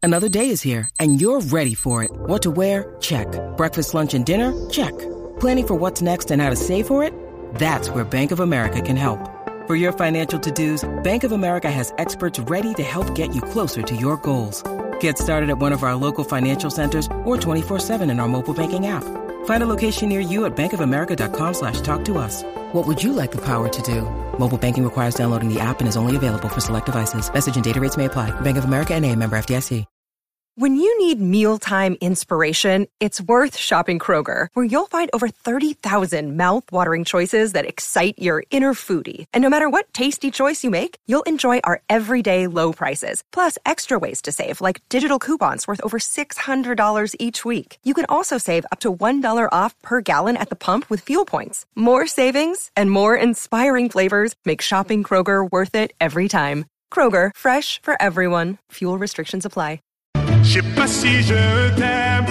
Another day is here, and you're ready for it. What to wear? Check. Breakfast, lunch, and dinner? Check. Planning for what's next and how to save for it? That's where Bank of America can help. For your financial to-dos, Bank of America has experts ready to help get you closer to your goals. Get started at one of our local financial centers or 24/7 in our mobile banking app. Find a location near you at bankofamerica.com/talktous. What would you like the power to do? Mobile banking requires downloading the app and is only available for select devices. Message and data rates may apply. Bank of America N.A., member FDIC. When you need mealtime inspiration, it's worth shopping Kroger, where you'll find over 30,000 mouth-watering choices that excite your inner foodie. And no matter what tasty choice you make, you'll enjoy our everyday low prices, plus extra ways to save, like digital coupons worth over $600 each week. You can also save up to $1 off per gallon at the pump with fuel points. More savings and more inspiring flavors make shopping Kroger worth it every time. Kroger, fresh for everyone. Fuel restrictions apply. Je sais pas si je t'aime.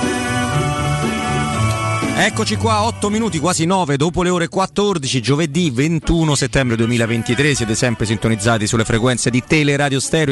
Eccoci qua, 8 minuti, quasi 9, dopo le ore 14, giovedì 21 settembre 2023, siete sempre sintonizzati sulle frequenze di Teleradio Stereo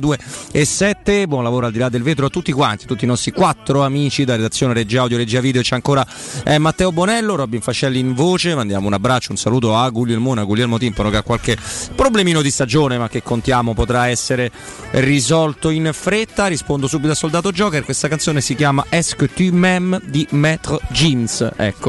92.7. Buon lavoro al di là del vetro a tutti quanti, tutti i nostri 4 amici da redazione Regia Audio, Regia Video. C'è ancora Matteo Bonello, Robin Fascelli in voce. Mandiamo un abbraccio, un saluto a Guglielmo Timpano, che ha qualche problemino di stagione, ma che contiamo potrà essere risolto in fretta. Rispondo subito a Soldato Joker. Questa canzone si chiama Est-ce que tu m'aimes di Maître Gims. Ecco,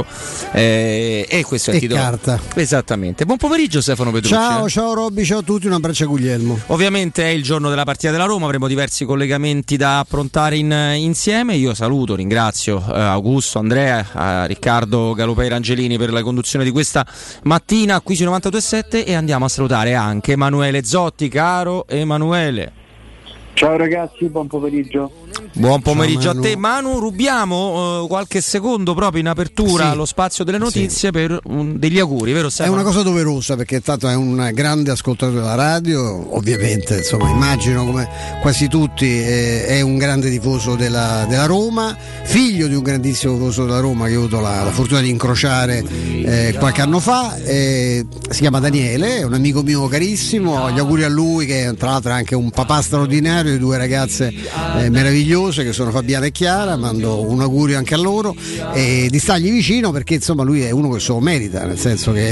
e questo è il titolo. Carta. Esattamente. Buon pomeriggio Stefano Petrucci. Ciao Robby, ciao a tutti, un abbraccio a Guglielmo. Ovviamente è il giorno della partita della Roma, avremo diversi collegamenti da affrontare insieme. Io saluto, ringrazio Augusto, Andrea, Riccardo Galopei Rangelini per la conduzione di questa mattina qui su 92.7 e andiamo a salutare anche Emanuele Zotti. Caro Emanuele. Ciao ragazzi, buon pomeriggio. Buon pomeriggio a te Manu, rubiamo qualche secondo proprio in apertura lo spazio delle notizie per degli auguri, vero Stefano? È una cosa doverosa perché tanto è un grande ascoltatore della radio, ovviamente insomma immagino come quasi tutti è un grande tifoso della Roma, figlio di un grandissimo tifoso della Roma che ho avuto la fortuna di incrociare qualche anno fa, si chiama Daniele, è un amico mio carissimo, gli auguri a lui che tra l'altro è anche un papà straordinario di 2 ragazze meravigliose che sono Fabiana e Chiara, mando un augurio anche a loro e di stargli vicino perché insomma lui è uno che se lo merita, nel senso che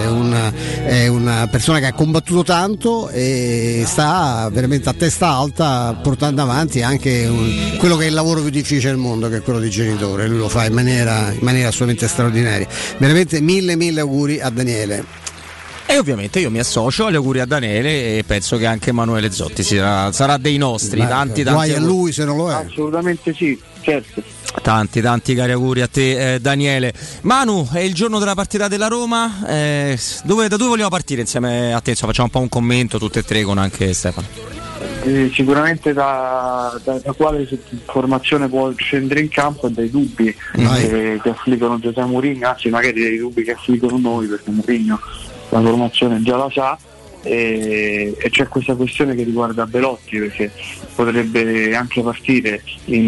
è una persona che ha combattuto tanto e sta veramente a testa alta portando avanti anche quello che è il lavoro più difficile del mondo, che è quello di genitore. Lui lo fa in maniera assolutamente straordinaria. Veramente mille auguri a Daniele. E ovviamente io mi associo agli auguri a Daniele e penso che anche Emanuele Zotti sarà dei nostri. Tanti guai a lui se non lo è. Assolutamente sì, certo. Tanti cari auguri a te Daniele. Manu, è il giorno della partita della Roma, da dove vogliamo partire insieme a te? Insomma, facciamo un po' un commento tutte e tre con anche Stefano. Sicuramente da quale formazione può scendere in campo e dai dubbi che affliggono Giuseppe Mourinho, anzi magari dai dubbi che affliggono noi, perché Mourinho la formazione già la sa e c'è questa questione che riguarda Belotti, perché potrebbe anche partire in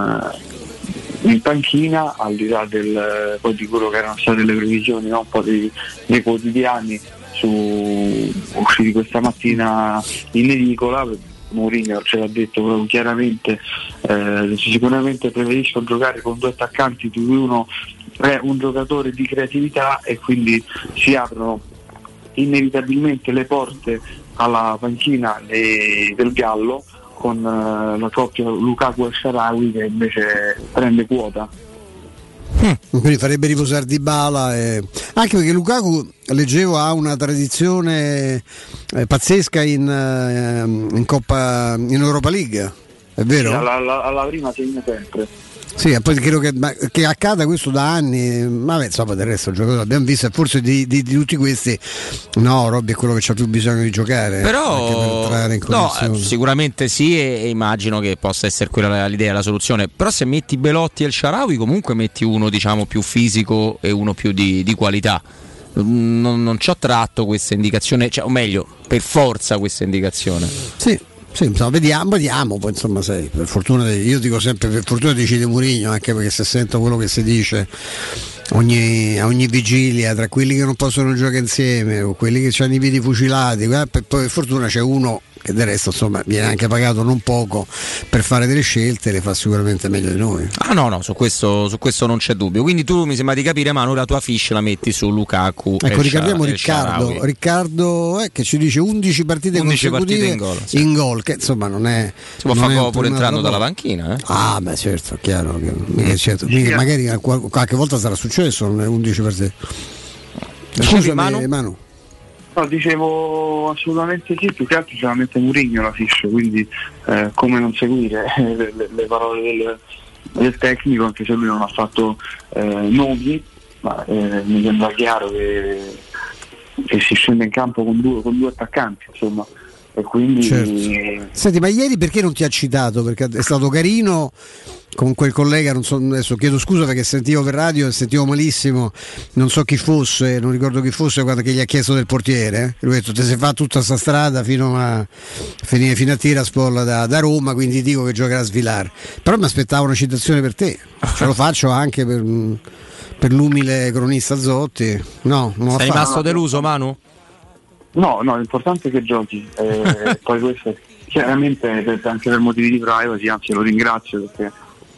panchina, al di là poi di quello che erano state le previsioni, no? Un po' dei quotidiani usciti questa mattina in edicola. Mourinho ce l'ha detto proprio chiaramente, sicuramente preferisco giocare con 2 attaccanti di cui uno è un giocatore di creatività e quindi si aprono inevitabilmente le porte alla panchina del Gallo con la coppia Lukaku e Shaarawy che invece prende quota. Quindi farebbe riposare Dybala anche perché Lukaku, leggevo, ha una tradizione pazzesca in Coppa, in Europa League, è vero? Sì, alla prima segna sempre. Sì, poi credo che accada questo da anni, ma insomma del resto il giocatore abbiamo visto e forse di tutti questi Robby è quello che c'ha più bisogno di giocare, però per in sicuramente sì, e immagino che possa essere quella l'idea, la soluzione. Però se metti Belotti e il Shaarawy comunque metti uno diciamo più fisico e uno più di qualità. Non ci ho tratto questa indicazione, o meglio per forza questa indicazione. Sì, insomma, vediamo, poi insomma per fortuna, io dico sempre per fortuna decide Mourinho, anche perché se sento quello che si dice a ogni vigilia tra quelli che non possono giocare insieme o quelli che hanno i piedi fucilati, poi per fortuna c'è uno che del resto insomma viene anche pagato non poco per fare delle scelte, le fa sicuramente meglio di noi. No, su questo non c'è dubbio. Quindi tu mi sembra di capire, Manu, la tua fiche la metti su Lukaku. Ecco, ricordiamo Riccardo che ci dice 11 partite consecutive in gol, che insomma non è, si può fare pure entrando dalla panchina, Ah beh, certo, chiaro, certo. Magari qualche volta sarà successo, non è 11 partite. Scusami, Manu. No, dicevo assolutamente sì, più che altro c'è la mette Mourinho la fiche, quindi come non seguire le parole del tecnico, anche se lui non ha fatto nomi, ma mi sembra chiaro che si scende in campo con due attaccanti, insomma, e quindi certo. Senti, ma ieri perché non ti ha citato? Perché è stato carino con quel collega, non so, adesso chiedo scusa perché sentivo per radio e sentivo malissimo, non so chi fosse, non ricordo chi fosse, quando che gli ha chiesto del portiere, lui ha detto te sei fatto tutta sta strada fino a Tiraspol da Roma, quindi dico che giocherà a Svilar, però mi aspettavo una citazione per te, ce lo faccio anche per l'umile cronista Zotti. No, non sei rimasto deluso, Manu? No, l'importante è che giochi, poi questo chiaramente anche per motivi di privacy, anzi lo ringrazio perché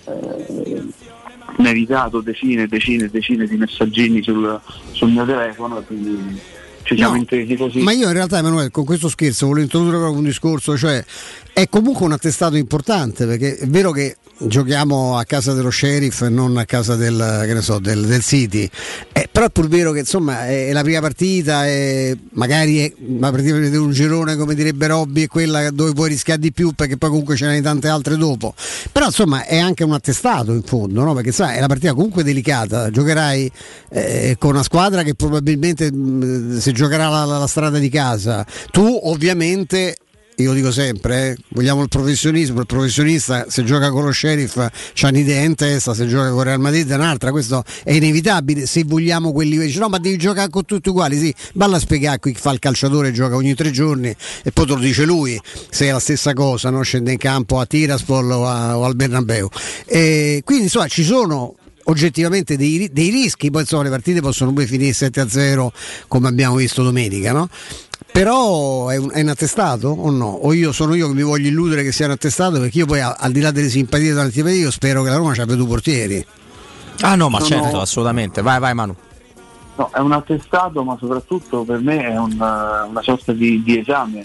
mi ha evitato decine di messaggini sul mio telefono, quindi ci siamo intesi così. Ma io in realtà, Emanuele, con questo scherzo volevo introdurre proprio un discorso, cioè è comunque un attestato importante, perché è vero che giochiamo a casa dello Sheriff e non a casa del City, però è pur vero che insomma è la prima partita e magari è una partita di un girone, come direbbe Robby, è quella dove puoi rischiare di più perché poi comunque ce ne hai tante altre dopo, però insomma è anche un attestato in fondo, no? Perché sai, è una partita comunque delicata, giocherai con una squadra che probabilmente se giocherà la strada di casa, tu ovviamente, io lo dico sempre, vogliamo il professionismo, il professionista se gioca con lo Sheriff c'ha un'idea in testa, se gioca con Real Madrid è un'altra, questo è inevitabile, se vogliamo quelli che dicono no ma devi giocare con tutti uguali, sì, valla a spiegare qui chi fa il calciatore, gioca ogni 3 giorni e poi te lo dice lui se è la stessa cosa, no? Scende in campo a Tiraspol o al Bernabeu, e quindi insomma ci sono oggettivamente dei rischi, poi insomma le partite possono poi finire 7-0 come abbiamo visto domenica, no? Però è un attestato o no? O sono io che mi voglio illudere che sia un attestato, perché io poi al di là delle simpatie e delle antipatie io spero che la Roma abbia 2 portieri. Ah no, ma certo, assolutamente, vai Manu. No, è un attestato, ma soprattutto per me è una sorta di esame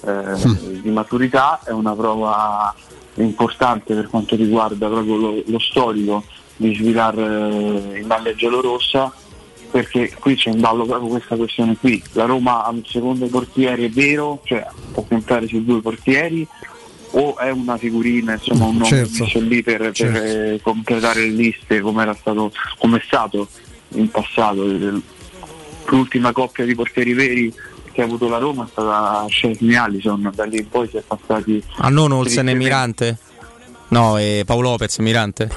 di maturità, è una prova importante per quanto riguarda proprio lo storico di Svilar in maglia giallorossa, perché qui c'è in ballo proprio questa questione qui. La Roma ha un secondo portiere vero, cioè può contare su 2 portieri, o è una figurina, insomma un nome messo lì per completare le liste come è stato in passato. L'ultima coppia di portieri veri che ha avuto la Roma è stata Szczęsny Alisson, da lì in poi si è passati a non Olsen e Mirante? No, e Paolo Lopez Mirante?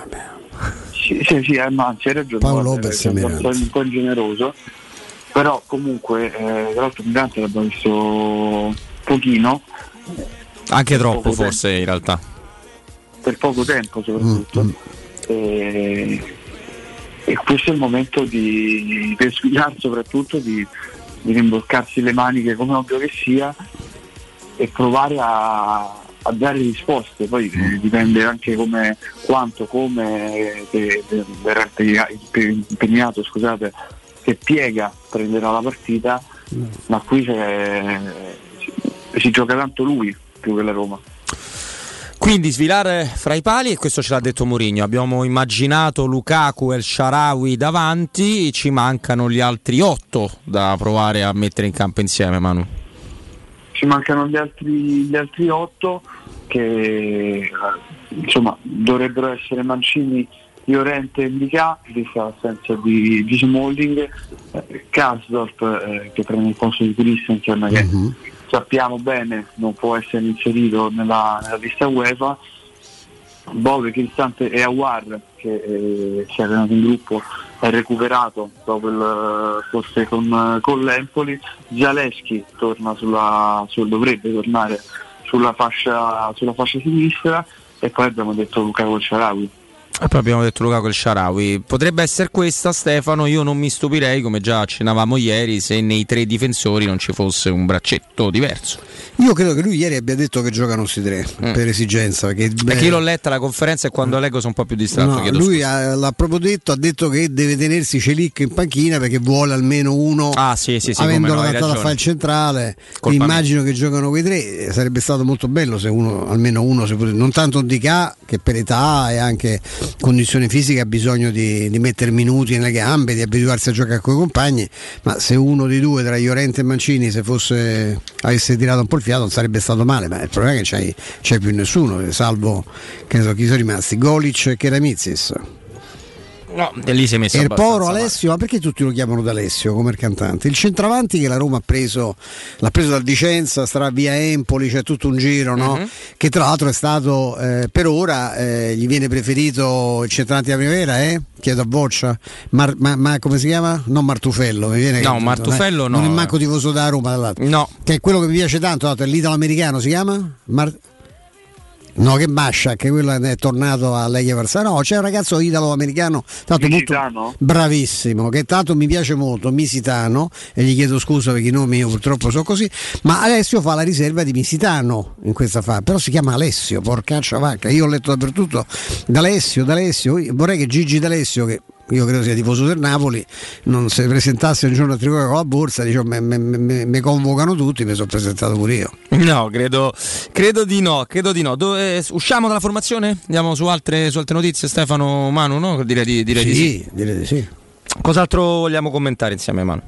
Sì, ma anzi hai ragione, Paolo Lopez è un po' ingeneroso, però comunque tra l'altro Mirante l'abbiamo visto pochino, anche troppo forse in realtà, per poco tempo soprattutto, e questo è il momento per Svilar soprattutto di rimboccarsi le maniche come ovvio che sia e provare a dare risposte, poi dipende anche quanto verrà impegnato, scusate, che piega prenderà la partita, ma qui si gioca tanto lui più che la Roma. Quindi Svilar fra i pali, e questo ce l'ha detto Mourinho, abbiamo immaginato Lukaku e El Shaarawy davanti, ci mancano gli altri 8 da provare a mettere in campo insieme, Manu. Ci mancano gli altri 8 che insomma dovrebbero essere Mancini, Llorente e Ndicà, vista l'assenza di Smalling, Karsdorp che prende il posto di Christensen che sappiamo bene non può essere inserito nella lista UEFA, Bove, Cristante e Aouar che si è allenato in gruppo, è recuperato dopo forse con l'Empoli. Zalewski dovrebbe tornare sulla fascia sinistra, e poi abbiamo detto Lukaku El Shaarawy. Poi abbiamo detto Lukaku e il Shaarawy. Potrebbe essere questa, Stefano. Io non mi stupirei, come già accennavamo ieri, se nei 3 difensori non ci fosse un braccetto diverso. Io credo che lui ieri abbia detto che giocano questi 3 per esigenza. Perché io l'ho letta la conferenza e quando leggo sono un po' più distratto. No, lui l'ha proprio detto, ha detto che deve tenersi Celic in panchina perché vuole almeno uno, avendo adattato a fare il centrale. Immagino che giocano quei 3. Sarebbe stato molto bello se almeno uno, non tanto Ndicà, che per età e anche condizione fisica ha bisogno di mettere minuti nelle gambe, di abituarsi a giocare con i compagni, ma se uno dei 2 tra Llorente e Mancini avesse tirato un po' il fiato non sarebbe stato male, ma il problema è che c'è più nessuno, salvo che ne so chi sono rimasti, Golic e Keramizis. No, e lì si è messo il povero Alessio, ma perché tutti lo chiamano D'Alessio come il cantante? Il centravanti che la Roma l'ha preso dal Vicenza, starà via Empoli, c'è tutto un giro, no? Che tra l'altro è stato per ora gli viene preferito il centravanti della primavera, chiedo a Boccia, ma come si chiama? Non Martufello, mi viene Martufello no. Non è manco tifoso da Roma dall'altro. No. Che è quello che mi piace tanto, è l'italo-americano, si chiama? No, che Mascia, che quello è tornato a Legia Varsavia. No, c'è un ragazzo italo-americano tanto molto bravissimo, che tanto mi piace molto, Misitano, e gli chiedo scusa perché i nomi io purtroppo sono così, ma Alessio fa la riserva di Misitano in questa fase, però si chiama Alessio, porcaccia vacca. Io ho letto dappertutto D'Alessio, vorrei che Gigi D'Alessio, che io credo sia tifoso del Napoli, non si presentasse un giorno a Trigoria con la borsa, diciamo, mi convocano tutti, mi sono presentato pure io. No, credo di no. Usciamo dalla formazione? Andiamo su altre notizie, Stefano, Manu, no? Direi di sì. Direi di sì. Cos'altro vogliamo commentare insieme, Manu?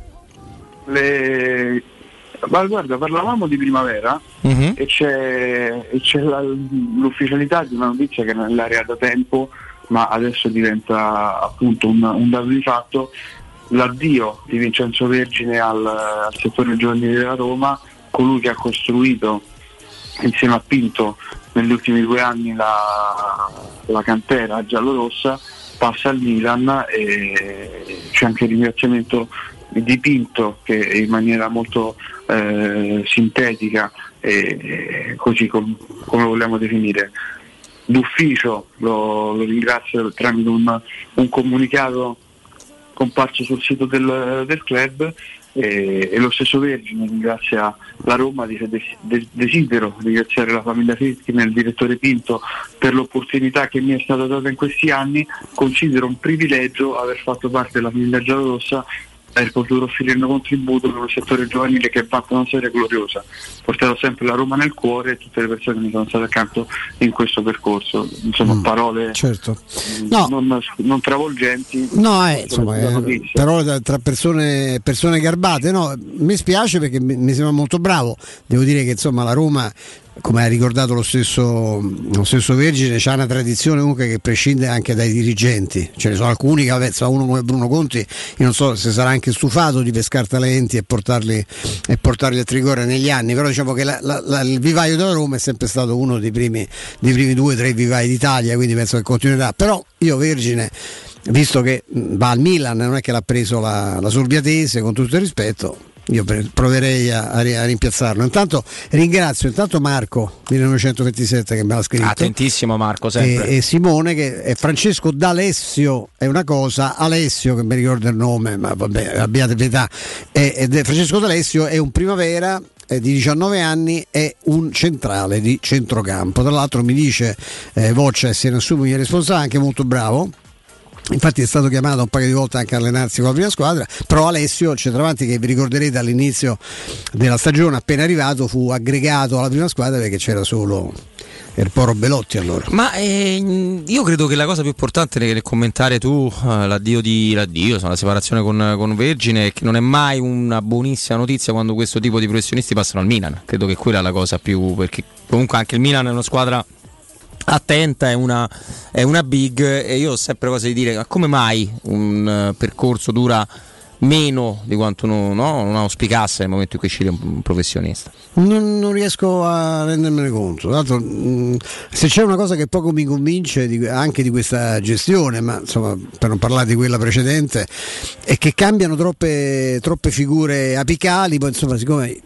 Ma guarda, parlavamo di primavera e c'è l'ufficialità di una notizia che nell'area da tempo, ma adesso diventa appunto un dato di fatto: l'addio di Vincenzo Vergine al settore giovanile della Roma, colui che ha costruito insieme a Pinto negli ultimi 2 anni la cantera giallorossa, passa al Milan, e c'è anche il ringraziamento di Pinto che in maniera molto sintetica e così come vogliamo definire d'ufficio lo ringrazio tramite un comunicato comparso sul sito del club, e lo stesso Vergine ringrazia la Roma. Desidero ringraziare la famiglia Friedkin e il direttore Pinto per l'opportunità che mi è stata data in questi anni. Considero un privilegio aver fatto parte della famiglia giallorossa, aver potuto offrire un contributo per un settore giovanile che ha fatto una storia gloriosa. Porterò sempre la Roma nel cuore e tutte le persone che mi sono state accanto in questo percorso. Insomma, parole certo. non travolgenti. No, insomma, parole tra persone garbate. No, mi spiace perché mi sembra molto bravo. Devo dire che insomma la Roma, come ha ricordato lo stesso Vergine, c'ha una tradizione comunque che prescinde anche dai dirigenti. Ce ne sono alcuni che, uno come Bruno Conti, io non so se sarà anche stufato di pescare talenti e portarli a Trigoria negli anni, però diciamo che il vivaio della Roma è sempre stato uno dei primi 2 o 3 vivai d'Italia, quindi penso che continuerà. Però io Vergine, visto che va al Milan, non è che l'ha preso la Sorbiatese, con tutto il rispetto, io proverei a rimpiazzarlo. Intanto ringrazio Marco 1927 che me l'ha scritto, attentissimo Marco sempre, e Simone, che è Francesco D'Alessio è una cosa, Alessio che mi ricorda il nome, ma vabbè, abbiate pietà, Francesco D'Alessio è un primavera di 19 anni, è un centrale di centrocampo. Tra l'altro mi dice Voccia, se ne assume il responsabile, anche molto bravo. Infatti è stato chiamato un paio di volte anche a allenarsi con la prima squadra, però Alessio, il centravanti che vi ricorderete all'inizio della stagione appena arrivato, fu aggregato alla prima squadra perché c'era solo il Poro Belotti allora. Ma io credo che la cosa più importante nel commentare tu l'addio, la separazione con Vergine, è che non è mai una buonissima notizia quando questo tipo di professionisti passano al Milan. Credo che quella è la cosa più, perché comunque anche il Milan è una squadra attenta, è una big, e io ho sempre cose di dire: ma come mai un percorso dura meno di quanto non auspicasse nel momento in cui sceglie un professionista? Non riesco a rendermene conto. Tra l'altro, se c'è una cosa che poco mi convince anche di questa gestione, ma insomma, per non parlare di quella precedente, è che cambiano troppe figure apicali. Poi insomma, siccome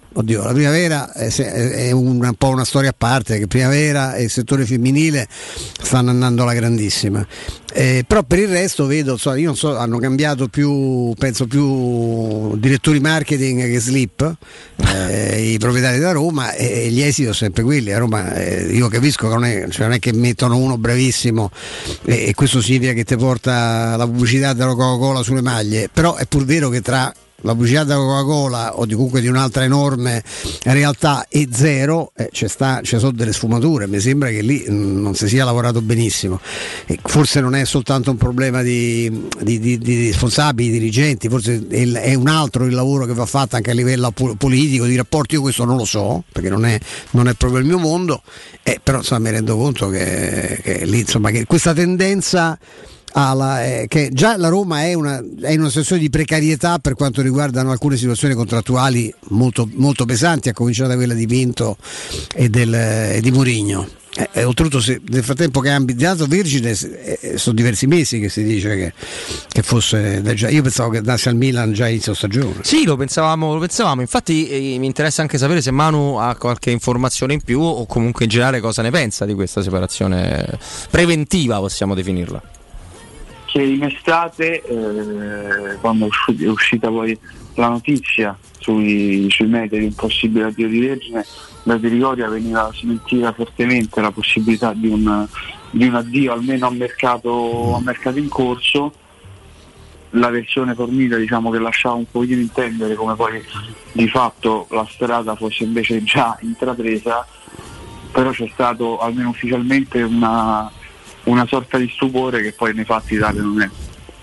oddio, la primavera è un po' una storia a parte, che primavera e il settore femminile stanno andando alla grandissima, però per il resto vedo, io non so, hanno cambiato penso più direttori marketing che slip, i proprietari da Roma, e gli esiti sono sempre quelli. A Roma io capisco che non è che mettono uno bravissimo e questo significa che ti porta la pubblicità della Coca-Cola sulle maglie, però è pur vero che tra la pubblicità della Coca-Cola o comunque di un'altra enorme realtà e zero ci sono delle sfumature. Mi sembra che lì non si sia lavorato benissimo, e forse non è soltanto un problema di responsabili, dirigenti, forse è un altro il lavoro che va fatto anche a livello politico, di rapporti. Io questo non lo so perché non è proprio il mio mondo, però insomma mi rendo conto che lì, insomma, che questa tendenza che già la Roma è in una situazione di precarietà per quanto riguardano alcune situazioni contrattuali molto, molto pesanti, a cominciare da quella di Pinto e di Mourinho. Oltretutto, nel frattempo che ha ambientato Vergine, sono diversi mesi che si dice che fosse già. Io pensavo che andasse al Milan già a inizio stagione. Sì, lo pensavamo. Infatti mi interessa anche sapere se Manu ha qualche informazione in più, o comunque in generale cosa ne pensa di questa separazione preventiva, possiamo definirla. Che in estate, quando è uscita poi la notizia sui media di un possibile addio di Vergine, da Trigoria veniva smentita fortemente la possibilità di un addio almeno a mercato in corso. La versione fornita, diciamo, che lasciava un pochino intendere come poi di fatto la strada fosse invece già intrapresa, però c'è stato almeno ufficialmente una sorta di stupore che poi nei fatti tale non è.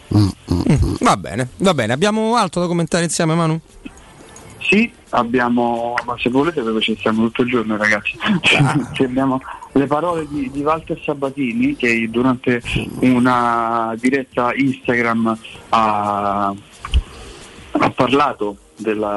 Va bene, abbiamo altro da commentare insieme, Manu? Sì, abbiamo, ma se volete perché ci stiamo tutto il giorno, ragazzi. Abbiamo le parole di Walter Sabatini, che durante una diretta Instagram ha parlato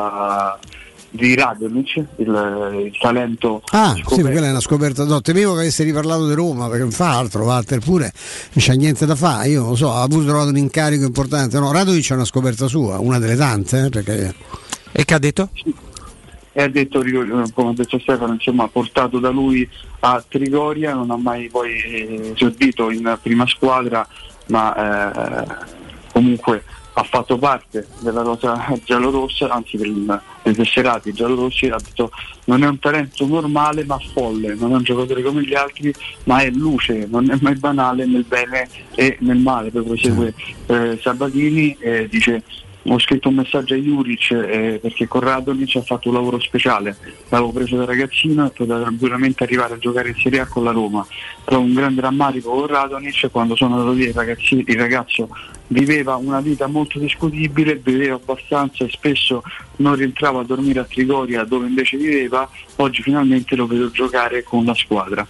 di Radonjic, il talento. Sì, quella è una scoperta. No, temevo che avesse riparlato di Roma, perché non fa altro Walter, pure non c'ha niente da fare. Io non lo so, ha pure trovato un incarico importante. No, Radonjic è una scoperta sua, una delle tante, perché. E che ha detto? E ha detto, come ha detto Stefano, insomma, portato da lui a Trigoria, non ha mai poi esordito in prima squadra, ma comunque ha fatto parte della rosa giallorossa, anzi dei tesserati giallorossi. Ha detto non è un talento normale ma folle, non è un giocatore come gli altri, ma è luce, non è mai banale nel bene e nel male. Poi prosegue Sabatini e dice: ho scritto un messaggio a Juric perché con Radonjic ha fatto un lavoro speciale, l'avevo preso da ragazzino e poteva tranquillamente arrivare a giocare in Serie A con la Roma, però un grande rammarico con Radonjic: quando sono andato via il ragazzo viveva una vita molto discutibile, beveva abbastanza e spesso non rientrava a dormire a Trigoria dove invece viveva. Oggi finalmente lo vedo giocare con la squadra.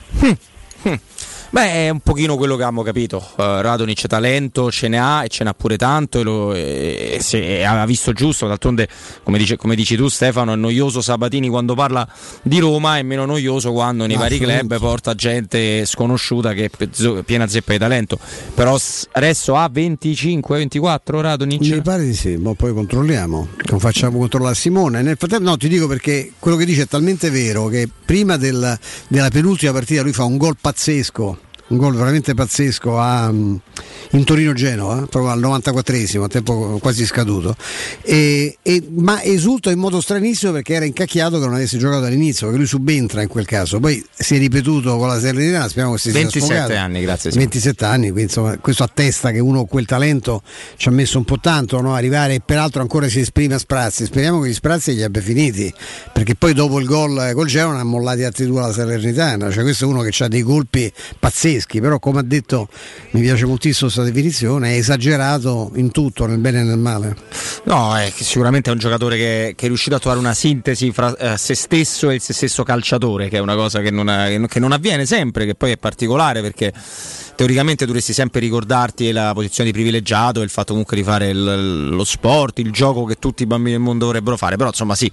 Beh, è un pochino quello che abbiamo capito. Radonjic talento ce ne ha, e ce n'ha pure tanto, e se ha visto giusto. D'altronde, come dici tu, Stefano, è noioso Sabatini quando parla di Roma, è meno noioso quando nei vari club porta gente sconosciuta che è piena zeppa di talento. Però adesso ha 25-24 Radonjic? Mi pare di sì, ma poi controlliamo, non facciamo controllare Simone. Nel frattempo, no, ti dico, perché quello che dice è talmente vero che prima della penultima partita lui fa un gol pazzesco, un gol veramente pazzesco in Torino-Genova, proprio al 94esimo, a tempo quasi scaduto, ma esulta in modo stranissimo perché era incacchiato che non avesse giocato all'inizio, perché lui subentra in quel caso, poi si è ripetuto con la Salernitana, speriamo che si sia 27 anni, grazie. 27 anni, quindi insomma questo attesta che uno quel talento ci ha messo un po' tanto, no? Arrivare, e peraltro ancora si esprime a sprazzi. Speriamo che gli sprazzi li abbia finiti, perché poi dopo il gol col Genoa ha mollati altri due alla Salernitana, cioè questo è uno che ha dei colpi pazzeschi, però come ha detto, mi piace moltissimo questa definizione, è esagerato in tutto, nel bene e nel male. No, sicuramente è un giocatore che è riuscito a trovare una sintesi fra se stesso e il se stesso calciatore, che è una cosa che non avviene sempre, che poi è particolare, perché teoricamente dovresti sempre ricordarti la posizione di privilegiato, il fatto comunque di fare lo sport, il gioco che tutti i bambini del mondo dovrebbero fare. Però insomma sì,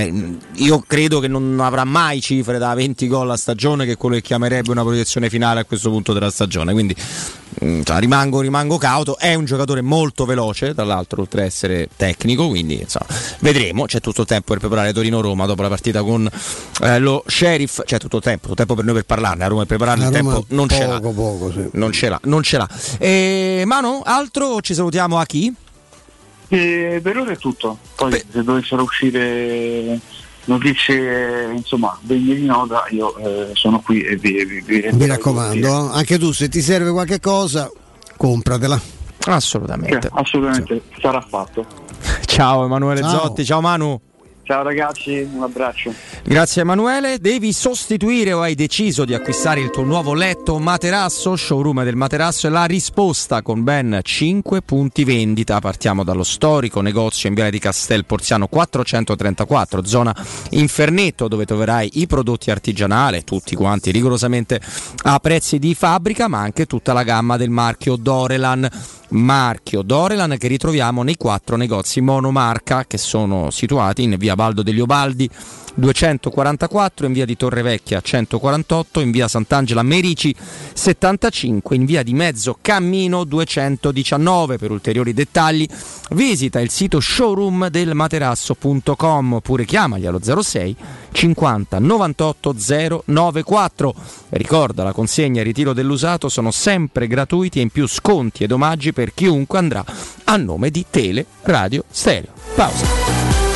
io credo che non avrà mai cifre da 20 gol a stagione, che è quello che chiamerebbe una proiezione finale a questo questo punto della stagione, quindi rimango cauto. È un giocatore molto veloce, tra l'altro, oltre a essere tecnico, quindi insomma, vedremo. C'è tutto il tempo per preparare Torino-Roma dopo la partita con lo Sheriff, c'è tutto il tempo per noi per parlarne. A Roma per prepararne il tempo non ce l'ha, sì. non ce l'ha. Manu, altro? Ci salutiamo a chi? Per ora è tutto, poi se dovessero uscire notizie insomma degne di nota, io sono qui e vi raccomando, anche tu se ti serve qualche cosa compratela. Assolutamente sarà fatto. Ciao Emanuele Zotti, ciao Manu. Ciao ragazzi, un abbraccio. Grazie Emanuele. Devi sostituire o hai deciso di acquistare il tuo nuovo letto materasso? Showroom del materasso è la risposta, con ben 5 punti vendita. Partiamo dallo storico negozio in Viale di Castel Porziano 434, zona Infernetto, dove troverai i prodotti artigianali, tutti quanti rigorosamente a prezzi di fabbrica, ma anche tutta la gamma del marchio Dorelan che ritroviamo nei 4 negozi monomarca che sono situati in via Baldo degli Obaldi 244, in via di Torrevecchia 148, in via Sant'Angela Merici 75, in via di Mezzo Cammino 219. Per ulteriori dettagli visita il sito showroomdelmaterasso.com oppure chiamali allo 06 50 98 094. Ricorda, la consegna e il ritiro dell'usato sono sempre gratuiti e in più sconti ed omaggi per chiunque andrà a nome di Tele Radio Stereo. Pausa.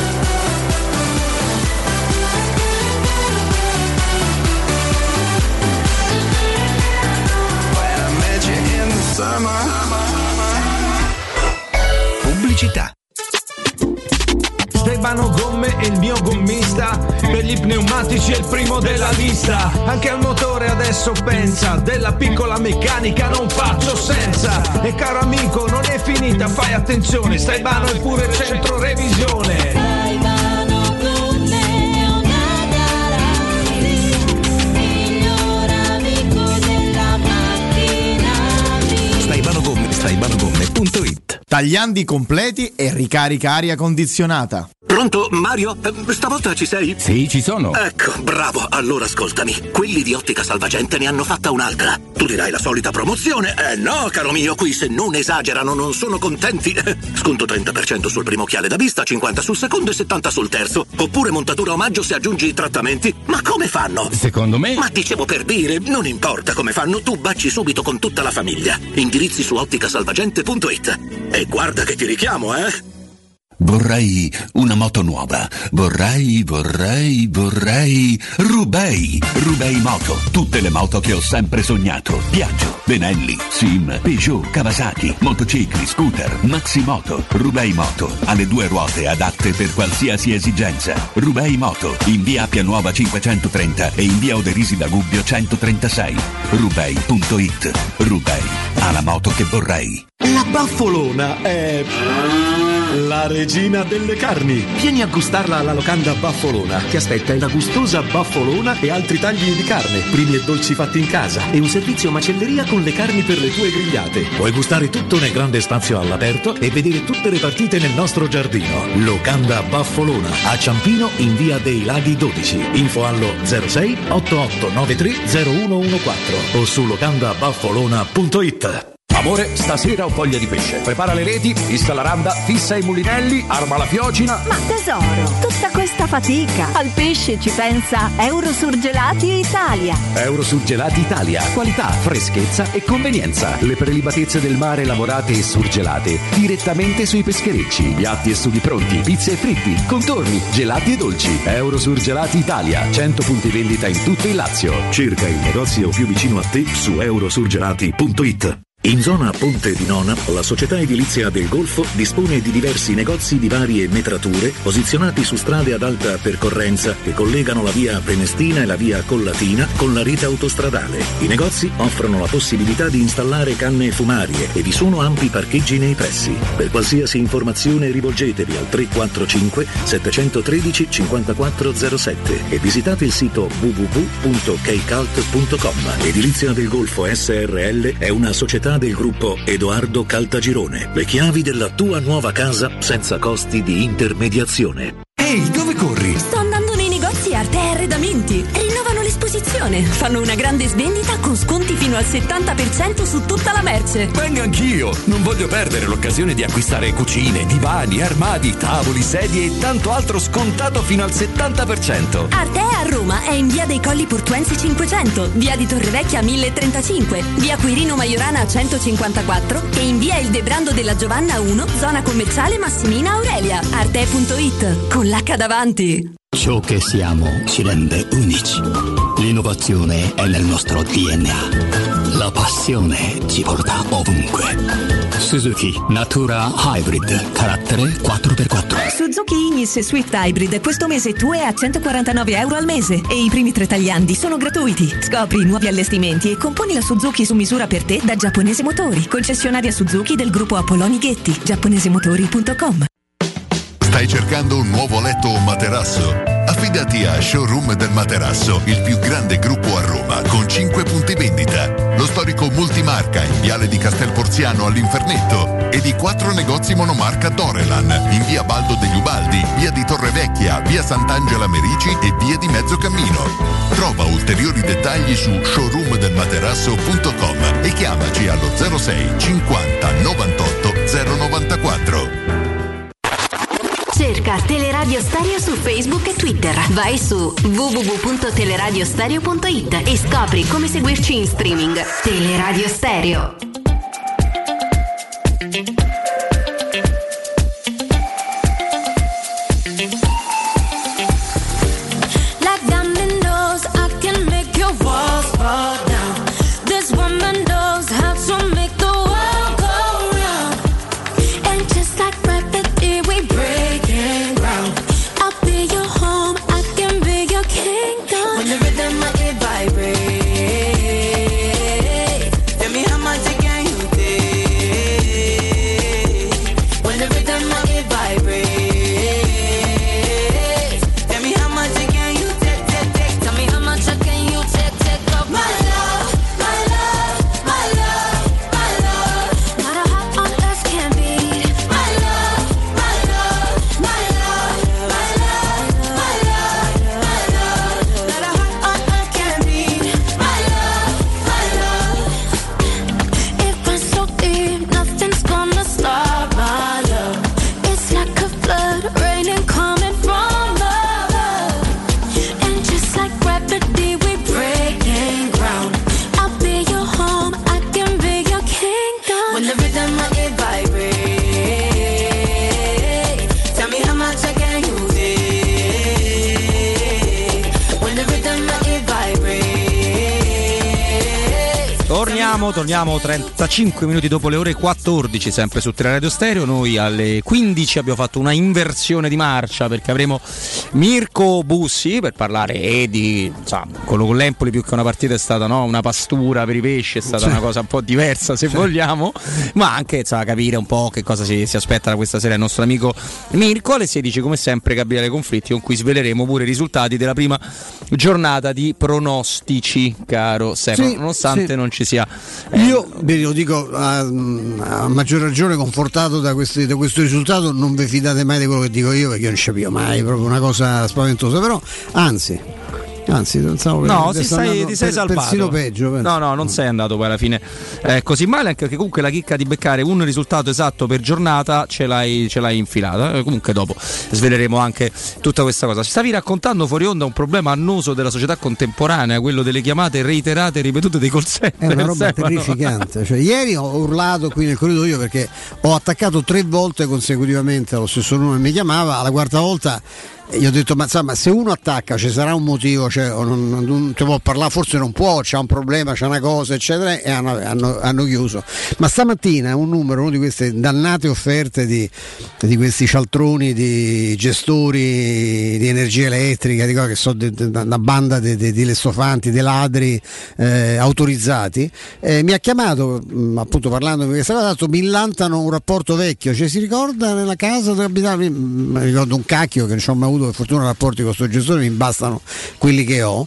Pubblicità. Stefano Gomme è il mio gommista, per gli pneumatici è il primo della lista. Anche al motore adesso pensa, della piccola meccanica non faccio senza. E caro amico, non è finita, fai attenzione, Stefano è pure centro revisione. Staibanogomme.it. Tagliandi completi e ricarica aria condizionata. Pronto, Mario? Stavolta ci sei? Sì, ci sono. Ecco, bravo. Allora ascoltami. Quelli di Ottica Salvagente ne hanno fatta un'altra. Tu dirai la solita promozione. No, caro mio, qui se non esagerano non sono contenti. Sconto 30% sul primo occhiale da vista, 50 sul secondo e 70 sul terzo. Oppure montatura omaggio se aggiungi i trattamenti. Ma come fanno? Secondo me... Ma dicevo per dire, non importa come fanno, tu baci subito con tutta la famiglia. Indirizzi su otticasalvagente.it. E guarda che ti richiamo, Vorrei una moto nuova. Vorrei Rubei Moto. Tutte le moto che ho sempre sognato. Piaggio, Benelli, Sim, Peugeot, Kawasaki, motocicli, scooter, Maximoto. Rubei Moto ha le 2 ruote adatte per qualsiasi esigenza. Rubei Moto in via Appia Nuova 530 e in via Oderisi da Gubbio 136. Rubei.it. Rubei ha la moto che vorrei. La Baffolona è la regina delle carni. Vieni a gustarla alla locanda Baffolona. Ti aspetta la gustosa Baffolona e altri tagli di carne, primi e dolci fatti in casa e un servizio macelleria con le carni per le tue grigliate. Puoi gustare tutto nel grande spazio all'aperto e vedere tutte le partite nel nostro giardino. Locanda Baffolona a Ciampino in via dei Laghi 12. Info allo 06 8893 0114 o su locandabaffolona.it. Amore, stasera ho voglia di pesce. Prepara le reti, fissa la randa, fissa i mulinelli, arma la fiocina. Ma tesoro, tutta questa fatica. Al pesce ci pensa Eurosurgelati Italia. Eurosurgelati Italia. Qualità, freschezza e convenienza. Le prelibatezze del mare lavorate e surgelate direttamente sui pescherecci. Piatti e sughi pronti, pizze e fritti, contorni, gelati e dolci. Eurosurgelati Italia. 100 punti vendita in tutto il Lazio. Cerca il negozio più vicino a te su eurosurgelati.it. In zona Ponte di Nona, la società edilizia del Golfo dispone di diversi negozi di varie metrature posizionati su strade ad alta percorrenza che collegano la via Prenestina e la via Collatina con la rete autostradale. I negozi offrono la possibilità di installare canne fumarie e vi sono ampi parcheggi nei pressi. Per qualsiasi informazione rivolgetevi al 345 713 5407 e visitate il sito www.keicalt.com. Edilizia del Golfo SRL è una società del gruppo Edoardo Caltagirone. Le chiavi della tua nuova casa senza costi di intermediazione. Ehi, dove corri? Sto andando nei negozi Arte e Arredamenti. Rinnovano l'esposizione. Fanno una grande svendita con sconti fino fino al 70% su tutta la merce. Vengo anch'io! Non voglio perdere l'occasione di acquistare cucine, divani, armadi, tavoli, sedie e tanto altro scontato fino al 70%. Arte a Roma è in via dei Colli Portuensi 500, via di Torrevecchia 1035, via Quirino Maiorana 154 e in via Il Debrando della Giovanna 1, zona commerciale Massimina Aurelia. Arte.it con l'H davanti. Ciò che siamo ci rende unici. L'innovazione è nel nostro DNA. La passione ci porta ovunque. Suzuki Natura Hybrid, carattere 4x4. Suzuki Ignis Swift Hybrid questo mese tu è a €149 al mese e i primi 3 tagliandi sono gratuiti. Scopri nuovi allestimenti e componi la Suzuki su misura per te da Giapponese Motori, concessionaria Suzuki del gruppo Apolloni Ghetti, giapponesemotori.com. Stai cercando un nuovo letto o materasso? Affidati a Showroom del Materasso, il più grande gruppo a Roma, con 5 punti vendita. Lo storico multimarca in Viale di Castel Porziano all'Infernetto e di 4 negozi monomarca Dorelan in via Baldo degli Ubaldi, via di Torrevecchia, via Sant'Angela Merici e via di Mezzocammino. Trova ulteriori dettagli su showroomdelmaterasso.com e chiamaci allo 06 50 98 094. Cerca Teleradio Stereo su Facebook e Twitter. Vai su www.teleradiostereo.it e scopri come seguirci in streaming. Teleradio Stereo. Like dominoes, I can make your walls fall down. This woman knows how to make the world go round. And just like gravity, we break. I'll be your home, I can be your kingdom. When the rhythm of it vibrates, tell me how much again you take. When the rhythm of it vibrates, tell me how much again you take. Tell me how much again you take of my love, my love, my love, my love. Not a heart on earth can beat my love, my love, my love. Torniamo 35 minuti dopo le ore 14, sempre su Teleradio Stereo. Noi alle 15 abbiamo fatto una inversione di marcia perché avremo Mirko Bussi per parlare di quello con l'Empoli. Più che una partita è stata una pastura per i pesci, è stata una cosa un po' diversa se vogliamo, ma anche capire un po' che cosa si aspetta da questa sera il nostro amico Mirko. Alle 16 come sempre Gabriele Conflitti, con cui sveleremo pure i risultati della prima giornata di pronostici, caro Stefano, nonostante non ci sia. Io ve lo dico a maggior ragione confortato da questo risultato, non vi fidate mai di quello che dico io, perché io non ci capivo mai, proprio una cosa spaventosa, però anzi pensavo ti sei salvato. Persino peggio, penso. No, non sei andato poi alla fine così male, anche perché comunque la chicca di beccare un risultato esatto per giornata ce l'hai infilata. Comunque dopo sveleremo anche tutta questa cosa. Ci stavi raccontando fuori onda un problema annoso della società contemporanea, quello delle chiamate reiterate e ripetute dei call center. È una roba terrificante. Ieri ho urlato qui nel corridoio perché ho attaccato 3 volte consecutivamente allo stesso numero che mi chiamava. Alla quarta volta io ho detto, ma se uno attacca ci sarà un motivo, non ti può parlare, forse non può, c'è un problema, c'è una cosa, eccetera, e hanno chiuso. Ma stamattina uno di queste dannate offerte di questi cialtroni di gestori di energia elettrica, che sono una banda di lestofanti, dei ladri autorizzati, mi ha chiamato, appunto parlando di questa cosa, ha detto, mi illantano un rapporto vecchio, si ricorda nella casa dove abitava, mi ricordo un cacchio che non ci ho mai avuto per fortuna rapporti con questo gestore, mi bastano quelli che ho,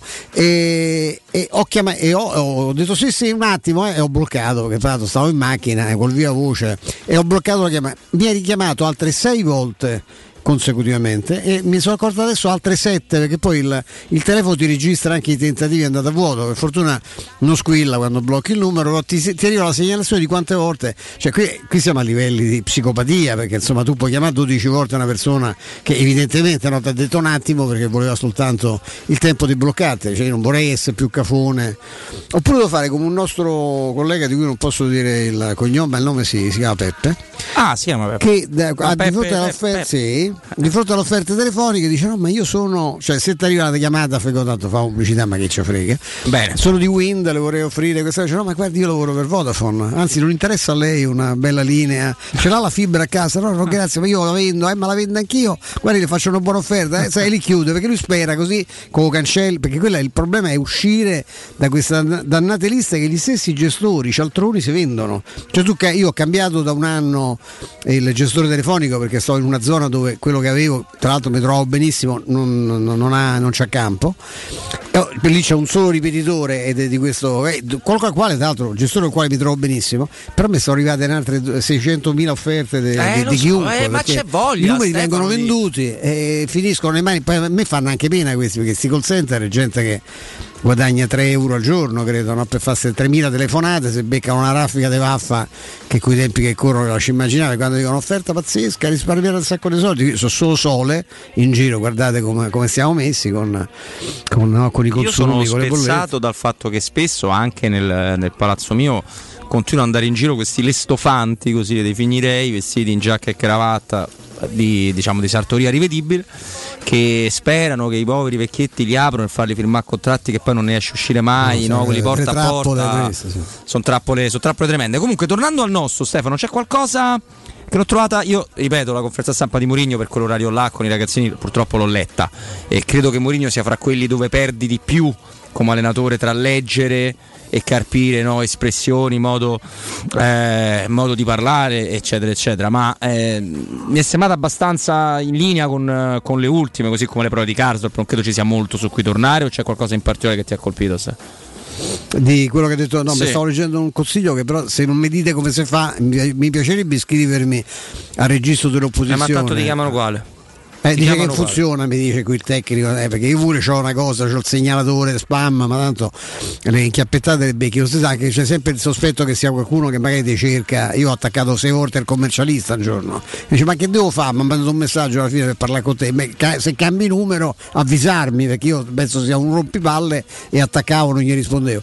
e ho chiamato e ho detto sì un attimo, e ho bloccato, perché tra l'altro stavo in macchina col via voce e ho bloccato la chiamata. Mi ha richiamato altre 6 volte consecutivamente, e mi sono accorto adesso altre 7, perché poi il telefono ti registra anche i tentativi è andato a vuoto, per fortuna non squilla quando blocchi il numero, però ti arriva la segnalazione di quante volte, cioè qui siamo a livelli di psicopatia, perché insomma tu puoi chiamare 12 volte una persona che evidentemente ti ha detto un attimo perché voleva soltanto il tempo di bloccarti, cioè io non vorrei essere più cafone, oppure devo fare come un nostro collega di cui non posso dire il cognome, ma il nome si chiama Peppe. Ah, si chiama Peppe. Che di fronte all'offerta telefonica dice no, ma io sono, cioè se ti arriva la chiamata tanto fa pubblicità, ma che ci frega. Bene. Sono di Wind, le vorrei offrire questa, dice no, ma guardi, io lavoro per Vodafone, anzi non interessa a lei una bella linea, ce l'ha la fibra a casa? No, grazie, ma io la vendo, ma la vendo anch'io, guardi, le faccio una buona offerta, e li chiude, perché lui spera così con cancelli, perché il problema è uscire da questa dannate liste che gli stessi gestori cialtroni si vendono. Cioè io ho cambiato da un anno il gestore telefonico perché sto in una zona dove quello che avevo, tra l'altro mi trovo benissimo, non c'è campo, lì c'è un solo ripetitore ed è di questo qual quale tra l'altro gestore con il quale mi trovo benissimo, però mi sono arrivate in altre 600.000 offerte di chiunque, ma c'è voglia, i numeri vengono venduti e finiscono nei mani. Poi a me fanno anche pena questi, perché sti call center è gente che guadagna 3 euro al giorno, credo, no? Per farsi 3.000 telefonate, se beccano una raffica di vaffa che coi tempi che corrono lascio immaginare, quando dicono offerta pazzesca, risparmiare un sacco di soldi. Io sono solo sole in giro, guardate come stiamo messi con i consumi. Io sono con le bollette. spezzato dal fatto che spesso anche nel palazzo mio continuano ad andare in giro questi lestofanti, così li definirei, vestiti in giacca e cravatta di sartoria rivedibile, che sperano che i poveri vecchietti li aprono e farli firmare contratti che poi non ne riesce a uscire mai, quelli porta a porta, sono trappole tremende. Comunque, tornando al nostro Stefano, c'è qualcosa che l'ho trovata, io ripeto, la conferenza stampa di Mourinho per quell'orario là con i ragazzini purtroppo l'ho letta e credo che Mourinho sia fra quelli dove perdi di più come allenatore tra leggere e carpire espressioni, modo di parlare, eccetera eccetera, ma mi è sembrata abbastanza in linea con le ultime, così come le prove di Karsdorp. Non credo ci sia molto su cui tornare, o c'è qualcosa in particolare che ti ha colpito? Di quello che ha detto, sì. Mi stavo leggendo un consiglio che però se non mi dite come si fa mi piacerebbe iscrivermi al registro dell'opposizione. Ma tanto ti chiamano quale? Dice che funziona, mi dice qui il tecnico, perché io pure c'ho una cosa, c'ho il segnalatore spam, ma tanto le inchiappettate le becchi. Lo si sa che c'è sempre il sospetto che sia qualcuno che magari ti cerca. Io ho attaccato 6 volte il commercialista un giorno, dice ma che devo fare? Mi ha mandato un messaggio alla fine per parlare con te. Se cambi numero avvisarmi, perché io penso sia un rompipalle e attaccavo, non gli rispondevo.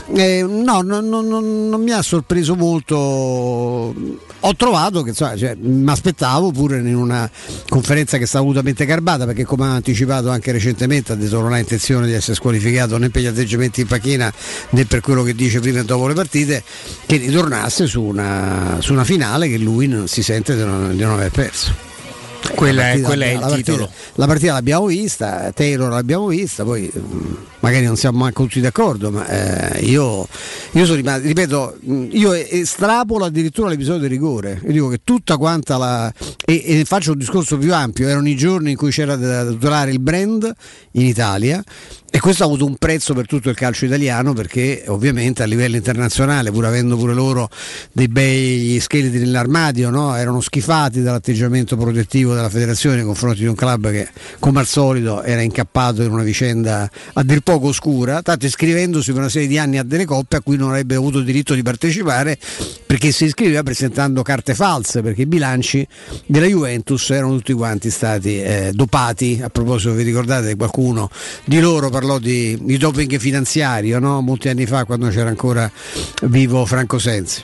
Non mi ha sorpreso molto. Ho trovato che mi aspettavo pure in una conferenza che stava garbata, perché come ha anticipato anche recentemente ha detto non ha intenzione di essere squalificato né per gli atteggiamenti in panchina né per quello che dice prima e dopo le partite, che ritornasse su una finale che lui non si sente di non aver perso. Quella è il titolo. La partita l'abbiamo vista, Taylor l'abbiamo vista, poi magari non siamo manco tutti d'accordo, ma io sono rimasto, ripeto, io estrapolo addirittura l'episodio del rigore. Io dico che tutta quanta e faccio un discorso più ampio, erano i giorni in cui c'era da tutelare il brand in Italia, e questo ha avuto un prezzo per tutto il calcio italiano, perché ovviamente a livello internazionale, pur avendo pure loro dei bei scheletri nell'armadio, no? Erano schifati dall'atteggiamento protettivo della federazione nei confronti di un club che come al solito era incappato in una vicenda a dir poco oscura, tanto iscrivendosi per una serie di anni a delle coppe a cui non avrebbe avuto diritto di partecipare, perché si iscriveva presentando carte false, perché i bilanci della Juventus erano tutti quanti stati dopati. A proposito, vi ricordate, qualcuno di loro parlò di doping finanziario, no? Molti anni fa, quando c'era ancora vivo Franco Sensi.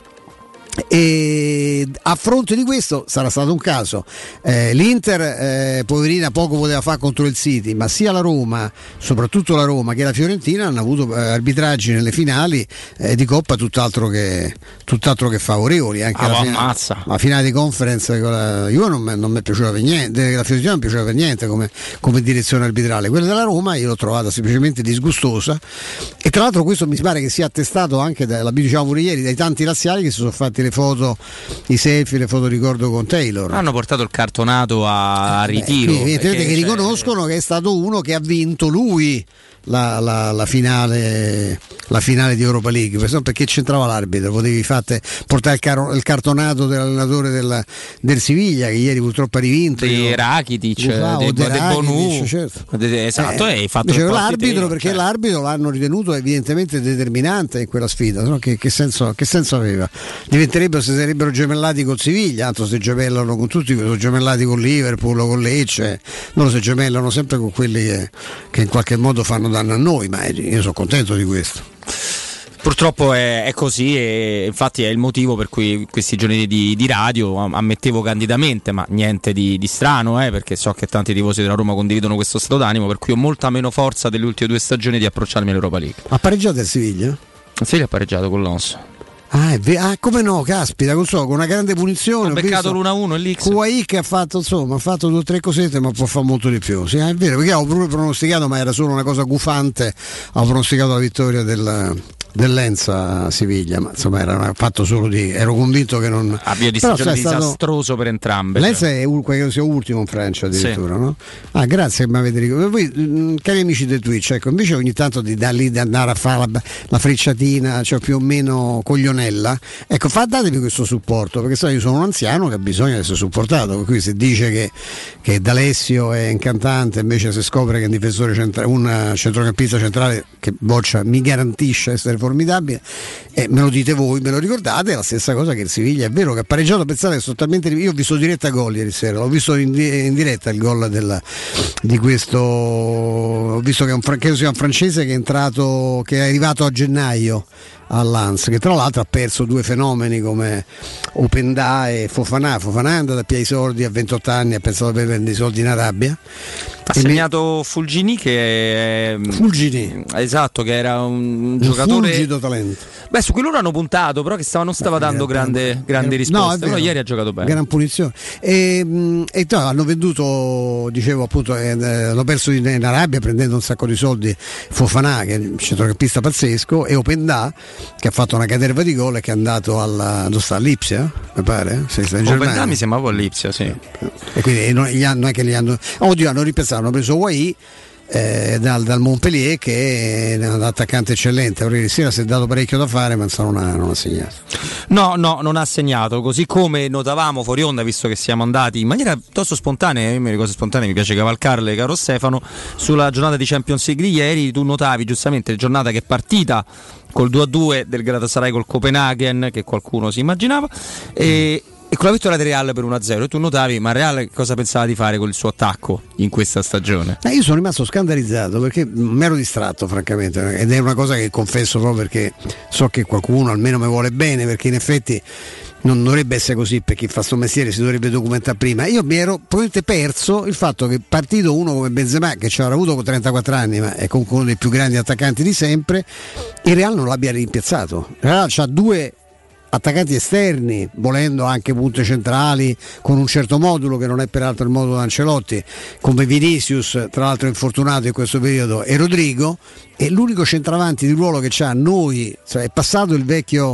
E a fronte di questo sarà stato un caso, l'Inter poverina poco poteva fare contro il City, ma sia la Roma, soprattutto la Roma, che la Fiorentina hanno avuto arbitraggi nelle finali di Coppa tutt'altro che favorevoli. Anche la finale di Conference con la Juve non mi è piaciuta per niente, la Fiorentina non mi piaceva per niente come direzione arbitrale. Quella della Roma io l'ho trovata semplicemente disgustosa, e tra l'altro questo mi pare che sia attestato anche diciamo pure ieri, dai tanti laziali che si sono fatti le foto, i selfie, le foto ricordo con Taylor. Hanno portato il cartonato a ritiro. Evidentemente che riconoscono che è stato uno che ha vinto lui la finale di Europa League, perché c'entrava l'arbitro, potevi portare il cartonato dell'allenatore del Siviglia, che ieri purtroppo ha rivinto, di Rakitic, De Bonù, certo. Esatto, e fatto l'arbitro, perché l'arbitro l'hanno ritenuto evidentemente determinante in quella sfida, no? Che senso aveva? Si sarebbero gemellati col Siviglia, tanto si gemellano con tutti, sono gemellati con Liverpool, con Lecce, loro si gemellano sempre con quelli che in qualche modo fanno danno a noi, ma io sono contento di questo. Purtroppo è così, e infatti è il motivo per cui questi giorni di radio ammettevo candidamente, ma niente di strano, perché so che tanti tifosi della Roma condividono questo stato d'animo, per cui ho molta meno forza delle ultime 2 stagioni di approcciarmi all'Europa League. Ha pareggiato il Siviglia? Il Siviglia ha pareggiato con l'Ons. Come no, caspita, con una grande punizione. Ha beccato l'1-1 e l'X. Kuwait che ha fatto 2 o 3 cosette, ma può fare molto di più. Sì, è vero, perché avevo proprio pronosticato, ma era solo una cosa gufante, avevo pronosticato la vittoria dell'Enza a Siviglia, ma insomma era fatto solo ero convinto che non abbia stagione disastroso per entrambe. L'Enza è sia ultimo in Francia addirittura, sì. No? Grazie che mi avete ricordato. Voi, cari amici del Twitch, ecco, invece ogni tanto di andare a fare la frecciatina, cioè più o meno coglionella, ecco, datemi questo supporto, perché io sono un anziano che ha bisogno di essere supportato, per cui se dice che D'Alessio è incantante, invece si scopre che è un difensore un centrocampista centrale che Boccia mi garantisce essere formidabile, me lo dite voi, me lo ricordate, è la stessa cosa che il Siviglia, è vero che ha pareggiato, pensate che sono talmente, io ho visto diretta gol ieri sera, l'ho visto in diretta il gol di questo, ho visto che credo sia un francese che è arrivato a gennaio all'Ans, che tra l'altro ha perso 2 fenomeni come Openda e Fofana è andato a piedi sordi a 28 anni, ha pensato per prendere i soldi in Arabia, ha segnato Fulgini, che è esatto, che era un giocatore fulgido talento. Su cui loro hanno puntato, però che non stava dando grandi risposte. Però ieri ha giocato bene. Gran punizione. E hanno venduto, dicevo appunto, hanno perso in Arabia prendendo un sacco di soldi Fofana, che è un centrocampista pazzesco, e Openda, che ha fatto una caterva di gol e che è andato all'Ipsia, mi pare. Openda mi sembrava all'Ipsia, sì. E quindi non è che hanno ripensato, hanno preso Guai dal Montpellier, che è un attaccante eccellente. Ieri sera si è dato parecchio da fare, ma non ha segnato. No, non ha segnato, così come notavamo fuori onda, visto che siamo andati in maniera piuttosto spontanea, le cose spontanee mi piace cavalcarle, caro Stefano, sulla giornata di Champions League di ieri. Tu notavi giustamente la giornata che è partita col 2-2 del Galatasaray col Copenaghen, che qualcuno si immaginava, e con la vittoria del Real per 1-0, e tu notavi, ma Real cosa pensava di fare con il suo attacco in questa stagione? Io sono rimasto scandalizzato, perché mi ero distratto francamente, ed è una cosa che confesso proprio perché so che qualcuno almeno mi vuole bene, perché in effetti non dovrebbe essere così, per chi fa sto mestiere si dovrebbe documentare prima. Io mi ero probabilmente perso il fatto che partito uno come Benzema, che ci avrà avuto con 34 anni, ma è comunque uno dei più grandi attaccanti di sempre, il Real non l'abbia rimpiazzato. Il Real c'ha 2 attaccanti esterni, volendo anche punte centrali con un certo modulo, che non è peraltro il modulo di Ancelotti, come Vinicius, tra l'altro infortunato in questo periodo, e Rodrigo, e l'unico centravanti di ruolo che c'ha noi, cioè è passato il vecchio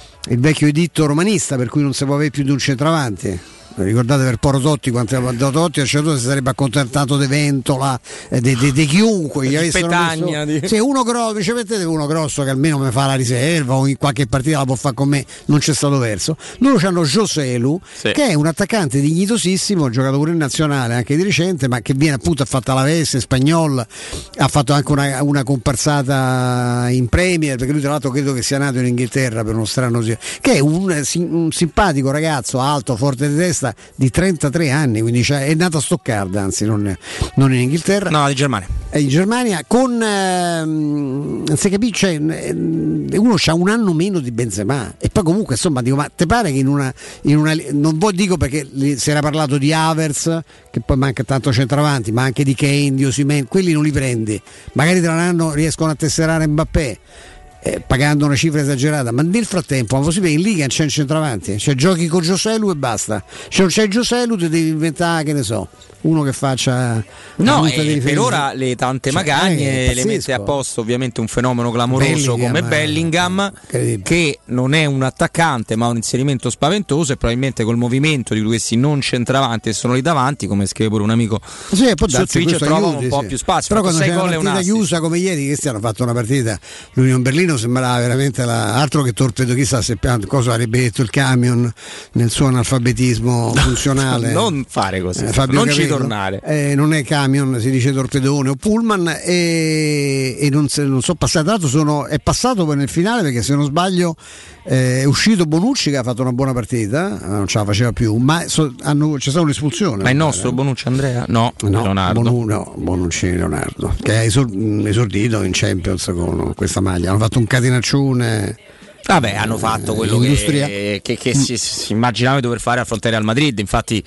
editto romanista, per cui non si può avere più di un centravanti. Ricordate per Poro Totti, quanto aveva Totti, a certo si sarebbe accontentato di Ventola, di chiunque gli avessero messo. Sì, uno grosso, ci mettete uno grosso che almeno mi fa la riserva o in qualche partita la può fare con me, non c'è stato verso. Loro hanno Joselu, sì, che è un attaccante dignitosissimo, giocato pure in nazionale anche di recente, ma che viene appunto, ha fatto la Veste, Spagnol, ha fatto anche una comparsata in Premier, perché lui tra l'altro credo che sia nato in Inghilterra per uno strano, che è un simpatico ragazzo alto, forte di testa, di 33 anni, quindi è nato a Stoccarda, anzi non in Inghilterra, no, di Germania. È in Germania, con non si capisce, uno c'ha un anno meno di Benzema, e poi comunque insomma dico, ma te pare che in una non vuol dico, perché si era parlato di Havertz, che poi manca tanto centravanti, ma anche di Kane, di Osimhen, quelli non li prendi, magari tra un anno riescono a tesserare Mbappé. pagando una cifra esagerata, ma nel frattempo in Liga non c'è un centravanti, cioè giochi con Joselu e basta, se non c'è Joselu ti devi inventare, che ne so, uno che faccia per ora le tante magagne le mette a posto ovviamente un fenomeno clamoroso come Bellingham, che non è un attaccante ma un inserimento spaventoso, e probabilmente col movimento di questi non centravanti che sono lì davanti, come scrive pure un amico su Twitch, trovano un po' più spazio. Però quando c'è una partita chiusa come ieri, questi hanno fatto una partita, l'Union Berlino sembrava veramente altro che torpedo, chissà se cosa avrebbe detto il camion nel suo analfabetismo funzionale. Non fare così, non Capello, ci tornare. Non è camion, si dice torpedone o pullman, e non so passare. Tra l'altro è passato poi nel finale, perché se non sbaglio è uscito Bonucci che ha fatto una buona partita, non ce la faceva più, ma c'è stata un'espulsione. Ma è il nostro Bonucci, Andrea? No, Leonardo. Bonucci Leonardo, che ha esordito in Champions con questa maglia. Hanno fatto un catenaccione. Vabbè, hanno fatto quello che si immaginava di dover fare a fronte al Madrid. Infatti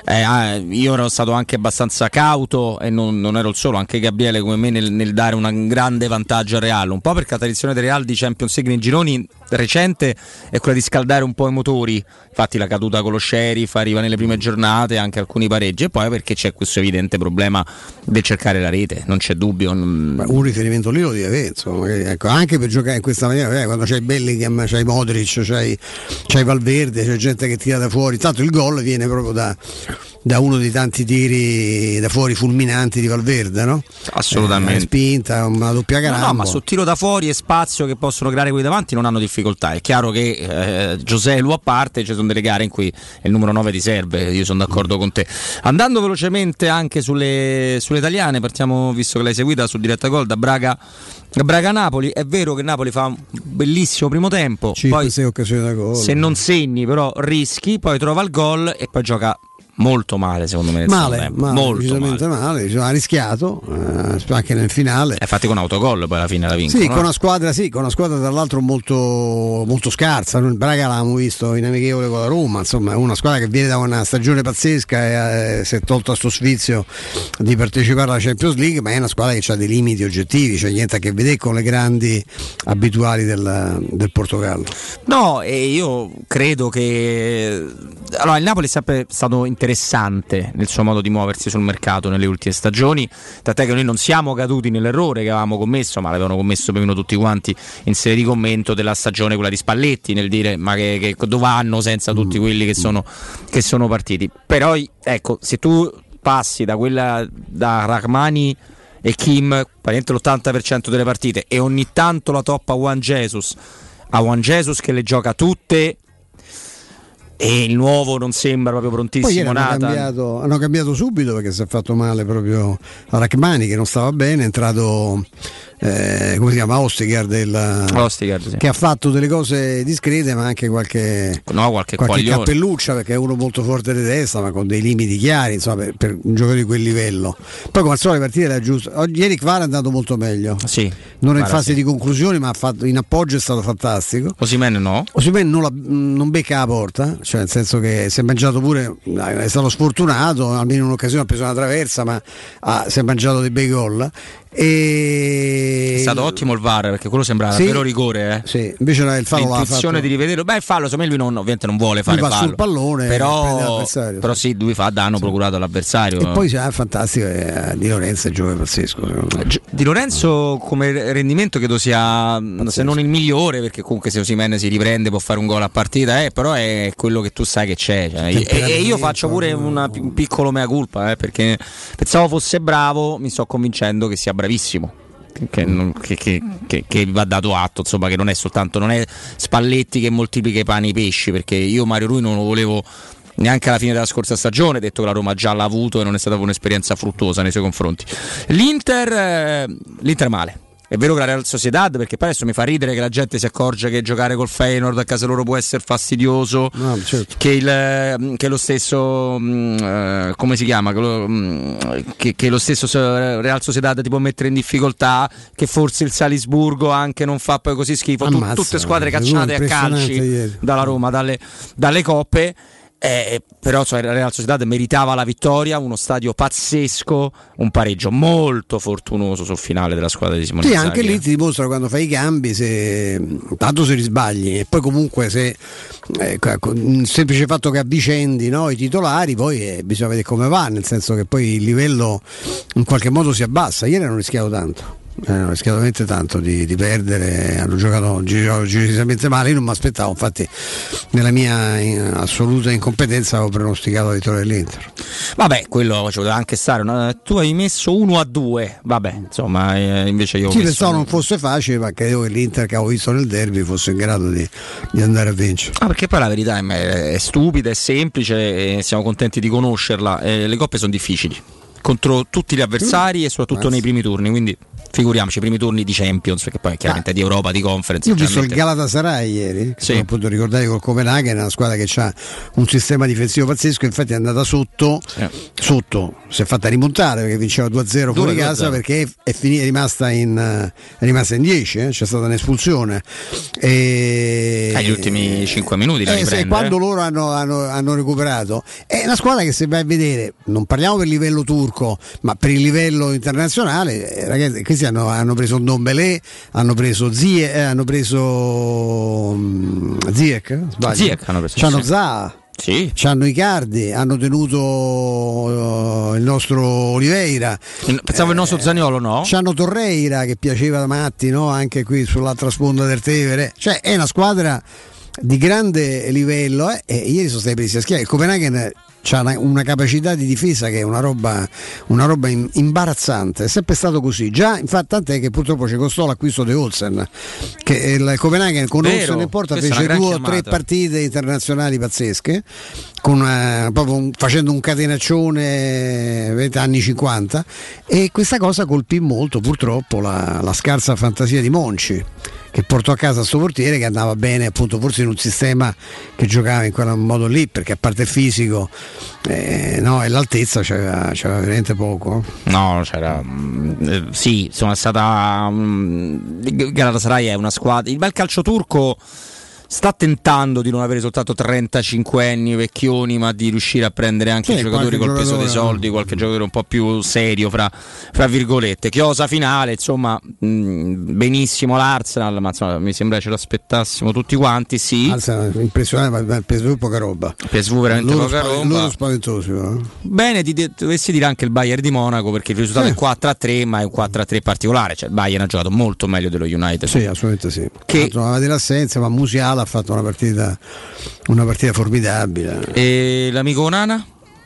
io ero stato anche abbastanza cauto, e non ero il solo, anche Gabriele come me, nel dare un grande vantaggio al Real, un po' perché la tradizione del Real di Champions League nei gironi recente è quella di scaldare un po' i motori. Infatti la caduta con lo Sheriff arriva nelle prime giornate, anche alcuni pareggi, e poi perché c'è questo evidente problema del cercare la rete, non c'è dubbio. Un riferimento lì lo deve avere, insomma, ecco, anche per giocare in questa maniera, quando c'hai Bellingham, c'hai Modric, c'hai Valverde, c'è gente che tira da fuori. Tanto il gol viene proprio da uno dei tanti tiri da fuori fulminanti di Valverde, no? Assolutamente. Spinta, una doppia garambo. No, ma su tiro da fuori e spazio che possono creare quelli davanti non hanno difficoltà. È chiaro che Joselu a parte, ci sono delle gare in cui il numero 9 ti serve, io sono d'accordo con te. Andando velocemente anche sulle italiane, partiamo, visto che l'hai seguita, su Diretta Gol, da Braga-Napoli. È vero che Napoli fa un bellissimo primo tempo, poi se non segni però rischi, poi trova il gol e poi gioca molto male, secondo me. Decisamente male. Ha rischiato anche nel finale. Infatti con autogol poi alla fine la vincono. Sì, con una squadra tra l'altro molto, molto scarsa. Noi il Braga l'avevamo visto in amichevole con la Roma, insomma è una squadra che viene da una stagione pazzesca e si è tolto a sto sfizio di partecipare alla Champions League, ma è una squadra che ha dei limiti oggettivi, cioè niente a che vedere con le grandi abituali del Portogallo. No, e io credo che il Napoli è sempre stato interessante nel suo modo di muoversi sul mercato nelle ultime stagioni, tant'è che noi non siamo caduti nell'errore che avevamo commesso, ma l'avevano commesso più o meno tutti quanti in serie di commento della stagione, quella di Spalletti, nel dire ma che dove vanno senza tutti quelli che sono partiti. Però ecco, se tu passi da Rachmani e Kim praticamente l'80% delle partite, e ogni tanto la toppa Juan Jesus che le gioca tutte, e il nuovo non sembra proprio prontissimo. Poi hanno cambiato subito, perché si è fatto male proprio a Rachmani, che non stava bene, è entrato come si chiama, Ostergaard, sì, che ha fatto delle cose discrete, ma anche qualche cappelluccia, perché è uno molto forte di testa, ma con dei limiti chiari, insomma, per un giocatore di quel livello. Poi come al solito le partite era giusto. Ieri Kvara è andato molto meglio, non in fase di conclusioni, ma in appoggio è stato fantastico. Osimhen non becca la porta, cioè nel senso che si è mangiato pure, è stato sfortunato, almeno in un'occasione ha preso una traversa, ma si è mangiato dei bei gol. È stato ottimo il VAR, perché quello sembrava davvero rigore, Sì, invece il fallo l'intuizione di rivederlo. Il fallo, secondo me lui ovviamente non vuole fare lui fallo sul pallone, però sì, lui fa danno procurato all'avversario. E poi è fantastico, Di Lorenzo è un giocatore pazzesco. Di Lorenzo come rendimento credo sia pazzesco, se non il migliore, perché comunque se Osimhen si riprende può fare un gol a partita, però è quello che tu sai che c'è, e io faccio pure un piccolo mea culpa, perché pensavo fosse bravo, mi sto convincendo che sia bravissimo, che va dato atto, insomma, che non è Spalletti che moltiplica i pani e i pesci, perché io Mario Rui non lo volevo neanche alla fine della scorsa stagione, detto che la Roma già l'ha avuto e non è stata un'esperienza fruttuosa nei suoi confronti. L'Inter male. È vero che la Real Sociedad, perché poi adesso mi fa ridere che la gente si accorge che giocare col Feyenoord a casa loro può essere fastidioso, certo. che lo stesso come si chiama, che lo stesso Real Sociedad ti può mettere in difficoltà, che forse il Salisburgo anche non fa poi così schifo. Tutte squadre cacciate a calci dalla Roma, dalle coppe. però la Real Sociedad meritava la vittoria, uno stadio pazzesco, un pareggio molto fortunoso sul finale della squadra di Simone Inzaghi. Anche lì ti dimostra quando fai i cambi, tanto se li sbagli, e poi comunque se il semplice fatto che avvicendi, no, i titolari, poi bisogna vedere come va, nel senso che poi il livello in qualche modo si abbassa. Ieri hanno rischiato tanto. Hanno rischiato veramente tanto di perdere, hanno giocato decisamente male. Io non mi aspettavo, infatti nella mia assoluta incompetenza avevo pronosticato la vittoria dell'Inter. Vabbè, quello ci poteva anche stare, tu hai messo 1-2, vabbè, insomma, invece io pensavo non fosse facile, ma credevo che l'Inter, che avevo visto nel derby, fosse in grado di andare a vincere. Perché poi la verità è stupida, è semplice, e siamo contenti di conoscerla. Le coppe sono difficili contro tutti gli avversari e soprattutto nei primi turni, quindi figuriamoci, i primi turni di Champions, perché poi chiaramente di Europa, di Conference. Io ho visto il Galatasaray ieri, che ho potuto ricordare col Copenaghen, è una squadra che ha un sistema difensivo pazzesco, infatti è andata sotto, si è fatta rimontare perché vinceva 2-0 fuori casa, perché è rimasta in 10, c'è stata un'espulsione. Agli ultimi 5 minuti la riprende, quando loro hanno recuperato. È una squadra che, se vai a vedere, non parliamo per livello turco, ma per il livello internazionale, ragazzi, questi hanno preso Ndombele, hanno preso Ziyech, hanno preso c'hanno Zaha, c'hanno Icardi, hanno tenuto il nostro Oliveira, pensavo il nostro Zaniolo, no? C'hanno Torreira, che piaceva da matti, no? Anche qui sull'altra sponda del Tevere, cioè è una squadra di grande livello, e ieri sono stati presi a schiaffo. Il Copenaghen c'ha una capacità di difesa che è una roba imbarazzante, è sempre stato così, già, infatti, tant'è che purtroppo ci costò l'acquisto di Olsen, che il Copenaghen con Olsen in porta fece 2 o 3 partite internazionali pazzesche, proprio facendo un catenaccione anni 50, e questa cosa colpì molto purtroppo la scarsa fantasia di Monchi, che portò a casa sto portiere che andava bene, appunto, forse in un sistema che giocava in quel modo lì, perché a parte il fisico e l'altezza c'era veramente poco. No, c'era sì, insomma, è stata Galatasaray è una squadra, il bel calcio turco sta tentando di non avere soltanto 35 anni vecchioni, ma di riuscire a prendere anche i giocatori col peso dei soldi, qualche giocatore un po' più serio, fra virgolette. Chiosa finale, insomma, benissimo l'Arsenal, ma insomma, mi sembra ce l'aspettassimo tutti quanti. Sì, Arsenal impressionante, ma il PSV poca roba. PSV veramente poca roba. Loro spaventosi, no? Bene, dovessi dire anche il Bayern di Monaco, perché il risultato è 4-3, ma è un 4-3 particolare, cioè il Bayern ha giocato molto meglio dello United. Sì, assolutamente sì. Che aveva dell'assenza, ma Musiala ha fatto una partita formidabile. E l'amico Onana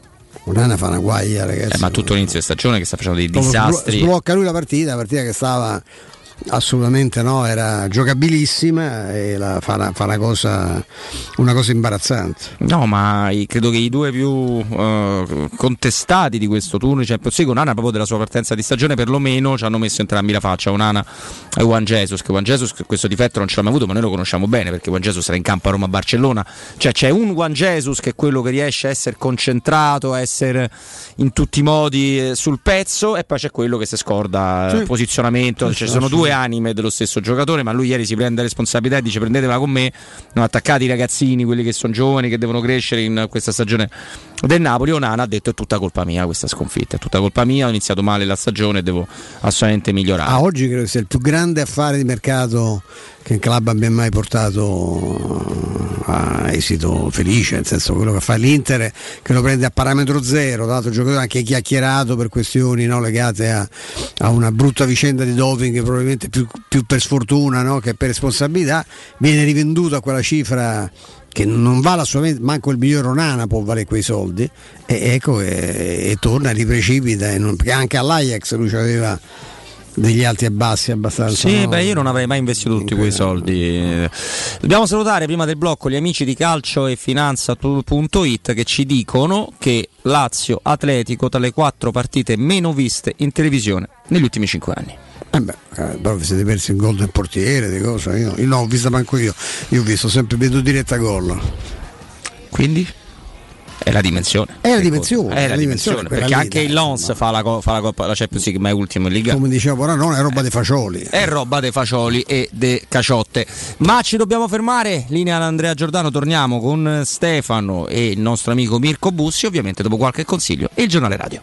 fa una guaglia, ragazzi, ma tutto l'inizio di stagione che sta facendo dei disastri. Sblocca lui la partita che stava assolutamente era giocabilissima, e fa una cosa imbarazzante. No, ma credo che i due più contestati di questo turno, cioè Onana proprio della sua partenza di stagione, perlomeno ci hanno messo entrambi la faccia, Onana e Juan Jesus, che Juan Jesus questo difetto non ce l'ha mai avuto, ma noi lo conosciamo bene, perché Juan Jesus era in campo a Roma-Barcellona, cioè c'è un Juan Jesus che è quello che riesce a essere concentrato, a essere in tutti i modi sul pezzo, e poi c'è quello che si scorda il posizionamento, ci sono due anime dello stesso giocatore, ma lui ieri si prende responsabilità e dice: prendetela con me, non attaccate i ragazzini, quelli che sono giovani, che devono crescere in questa stagione del Napoli. Onana ha detto: è tutta colpa mia questa sconfitta, è tutta colpa mia, ho iniziato male la stagione e devo assolutamente migliorare. Oggi credo sia il più grande affare di mercato che il club abbia mai portato a esito felice, nel senso, quello che fa l'Inter, che lo prende a parametro zero, dato il giocatore anche chiacchierato per questioni legate a una brutta vicenda di doping, probabilmente più per sfortuna che per responsabilità, viene rivenduto a quella cifra che non vale assolutamente, manco il miglior Onana può valere quei soldi, e torna, riprecipita, perché anche all'Ajax lui aveva degli alti e bassi abbastanza. Sì, io non avrei mai investito tutti quei soldi. Dobbiamo salutare prima del blocco gli amici di calcio e finanza.it, che ci dicono che Lazio Atletico tra le 4 partite meno viste in televisione negli ultimi 5 anni. Però vi siete persi il gol del portiere, di cosa? Io no, ho visto manco io ho visto sempre, vedo diretta gol. Quindi? È la dimensione. È la dimensione. È la dimensione. Perché anche il Lons fa la Coppa, la Champions League, ma è ultimo in Liga. Come dicevo, ora non è roba dei fagioli. È roba dei fagioli e de caciotte. Ma ci dobbiamo fermare. Linea ad Andrea Giordano, torniamo con Stefano e il nostro amico Mirko Bussi, ovviamente dopo qualche consiglio e il giornale radio.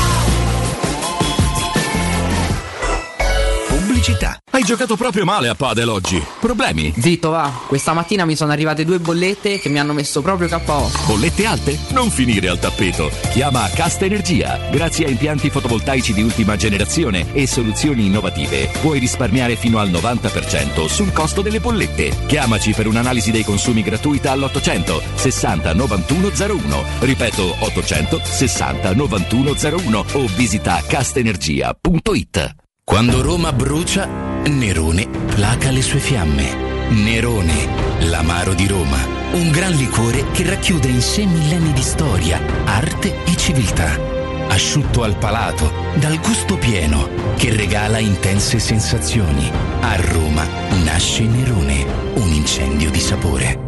Pubblicità. Hai giocato proprio male a padel oggi. Problemi? Zitto va, questa mattina mi sono arrivate 2 bollette che mi hanno messo proprio KO. Bollette alte? Non finire al tappeto. Chiama Casta Energia. Grazie a impianti fotovoltaici di ultima generazione e soluzioni innovative puoi risparmiare fino al 90% sul costo delle bollette. Chiamaci per un'analisi dei consumi gratuita all'800 60 91 01. Ripeto, 800 60 91 01 o visita castenergia.it. Quando Roma brucia, Nerone placa le sue fiamme. Nerone, l'amaro di Roma. Un gran liquore che racchiude in sé millenni di storia, arte e civiltà. Asciutto al palato, dal gusto pieno, che regala intense sensazioni. A Roma nasce Nerone, un incendio di sapore.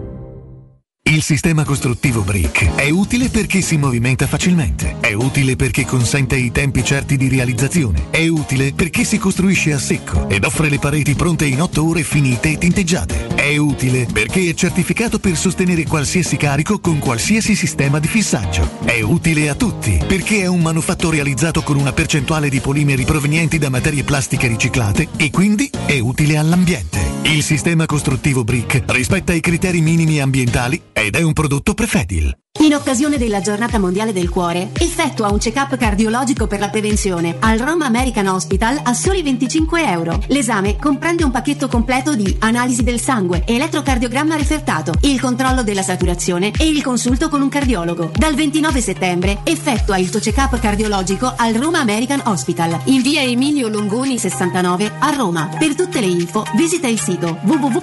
Il sistema costruttivo Brick è utile perché si movimenta facilmente, è utile perché consente i tempi certi di realizzazione, è utile perché si costruisce a secco ed offre le pareti pronte in 8 ore finite e tinteggiate, è utile perché è certificato per sostenere qualsiasi carico con qualsiasi sistema di fissaggio, è utile a tutti perché è un manufatto realizzato con una percentuale di polimeri provenienti da materie plastiche riciclate e quindi è utile all'ambiente. Il sistema costruttivo Brick rispetta i criteri minimi ambientali ed è un prodotto Prefedil. In occasione della Giornata Mondiale del Cuore, effettua un check-up cardiologico per la prevenzione al Roma American Hospital a soli €25. L'esame comprende un pacchetto completo di analisi del sangue, elettrocardiogramma refertato, il controllo della saturazione e il consulto con un cardiologo. Dal 29 settembre effettua il tuo check-up cardiologico al Roma American Hospital, in via Emilio Longoni 69 a Roma. Per tutte le info visita il sito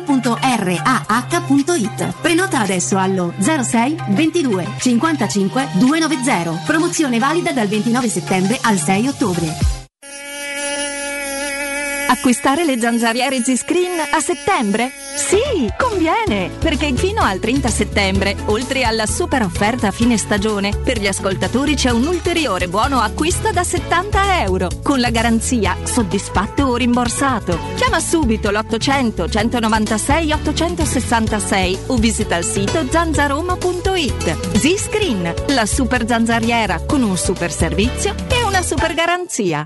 www.rah.it. Prenota adesso allo 06 22 55 290. Promozione valida dal 29 settembre al 6 ottobre. Acquistare le zanzariere Z-Screen a settembre? Sì, conviene! Perché fino al 30 settembre, oltre alla super offerta a fine stagione, per gli ascoltatori c'è un ulteriore buono acquisto da €70, con la garanzia soddisfatto o rimborsato. Chiama subito l'800 196 866 o visita il sito zanzaroma.it. Z-Screen, la super zanzariera con un super servizio e una super garanzia.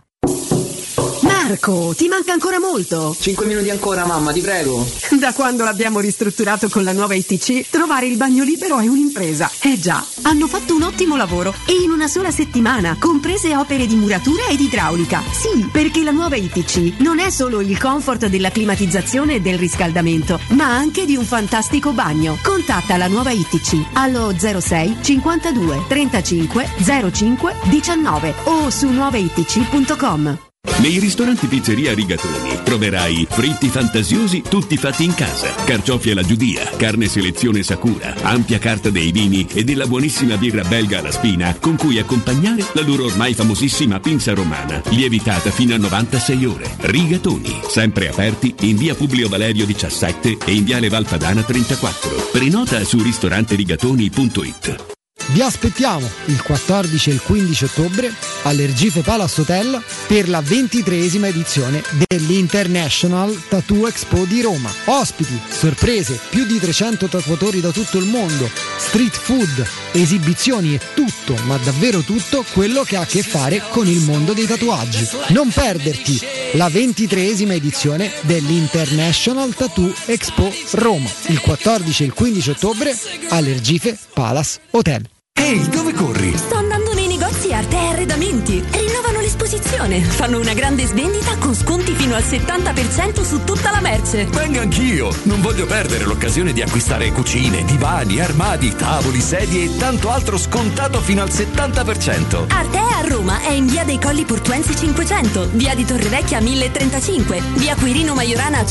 Marco, ti manca ancora molto. 5 minuti ancora, mamma, ti prego. Da quando l'abbiamo ristrutturato con la nuova ITC, trovare il bagno libero è un'impresa. Già, hanno fatto un ottimo lavoro e in una sola settimana, comprese opere di muratura ed idraulica. Sì, perché la nuova ITC non è solo il comfort della climatizzazione e del riscaldamento, ma anche di un fantastico bagno. Contatta la nuova ITC allo 06 52 35 05 19 o su nuovaitc.com. Nei ristoranti Pizzeria Rigatoni troverai fritti fantasiosi tutti fatti in casa, carciofi alla giudia, carne selezione Sakura, ampia carta dei vini e della buonissima birra belga alla spina con cui accompagnare la loro ormai famosissima pinza romana, lievitata fino a 96 ore. Rigatoni, sempre aperti in via Publio Valerio 17 e in viale Valpadana 34. Prenota su ristoranterigatoni.it. Vi aspettiamo il 14 e il 15 ottobre all'Ergife Palace Hotel per la 23esima edizione dell'International Tattoo Expo di Roma. Ospiti, sorprese, più di 300 tatuatori da tutto il mondo, street food, esibizioni e tutto, ma davvero tutto, quello che ha a che fare con il mondo dei tatuaggi. Non perderti la 23esima edizione dell'International Tattoo Expo Roma, il 14 e il 15 ottobre all'Ergife Palace Hotel. Ehi, dove corri? Sto andando nei negozi Arte e Arredamenti. Rinnovano l'esposizione. Fanno una grande svendita con sconti fino al 70% su tutta la merce. Vengo anch'io. Non voglio perdere l'occasione di acquistare cucine, divani, armadi, tavoli, sedie e tanto altro scontato fino al 70%. Arte a Roma è in via dei Colli Portuensi 500, via di Torrevecchia 1035, via Quirino Maiorana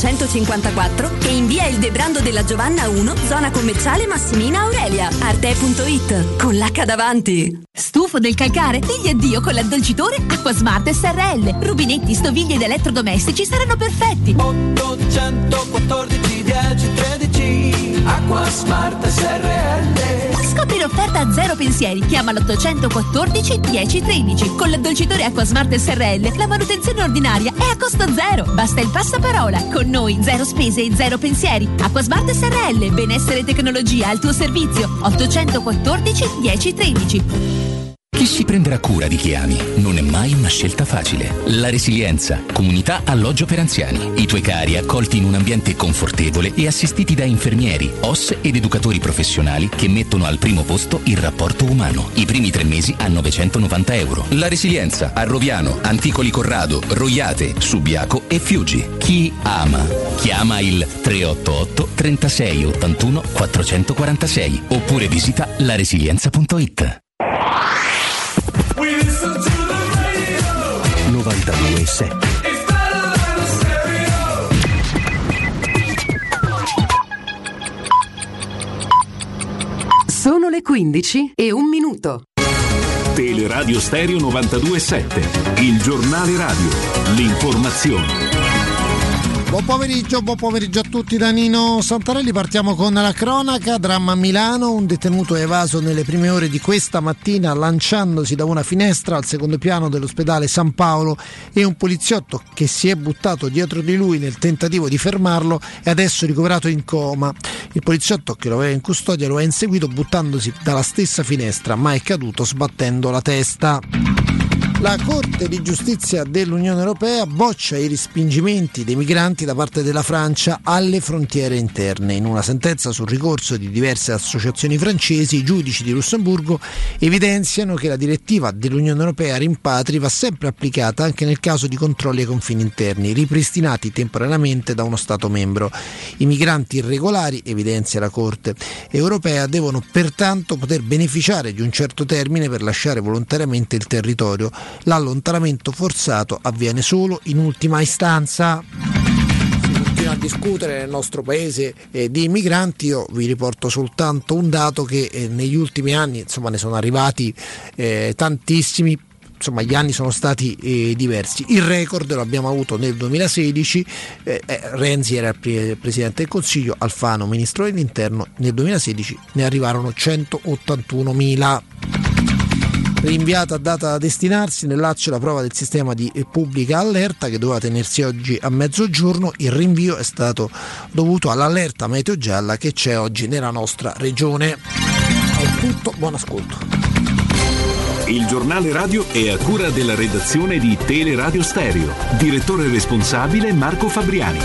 154 e in via Il Debrando della Giovanna 1, zona commerciale Massimina Aurelia. Arte.it, con l'H davanti. Stufo del calcare? Digli addio con l'addolcitore Acquasmart SRL. Rubinetti, stoviglie ed elettrodomestici saranno perfetti. 814 10 13 Acquasmart SRL. Scoprilo offerta zero pensieri. Chiama l'814 1013. Con l'addolcitore Acquasmart SRL la manutenzione ordinaria è a costo zero. Basta il passaparola. Con noi zero spese e zero pensieri. Acquasmart SRL, benessere e tecnologia al tuo servizio. 814 1013. Chi si prenderà cura di chi ami non è mai una scelta facile. La Resilienza, comunità alloggio per anziani. I tuoi cari accolti in un ambiente confortevole e assistiti da infermieri, OS ed educatori professionali che mettono al primo posto il rapporto umano. I primi 3 mesi a €990. La Resilienza a Roviano, Anticoli Corrado, Roiate, Subiaco e Fiuggi. Chi ama? Chiama il 388 36 81 446 oppure visita laresilienza.it. 92.7 Sono le 15:01. Teleradio Stereo 92.7, il giornale radio, l'informazione. Buon pomeriggio a tutti da Nino Santarelli. Partiamo con la cronaca. Dramma a Milano, un detenuto è evaso nelle prime ore di questa mattina lanciandosi da una finestra al secondo piano dell'ospedale San Paolo e un poliziotto che si è buttato dietro di lui nel tentativo di fermarlo è adesso ricoverato in coma. Il poliziotto che lo aveva in custodia lo ha inseguito buttandosi dalla stessa finestra, ma è caduto sbattendo la testa. La Corte di Giustizia dell'Unione Europea boccia i respingimenti dei migranti da parte della Francia alle frontiere interne. In una sentenza sul ricorso di diverse associazioni francesi, i giudici di Lussemburgo evidenziano che la direttiva dell'Unione Europea rimpatri va sempre applicata anche nel caso di controlli ai confini interni, ripristinati temporaneamente da uno Stato membro. I migranti irregolari, evidenzia la Corte Europea, devono pertanto poter beneficiare di un certo termine per lasciare volontariamente il territorio. L'allontanamento forzato avviene solo in ultima istanza. Si continua a discutere nel nostro paese di immigranti. Io vi riporto soltanto un dato che negli ultimi anni ne sono arrivati tantissimi. Gli anni sono stati diversi. Il record lo abbiamo avuto nel 2016, Renzi era il Presidente del Consiglio, Alfano Ministro dell'Interno. Nel 2016 ne arrivarono 181.000. Rinviata a data da destinarsi, nel Lazio la prova del sistema di pubblica allerta che doveva tenersi oggi a mezzogiorno. Il rinvio è stato dovuto all'allerta meteo gialla che c'è oggi nella nostra regione. È tutto, buon ascolto. Il giornale radio è a cura della redazione di Teleradio Stereo. Direttore responsabile Marco Fabriani.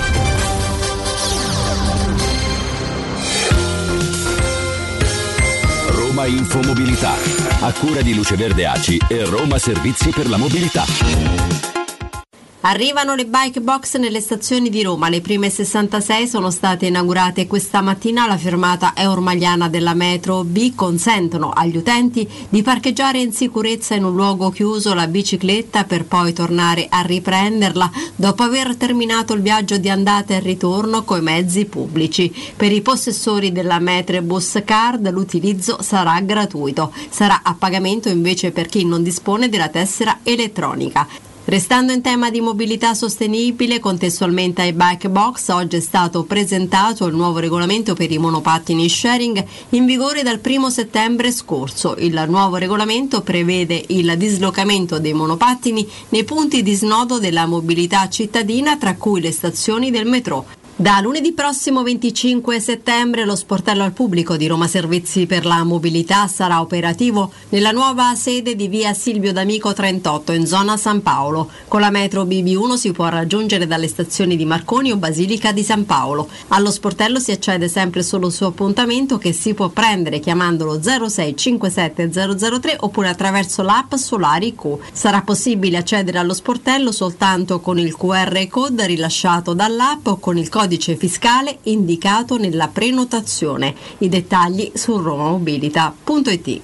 Roma Infomobilità, a cura di Luce Verde ACI e Roma Servizi per la Mobilità. Arrivano le bike box nelle stazioni di Roma. Le prime 66 sono state inaugurate questa mattina alla fermata Eurmaliana della metro B. Consentono agli utenti di parcheggiare in sicurezza in un luogo chiuso la bicicletta per poi tornare a riprenderla dopo aver terminato il viaggio di andata e ritorno coi mezzi pubblici. Per i possessori della Metrobus Card l'utilizzo sarà gratuito. Sarà a pagamento invece per chi non dispone della tessera elettronica. Restando in tema di mobilità sostenibile, contestualmente ai bike box, oggi è stato presentato il nuovo regolamento per i monopattini sharing in vigore dal 1 settembre scorso. Il nuovo regolamento prevede il dislocamento dei monopattini nei punti di snodo della mobilità cittadina, tra cui le stazioni del metro. Da lunedì prossimo 25 settembre lo sportello al pubblico di Roma Servizi per la Mobilità sarà operativo nella nuova sede di via Silvio D'Amico 38 in zona San Paolo. Con la metro BB1 si può raggiungere dalle stazioni di Marconi o Basilica di San Paolo. Allo sportello si accede sempre solo su appuntamento, che si può prendere chiamandolo 0657 003 oppure attraverso l'app Solari Q. Sarà possibile accedere allo sportello soltanto con il QR code rilasciato dall'app o con il codice fiscale indicato nella prenotazione. I dettagli su romamobilita.it.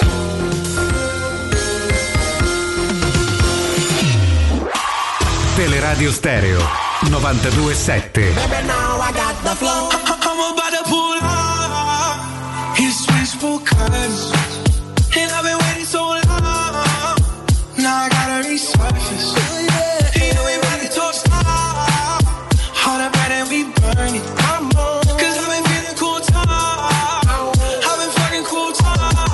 Teleradio Stereo 92.7. Burn it. Cause I've been feeling cool time. I've been fucking cool time.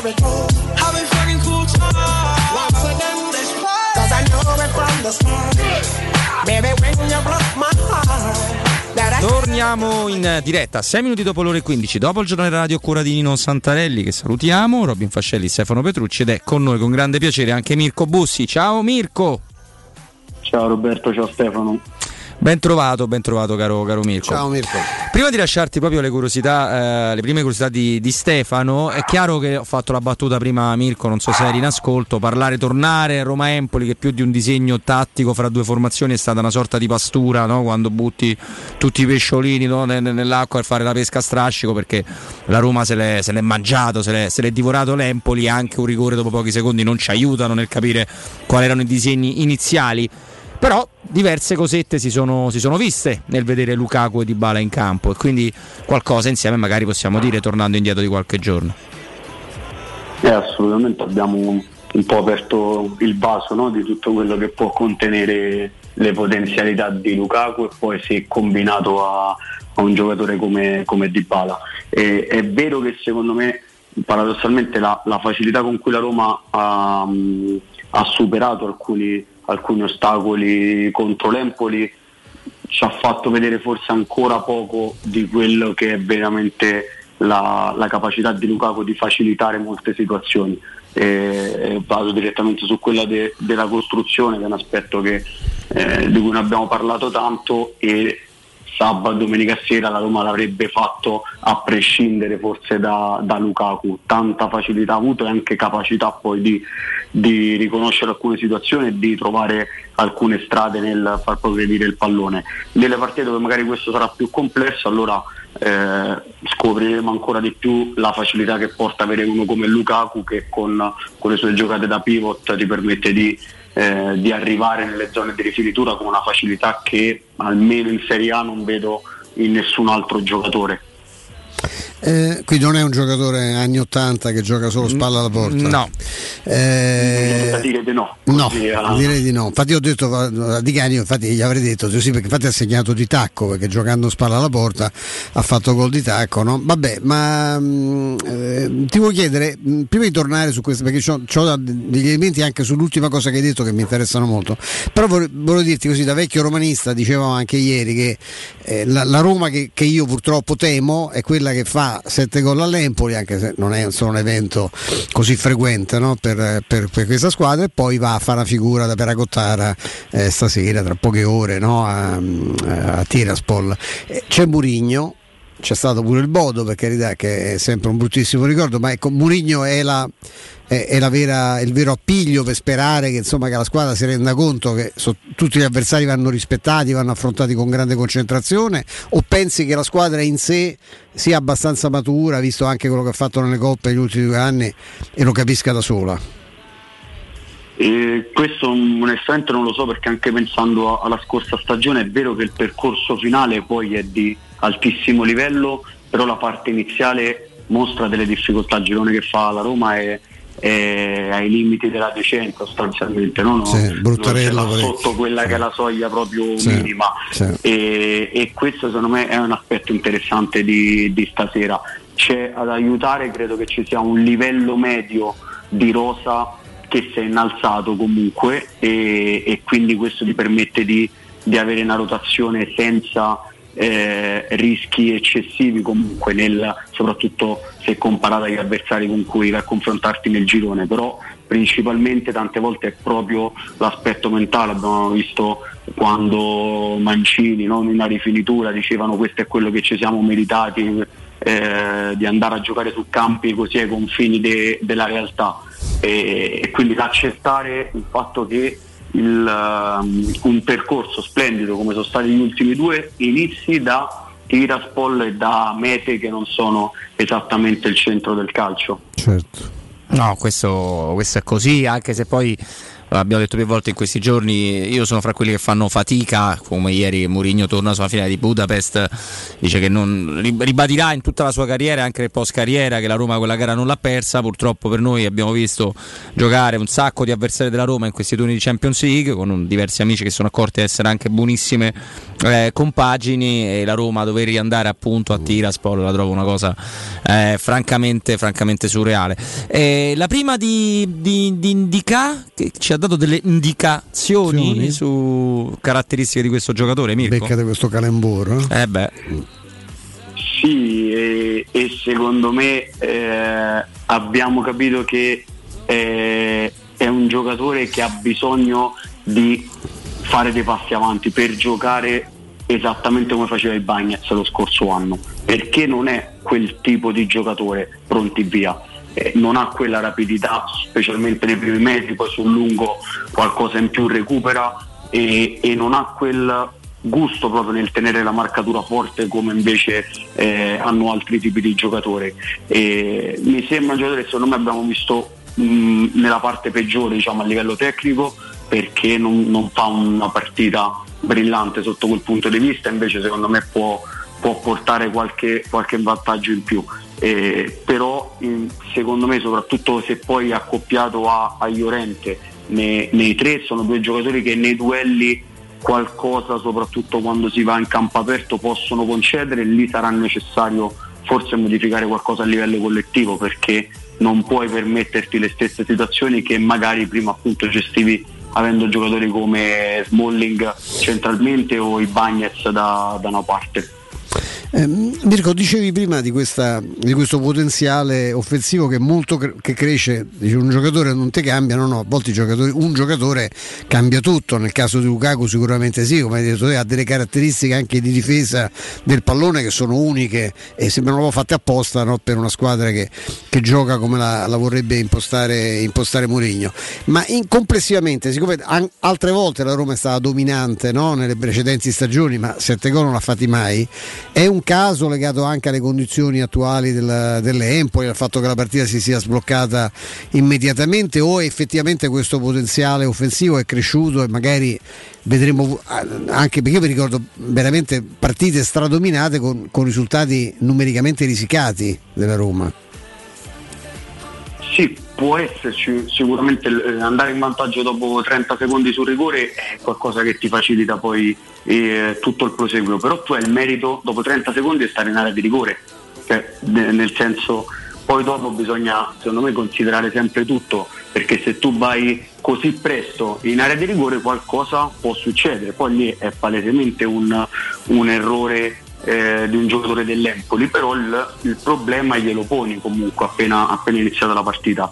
I've been fucking cool time. Once again, this way. 'Cause I know it from the start. Baby, when you broke my heart. Torniamo in diretta 6 minuti dopo l'ore 15, dopo il giornale radio a cura di Nino Santarelli, che salutiamo, Robin Fascelli, Stefano Petrucci, ed è con noi con grande piacere anche Mirko Bussi. Ciao Mirko. Ciao Roberto, ciao Stefano. Ben trovato caro Mirko. Ciao Mirko. Prima di lasciarti proprio le curiosità, le prime curiosità di Stefano, è chiaro che ho fatto la battuta prima, Mirko, non so se eri in ascolto, tornare a Roma-Empoli, che più di un disegno tattico fra due formazioni è stata una sorta di pastura, no? Quando butti tutti i pesciolini, no? nell'acqua per fare la pesca a strascico, perché la Roma se l'è mangiato, se l'è divorato l'Empoli, anche un rigore dopo pochi secondi non ci aiutano nel capire quali erano i disegni iniziali. Però diverse cosette si sono viste nel vedere Lukaku e Dybala in campo, e quindi qualcosa insieme magari possiamo dire, tornando indietro di qualche giorno. Assolutamente, abbiamo un po' aperto il vaso, no? Di tutto quello che può contenere le potenzialità di Lukaku, e poi se combinato a un giocatore come Dybala. È vero che secondo me paradossalmente la facilità con cui la Roma ha superato alcuni ostacoli contro l'Empoli ci ha fatto vedere forse ancora poco di quello che è veramente la capacità di Lukaku di facilitare molte situazioni. Vado direttamente su quella della costruzione, che è un aspetto di cui ne abbiamo parlato tanto, e sabato e domenica sera la Roma l'avrebbe fatto a prescindere forse da Lukaku. Tanta facilità ha avuto e anche capacità poi di riconoscere alcune situazioni e di trovare alcune strade nel far progredire il pallone. Nelle partite dove magari questo sarà più complesso, allora scopriremo ancora di più la facilità che porta avere uno come Lukaku, che con le sue giocate da pivot ti permette di arrivare nelle zone di rifinitura con una facilità che almeno in Serie A non vedo in nessun altro giocatore. Quindi non è un giocatore anni 80 che gioca solo spalla alla porta? No. Dire di no. No, direi di no. Infatti ho detto a Di Canio, infatti gli avrei detto sì, perché infatti ha segnato di tacco, perché giocando spalla alla porta ha fatto gol di tacco, no? Vabbè, ma ti voglio chiedere, prima di tornare su questo, perché ho degli elementi anche sull'ultima cosa che hai detto che mi interessano molto, però volevo dirti così, da vecchio romanista, dicevamo anche ieri che la Roma che io purtroppo temo è quella che fa 7 gol all'Empoli, anche se non è un evento così frequente, no? per questa squadra, e poi va a fare una figura da Peragottara stasera, tra poche ore, no? a Tiraspol. C'è Mourinho, c'è stato pure il Bodo, per carità, che è sempre un bruttissimo ricordo, ma ecco, Mourinho è il vero appiglio per sperare che la squadra si renda conto che tutti gli avversari vanno rispettati, vanno affrontati con grande concentrazione, o pensi che la squadra in sé sia abbastanza matura, visto anche quello che ha fatto nelle coppe negli ultimi 2 anni, e lo capisca da sola? Questo onestamente non lo so, perché anche pensando alla scorsa stagione è vero che il percorso finale poi è di altissimo livello, però la parte iniziale mostra delle difficoltà. Il girone che fa la Roma è ai limiti della decenza sostanzialmente, no? Bruttarello, sotto quella che è la soglia proprio minima, e questo secondo me è un aspetto interessante di stasera. C'è ad aiutare, credo che ci sia un livello medio di rosa che si è innalzato comunque, e quindi questo ti permette di avere una rotazione senza rischi eccessivi comunque, soprattutto se comparata agli avversari con cui vai a confrontarti nel girone. Però principalmente tante volte è proprio l'aspetto mentale. Abbiamo visto quando Mancini, no, in una rifinitura dicevano: questo è quello che ci siamo meritati, di andare a giocare su campi così ai confini della realtà, e quindi accettare il fatto che un percorso splendido come sono stati gli ultimi 2 inizi da Tiraspol e da mete che non sono esattamente il centro del calcio. Certo. No, questo è così, anche se poi abbiamo detto più volte in questi giorni, io sono fra quelli che fanno fatica, come ieri Mourinho torna sulla finale di Budapest, dice che non ribadirà in tutta la sua carriera, anche nel post carriera, che la Roma quella gara non l'ha persa. Purtroppo per noi abbiamo visto giocare un sacco di avversari della Roma in questi turni di Champions League, con diversi amici che sono accorti di essere anche buonissime compagini, e la Roma dover riandare appunto a Tiraspol la trovo una cosa francamente surreale. La prima di Indica, che ci ha dato delle indicazioni su caratteristiche di questo giocatore, Mirko. Beccate questo calemboro. Sì, e secondo me abbiamo capito che è un giocatore che ha bisogno di fare dei passi avanti per giocare esattamente come faceva il Bagnez lo scorso anno, perché non è quel tipo di giocatore pronti via, non ha quella rapidità, specialmente nei primi metri, poi sul lungo qualcosa in più recupera, e non ha quel gusto proprio nel tenere la marcatura forte come invece hanno altri tipi di giocatori. Mi sembra un giocatore che secondo me abbiamo visto nella parte peggiore, diciamo, a livello tecnico, perché non fa una partita brillante sotto quel punto di vista, invece secondo me può portare qualche vantaggio in più, però secondo me, soprattutto se poi accoppiato a Llorente nei tre, sono due giocatori che nei duelli qualcosa, soprattutto quando si va in campo aperto, possono concedere. Lì sarà necessario forse modificare qualcosa a livello collettivo, perché non puoi permetterti le stesse situazioni che magari prima appunto gestivi avendo giocatori come Smalling centralmente o i Bagnez da una parte. Mirko, dicevi prima di questo potenziale offensivo che molto che cresce, dice un giocatore non ti cambia, no, a volte un giocatore cambia tutto. Nel caso di Lukaku sicuramente sì, come hai detto te, ha delle caratteristiche anche di difesa del pallone che sono uniche e sembrano un po' fatte apposta, no, per una squadra che gioca come la vorrebbe impostare Mourinho. Ma complessivamente, siccome altre volte la Roma è stata dominante, no, nelle precedenti stagioni, ma 7 gol non l'ha fatti mai, è un caso legato anche alle condizioni attuali delle Empoli, al fatto che la partita si sia sbloccata immediatamente, o effettivamente questo potenziale offensivo è cresciuto e magari vedremo, anche perché io mi ricordo veramente partite stradominate con risultati numericamente risicati della Roma. Sì, può esserci sicuramente andare in vantaggio dopo 30 secondi sul rigore è qualcosa che ti facilita poi tutto il proseguo, però tu hai il merito dopo 30 secondi di stare in area di rigore, nel senso, poi dopo bisogna secondo me considerare sempre tutto, perché se tu vai così presto in area di rigore qualcosa può succedere, poi lì è palesemente un errore di un giocatore dell'Empoli, però il problema glielo poni comunque appena iniziata la partita,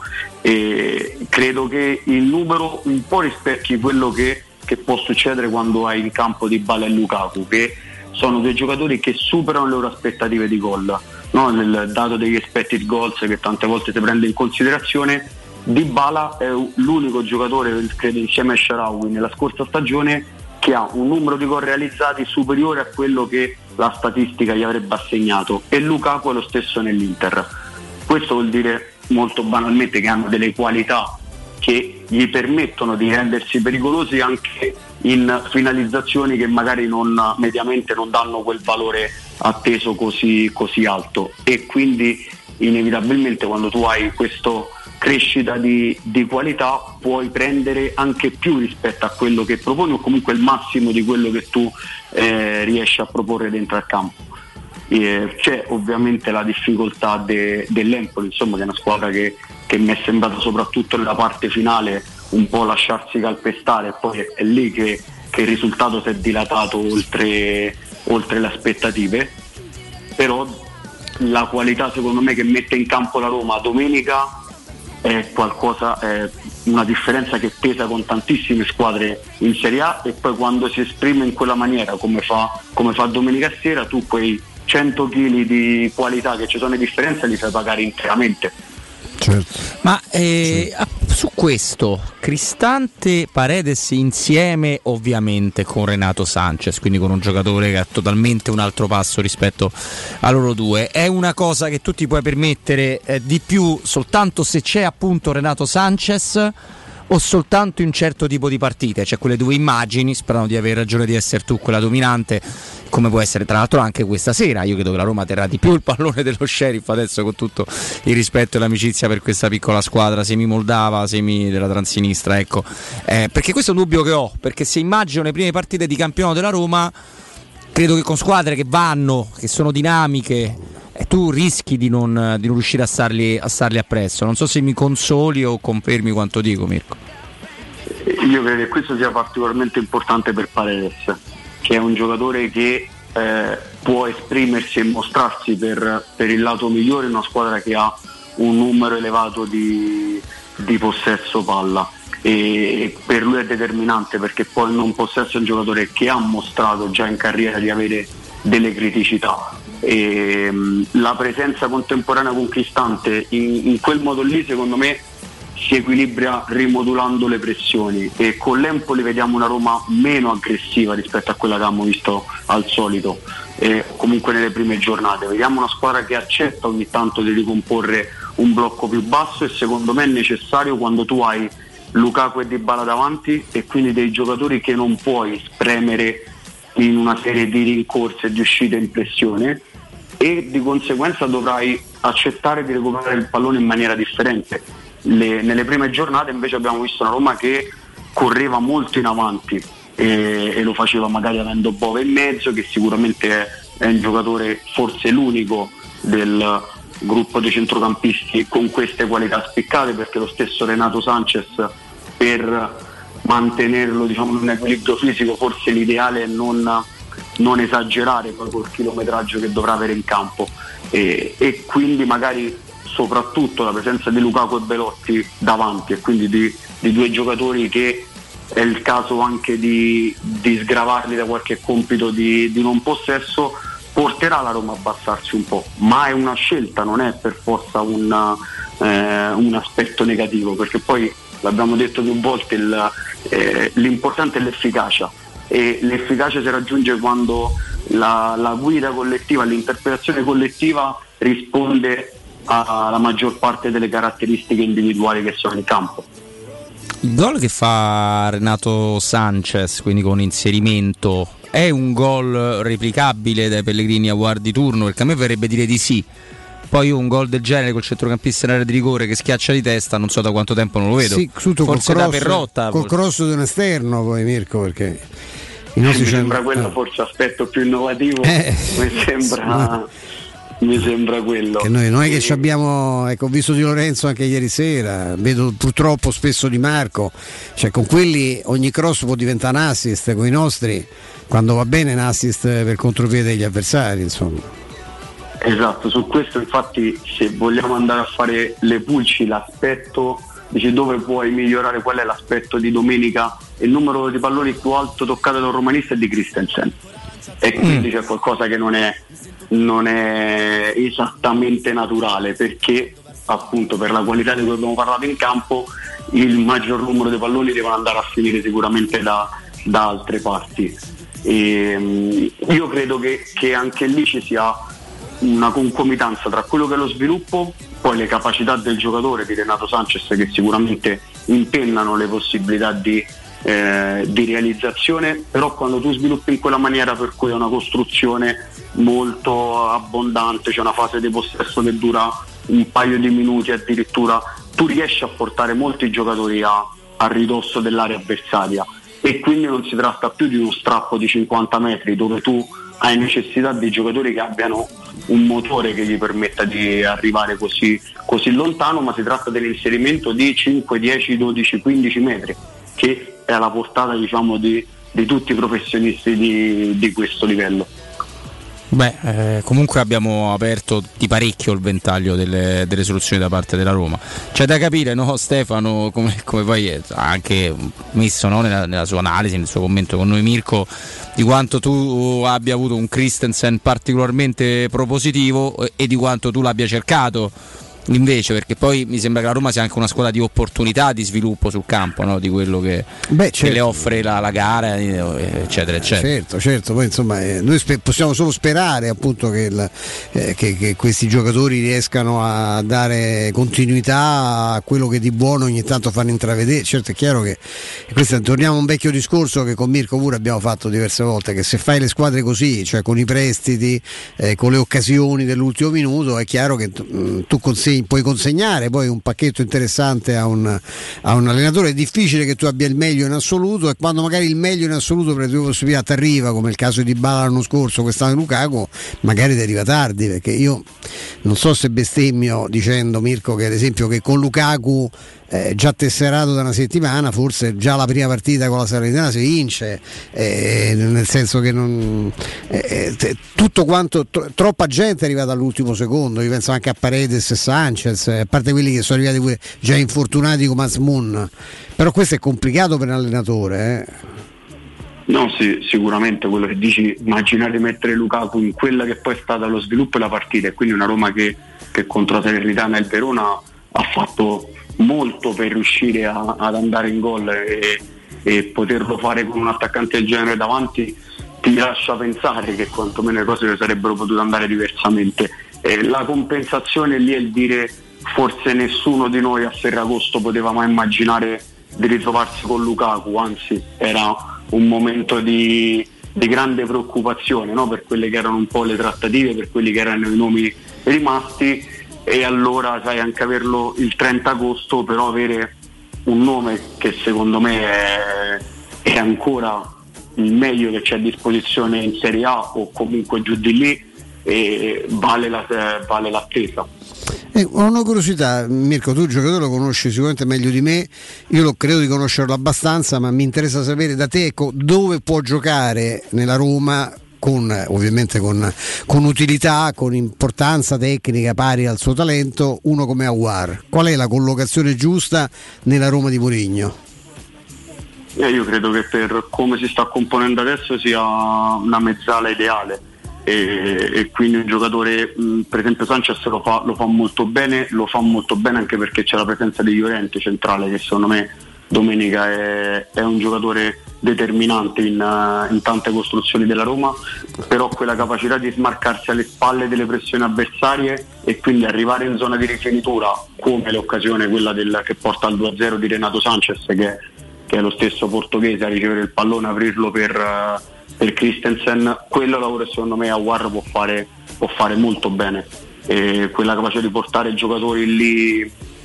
e credo che il numero un po' rispecchi quello che può succedere quando hai in campo Dybala e Lukaku, che sono due giocatori che superano le loro aspettative di gol, no? Nel dato degli expected goals che tante volte si prende in considerazione, Dybala è l'unico giocatore, credo insieme a Shaarawy nella scorsa stagione, che ha un numero di gol realizzati superiore a quello che la statistica gli avrebbe assegnato, e Lukaku è lo stesso nell'Inter. Questo vuol dire molto banalmente che hanno delle qualità che gli permettono di rendersi pericolosi anche in finalizzazioni che magari mediamente non danno quel valore atteso così alto, e quindi inevitabilmente quando tu hai questo crescita di qualità puoi prendere anche più rispetto a quello che proponi, o comunque il massimo di quello che tu riesci a proporre dentro al campo. C'è ovviamente la difficoltà dell'Empoli, insomma, che è una squadra che mi è sembrata soprattutto nella parte finale un po' lasciarsi calpestare, e poi è lì che il risultato si è dilatato oltre le aspettative. Però la qualità secondo me che mette in campo la Roma domenica è qualcosa, è una differenza che pesa con tantissime squadre in Serie A, e poi quando si esprime in quella maniera come fa domenica sera, tu quei 100 kg di qualità che ci sono di differenza li fai pagare interamente. Certo. Ma su questo Cristante, Paredes insieme ovviamente con Renato Sanchez, quindi con un giocatore che ha totalmente un altro passo rispetto a loro due, è una cosa che tu ti puoi permettere di più soltanto se c'è appunto Renato Sanchez, o soltanto in un certo tipo di partite, cioè quelle due immagini, sperano di aver ragione di essere tu quella dominante, come può essere tra l'altro anche questa sera. Io credo che la Roma terrà di più il pallone dello Sheriff adesso, con tutto il rispetto e l'amicizia per questa piccola squadra semi moldava, semi della transinistra, ecco, perché questo è un dubbio che ho, perché se immagino le prime partite di campionato della Roma, credo che con squadre che vanno, che sono dinamiche, tu rischi di non riuscire a starli appresso. Non so se mi consoli o confermi quanto dico, Mirko. Io credo che questo sia particolarmente importante per Paredes, che è un giocatore che può esprimersi e mostrarsi per il lato migliore in una squadra che ha un numero elevato di possesso palla, e per lui è determinante, perché poi il non possesso è un giocatore che ha mostrato già in carriera di avere delle criticità, e la presenza contemporanea conquistante in quel modo lì secondo me si equilibra rimodulando le pressioni, e con l'Empoli vediamo una Roma meno aggressiva rispetto a quella che abbiamo visto al solito, comunque nelle prime giornate. Vediamo una squadra che accetta ogni tanto di ricomporre un blocco più basso, e secondo me è necessario quando tu hai Lukaku e Dybala davanti, e quindi dei giocatori che non puoi spremere in una serie di rincorse e di uscite in pressione, e di conseguenza dovrai accettare di recuperare il pallone in maniera differente. Nelle prime giornate invece abbiamo visto una Roma che correva molto in avanti, e lo faceva magari avendo Bove in mezzo, che sicuramente è un giocatore, forse l'unico del gruppo dei centrocampisti con queste qualità spiccate, perché lo stesso Renato Sanchez, per mantenerlo in un equilibrio fisico, forse l'ideale è non esagerare poi col chilometraggio che dovrà avere in campo, e quindi magari soprattutto la presenza di Lukaku e Belotti davanti, e quindi di due giocatori che è il caso anche di sgravarli da qualche compito di non possesso, porterà la Roma a abbassarsi un po', ma è una scelta, non è per forza un aspetto negativo, perché poi l'abbiamo detto più volte, l'importante è l'efficacia, e l'efficacia si raggiunge quando la guida collettiva, l'interpretazione collettiva risponde alla maggior parte delle caratteristiche individuali che sono in campo. Il gol che fa Renato Sanchez, quindi con inserimento, è un gol replicabile dai Pellegrini a guardi turno? Perché a me verrebbe dire di sì. Poi io un gol del genere col centrocampista in area di rigore che schiaccia di testa, non so da quanto tempo non lo vedo. Sì, forse da Perrotta. Col cross di un esterno poi, Mirko, perché mi sembra quello forse aspetto più innovativo, mi sembra quello. Che noi che ci abbiamo, ecco, ho visto Di Lorenzo anche ieri sera, vedo purtroppo spesso Di Marco, cioè con quelli ogni cross può diventare un assist, con i nostri quando va bene un assist per contropiede degli avversari, insomma. Esatto, su questo infatti, se vogliamo andare a fare le pulci, l'aspetto, dice dove puoi migliorare, qual è l'aspetto di domenica, il numero di palloni più alto toccato da un romanista è di Christensen, e quindi c'è qualcosa che non è esattamente naturale, perché appunto per la qualità di cui abbiamo parlato in campo il maggior numero di palloni devono andare a finire sicuramente da altre parti, e io credo che anche lì ci sia una concomitanza tra quello che è lo sviluppo, poi le capacità del giocatore, di Renato Sanchez, che sicuramente impennano le possibilità di realizzazione, però quando tu sviluppi in quella maniera per cui è una costruzione molto abbondante, c'è una fase di possesso che dura un paio di minuti addirittura, tu riesci a portare molti giocatori a ridosso dell'area avversaria, e quindi non si tratta più di uno strappo di 50 metri dove tu hai necessità di giocatori che abbiano un motore che gli permetta di arrivare così lontano, ma si tratta dell'inserimento di 5, 10, 12, 15 metri, che è alla portata di tutti i professionisti di questo livello. Comunque abbiamo aperto di parecchio il ventaglio delle soluzioni da parte della Roma. C'è da capire, no, Stefano, come poi ha anche messo, no, nella sua analisi, nel suo commento con noi, Mirko, di quanto tu abbia avuto un Christensen particolarmente propositivo e di quanto tu l'abbia cercato invece, perché poi mi sembra che la Roma sia anche una squadra di opportunità di sviluppo sul campo, no? Di quello che le offre la gara, eccetera eccetera. Certo, poi insomma noi possiamo solo sperare appunto che questi giocatori riescano a dare continuità a quello che di buono ogni tanto fanno intravedere. Certo, è chiaro che questo, torniamo a un vecchio discorso che con Mirko pure abbiamo fatto diverse volte, che se fai le squadre così, cioè con i prestiti, con le occasioni dell'ultimo minuto, è chiaro che tu puoi consegnare poi un pacchetto interessante a un allenatore. È difficile che tu abbia il meglio in assoluto, e quando magari il meglio in assoluto per le tue possibilità ti arriva, come il caso di Dybala l'anno scorso, quest'anno di Lukaku, magari ti arriva tardi, perché io non so se bestemmio dicendo, Mirko, che ad esempio che con Lukaku già tesserato da una settimana, forse già la prima partita con la Salernitana si vince, nel senso che tutto quanto troppa gente è arrivata all'ultimo secondo. Io penso anche a Paredes e Sanchez, a parte quelli che sono arrivati pure già infortunati come Asmun, però questo è complicato per un allenatore. No, sì, sicuramente quello che dici, immaginare di mettere Lukaku in quella che poi è stata lo sviluppo e la partita, e quindi una Roma che contro la Salernitana e il Verona ha fatto molto per riuscire ad andare in gol, e poterlo fare con un attaccante del genere davanti ti lascia pensare che quantomeno le cose sarebbero potute andare diversamente. La compensazione lì è il dire, forse nessuno di noi a Ferragosto poteva mai immaginare di ritrovarsi con Lukaku, anzi era un momento di grande preoccupazione, no? Per quelle che erano un po' le trattative, per quelli che erano i nomi rimasti. E allora, sai, anche averlo il 30 agosto, però avere un nome che secondo me è ancora il meglio che c'è a disposizione in Serie A o comunque giù di lì, vale l'attesa. Ho una curiosità, Mirko, tu il giocatore lo conosci sicuramente meglio di me, io credo di conoscerlo abbastanza, ma mi interessa sapere da te, dove può giocare nella Roma, ovviamente con utilità, con importanza tecnica pari al suo talento, uno come Aouar. Qual è la collocazione giusta nella Roma di Mourinho? Io credo che per come si sta componendo adesso sia una mezzala ideale, e quindi un giocatore, per esempio Sanchez lo fa molto bene anche perché c'è la presenza di Llorente centrale, che secondo me domenica è un giocatore determinante in tante costruzioni della Roma, però quella capacità di smarcarsi alle spalle delle pressioni avversarie e quindi arrivare in zona di rifinitura, come l'occasione quella che porta al 2-0 di Renato Sanchez, che è lo stesso portoghese a ricevere il pallone, aprirlo per Christensen, quello lavoro secondo me Aouar può fare molto bene, e quella capacità di portare i giocatori lì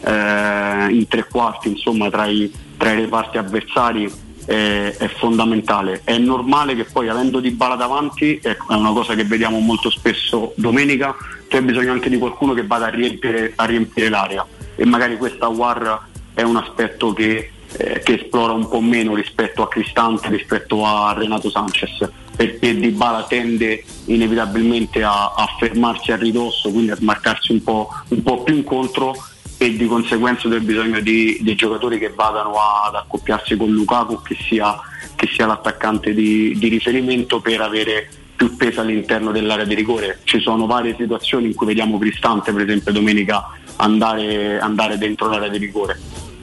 in tre quarti, insomma tra i reparti avversari, è fondamentale. È normale che poi, avendo Dybala davanti, è una cosa che vediamo molto spesso domenica, c'è bisogno anche di qualcuno che vada a riempire l'area, e magari questo Aouar è un aspetto che esplora un po' meno rispetto a Cristante, rispetto a Renato Sanchez, perché Dybala tende inevitabilmente a fermarsi a ridosso, quindi a smarcarsi un po' più incontro, e di conseguenza c'è bisogno di giocatori che vadano ad accoppiarsi con Lukaku, che sia l'attaccante di riferimento, per avere più peso all'interno dell'area di rigore. Ci sono varie situazioni in cui vediamo Cristante, per esempio domenica, andare dentro l'area di rigore.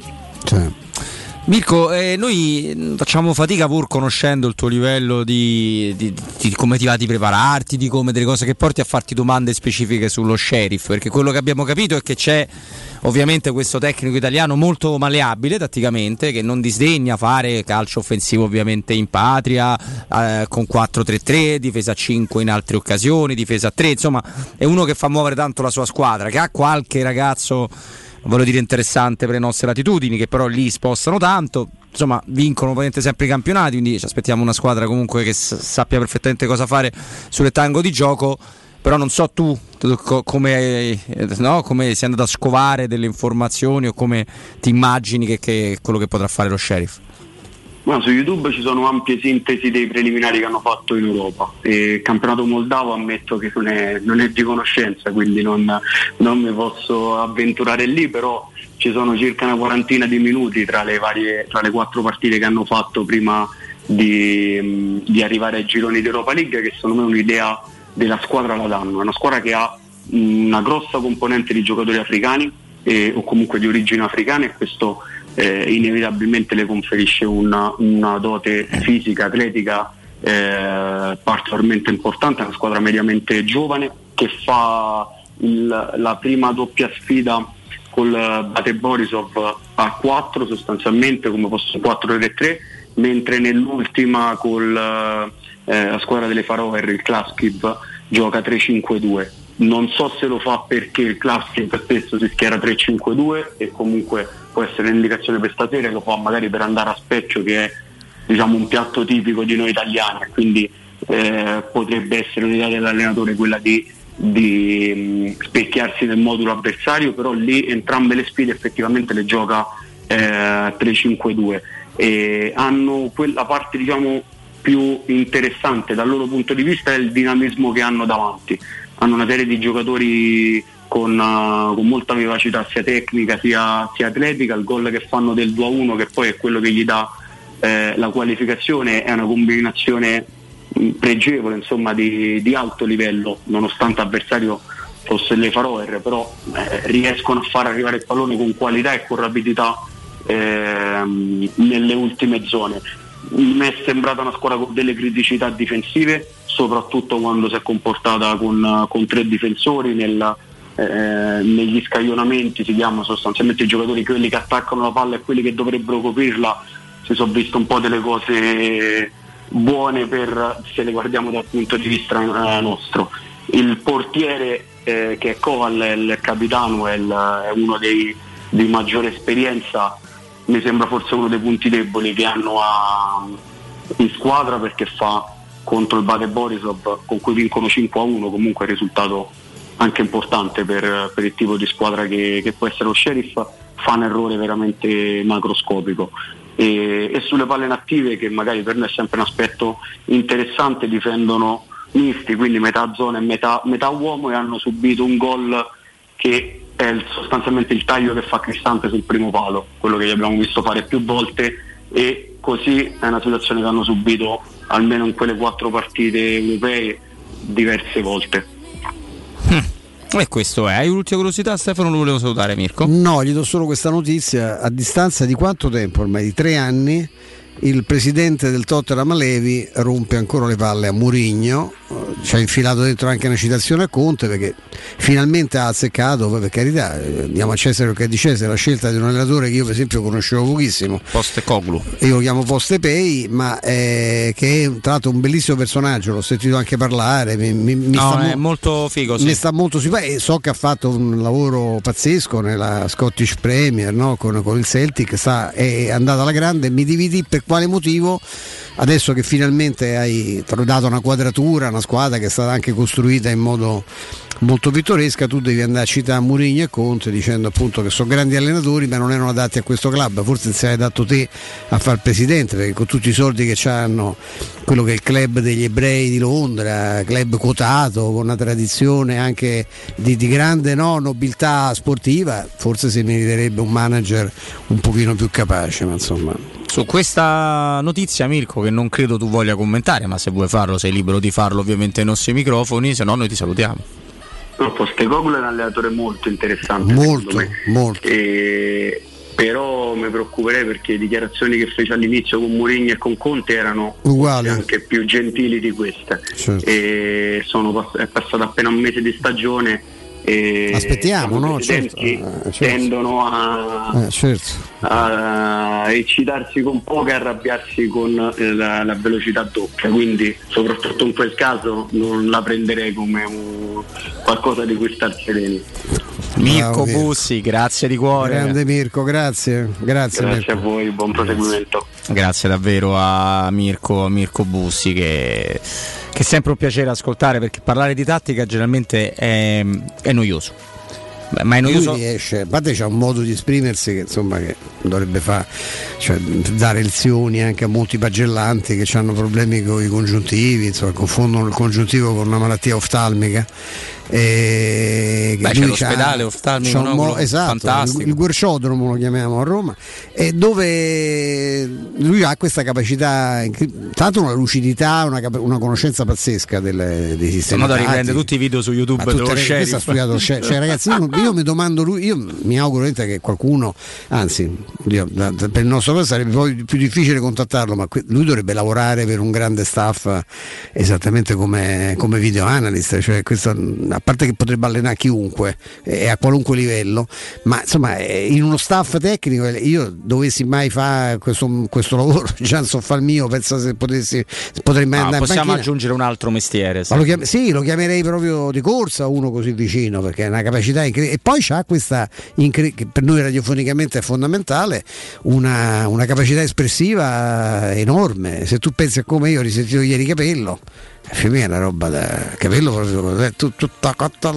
Mirko, noi facciamo fatica, pur conoscendo il tuo livello di come ti va di prepararti, di come, delle cose che porti, a farti domande specifiche sullo Sheriff, perché quello che abbiamo capito è che c'è ovviamente questo tecnico italiano molto maleabile tatticamente, che non disdegna fare calcio offensivo ovviamente in patria, con 4-3-3, difesa a 5 in altre occasioni, difesa a 3, insomma è uno che fa muovere tanto la sua squadra, che ha qualche ragazzo, non voglio dire interessante per le nostre latitudini, che però lì spostano tanto, insomma vincono ovviamente sempre i campionati, quindi ci aspettiamo una squadra comunque che sappia perfettamente cosa fare sul rettangolo di gioco. Però non so tu come sei andato a scovare delle informazioni, o come ti immagini che quello che potrà fare lo Sheriff. Bueno, su YouTube ci sono ampie sintesi dei preliminari che hanno fatto in Europa, e il campionato moldavo ammetto che non è di conoscenza, quindi non mi posso avventurare lì, però ci sono circa una quarantina di minuti tra le 4 partite che hanno fatto prima di arrivare ai gironi di Europa League, che secondo me un'idea della squadra la danno. È una squadra che ha una grossa componente di giocatori africani o comunque di origine africana, e questo inevitabilmente le conferisce una dote fisica, atletica particolarmente importante. È una squadra mediamente giovane che fa la prima doppia sfida col Bate Borisov a 4 sostanzialmente, come posto 4-3-3, mentre nell'ultima con la squadra delle Faroe, il Klaskiv, gioca 3-5-2. Non so se lo fa perché il Klaskiv spesso si schiera 3-5-2 e comunque può essere un'indicazione per stasera, lo fa magari per andare a Specchio, che è diciamo un piatto tipico di noi italiani, quindi potrebbe essere un'idea dell'allenatore quella di specchiarsi nel modulo avversario, però lì entrambe le sfide effettivamente le gioca 3-5-2 e hanno quella parte diciamo più interessante dal loro punto di vista è il dinamismo che hanno davanti. Hanno una serie di giocatori con molta vivacità sia tecnica sia atletica. Il gol che fanno del 2-1, che poi è quello che gli dà la qualificazione, è una combinazione pregevole, insomma, di alto livello, nonostante l'avversario fosse le Faroe, però riescono a far arrivare il pallone con qualità e con rapidità nelle ultime zone. Mi è sembrata una squadra con delle criticità difensive, soprattutto quando si è comportata con 3 difensori. Negli scaglionamenti si chiamano sostanzialmente i giocatori quelli che attaccano la palla e quelli che dovrebbero coprirla. Si sono viste un po' delle cose buone se le guardiamo dal punto di vista nostro. Il portiere che è Koval, il capitano, è uno di maggiore esperienza. Mi sembra forse uno dei punti deboli che hanno in squadra, perché fa contro il Bate Borisov, con cui vincono 5-1, comunque è risultato anche importante per il tipo di squadra che può essere lo Sheriff. Fa un errore veramente macroscopico e sulle palle inattive, che magari per noi è sempre un aspetto interessante, difendono misti, quindi metà zona e metà uomo, e hanno subito un gol che è sostanzialmente il taglio che fa Cristante sul primo palo, quello che gli abbiamo visto fare più volte, e così è una situazione che hanno subito almeno in quelle 4 partite europee diverse volte. E questo è. Hai l'ultima curiosità, Stefano? Lo volevo salutare, Mirko? No, gli do solo questa notizia. A distanza di quanto tempo? Ormai di 3 anni il presidente del Tottenham Levi rompe ancora le palle a Mourinho. Ci ha infilato dentro anche una citazione a Conte, perché finalmente ha azzeccato. Poi, per carità, diamo a Cesare che è di Cesare, la scelta di un allenatore che io per esempio conoscevo pochissimo, Postecoglou, io lo chiamo Postepei, ma che è tra l'altro un bellissimo personaggio, l'ho sentito anche parlare, è molto figo, sì. Mi sta molto simpatico, e so che ha fatto un lavoro pazzesco nella Scottish Premier, no? con il Celtic, è andata alla grande. Mi dividi per quale motivo, adesso che finalmente hai dato una quadratura, una squadra che è stata anche costruita in modo molto pittoresca, tu devi andare a citare Mourinho e Conte dicendo appunto che sono grandi allenatori ma non erano adatti a questo club. Forse sei adatto te a fare il presidente, perché con tutti i soldi che hanno, quello che è il club degli ebrei di Londra, club quotato con una tradizione anche di grande nobiltà sportiva, forse si meriterebbe un manager un pochino più capace, ma insomma. Su questa notizia, Mirko, che non credo tu voglia commentare, ma se vuoi farlo sei libero di farlo ovviamente ai nostri microfoni, se no noi ti salutiamo. No, Postecoglou è un allenatore molto interessante, molto. Però mi preoccuperei, perché le dichiarazioni che fece all'inizio con Mourinho e con Conte erano uguali, anche più gentili di queste. Certo. E è passato appena un mese di stagione e aspettiamo, no? Tendono a eccitarsi con poco e arrabbiarsi con la velocità doppia, quindi soprattutto in quel caso non la prenderei come qualcosa di cui star sereni. Mirko Bussi, grazie di cuore. Grande Mirko, grazie Mirko. A voi, buon proseguimento. Grazie davvero a Mirko Bussi, che è sempre un piacere ascoltare, perché parlare di tattica generalmente è noioso. Ma è noioso. Lui riesce, a parte c'ha un modo di esprimersi che insomma che dovrebbe fare, cioè dare lezioni anche a molti pagellanti che hanno problemi con i congiuntivi, insomma confondono il congiuntivo con una malattia oftalmica, c'è l'ospedale oftalmico, esatto, fantastico. Il Guerciodromo lo chiamiamo a Roma, dove lui ha questa capacità, tanto una lucidità, una conoscenza pazzesca dei sistemi. Sono da riprendere tutti i video su YouTube dello questo ha studiato lo sheriff. Cioè, ragazzi, io mi domando io mi auguro che qualcuno, anzi per il nostro caso sarebbe poi più difficile contattarlo, ma lui dovrebbe lavorare per un grande staff esattamente come video analyst, cioè questo, a parte che potrebbe allenare chiunque e a qualunque livello, ma insomma in uno staff tecnico, io dovessi mai fare questo lavoro, già non so fare il mio, penso se potrei mai andare possiamo aggiungere un altro mestiere, ma lo chiamerei proprio di corsa uno così vicino, perché è una capacità incredibile, e poi c'ha questa che per noi radiofonicamente è fondamentale, una capacità espressiva enorme. Se tu pensi a come io ho risentito ieri Capello, per me è una roba da Capello proprio tutta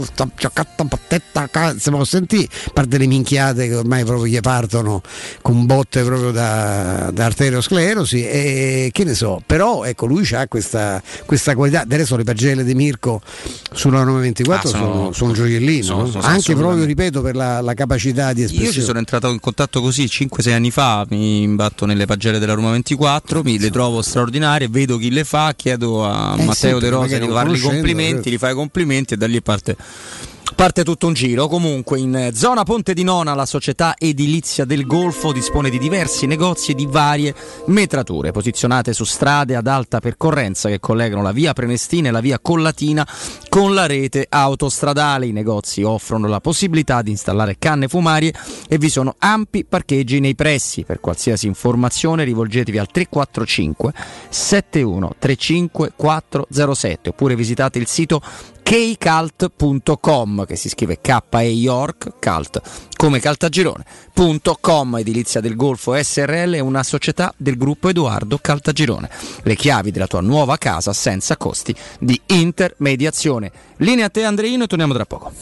pattetta, se lo sentì, a parte le minchiate che ormai proprio gli partono con botte proprio da arteriosclerosi, e che ne so, però ecco, lui ha questa qualità. Adesso le pagelle di Mirko sulla 924 sono gioiellino, anche proprio, ripeto, per la capacità di espressione. Io ci sono entrato in contatto così 5-6 anni fa, mi imbatto nelle pagelle della Roma 24, le trovo straordinarie, vedo chi le fa, chiedo a Matteo De Rosa di fargli complimenti, gli fai complimenti e da lì parte tutto un giro. Comunque in zona Ponte di Nona la società edilizia del Golfo dispone di diversi negozi di varie metrature posizionate su strade ad alta percorrenza che collegano la via Prenestina e la via Collatina con la rete autostradale. I negozi offrono la possibilità di installare canne fumarie e vi sono ampi parcheggi nei pressi. Per qualsiasi informazione rivolgetevi al 345 71 35 407 oppure visitate il sito kcalt.com, che si scrive K-E York, Calt come Caltagirone.com. Edilizia del Golfo SRL è una società del gruppo Edoardo Caltagirone. Le chiavi della tua nuova casa senza costi di intermediazione. Linea a te Andreino e torniamo tra poco.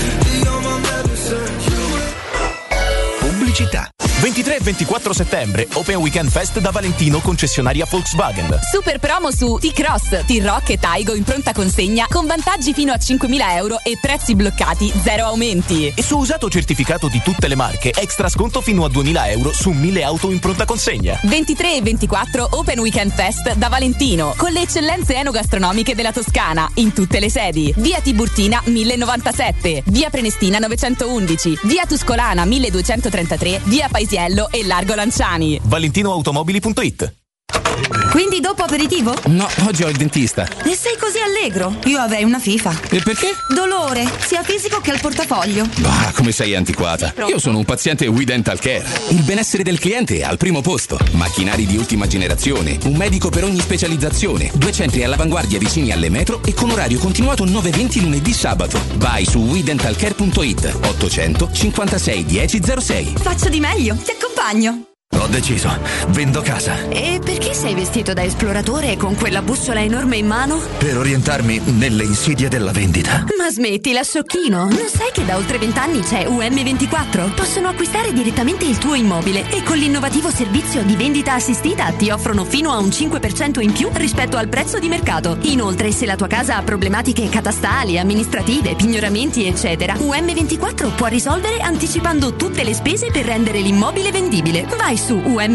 Pubblicità. 23 e 24 settembre, Open Weekend Fest da Valentino, concessionaria Volkswagen. Super promo su T-Cross, T-Rock e Taigo in pronta consegna con vantaggi fino a 5.000 euro e prezzi bloccati, 0 aumenti. E su usato certificato di tutte le marche, extra sconto fino a 2.000 euro su 1.000 auto in pronta consegna. 23 e 24 Open Weekend Fest da Valentino, con le eccellenze enogastronomiche della Toscana, in tutte le sedi. Via Tiburtina 1097, via Prenestina 911, via Tuscolana 1233, via Paisiello e Largo Lanciani. ValentinoAutomobili.it. Quindi dopo aperitivo? No, oggi ho il dentista. E sei così allegro? Io avrei una FIFA. E perché? Dolore, sia fisico che al portafoglio. Bah, come sei antiquata. Io sono un paziente We Dental Care. Il benessere del cliente è al primo posto. Macchinari di ultima generazione, un medico per ogni specializzazione, 2 centri all'avanguardia vicini alle metro e con orario continuato 9-20 lunedì sabato. Vai su WeDentalCare.it 800 56 1006. Faccio di meglio, ti accompagno. Ho deciso, vendo casa. E perché sei vestito da esploratore con quella bussola enorme in mano? Per orientarmi nelle insidie della vendita. Ma smettila, sciocchino. Non sai che da oltre 20 anni c'è UM24? Possono acquistare direttamente il tuo immobile e con l'innovativo servizio di vendita assistita ti offrono fino a un 5% in più rispetto al prezzo di mercato. Inoltre, se la tua casa ha problematiche catastali, amministrative, pignoramenti, eccetera, UM24 può risolvere anticipando tutte le spese per rendere l'immobile vendibile. Vai su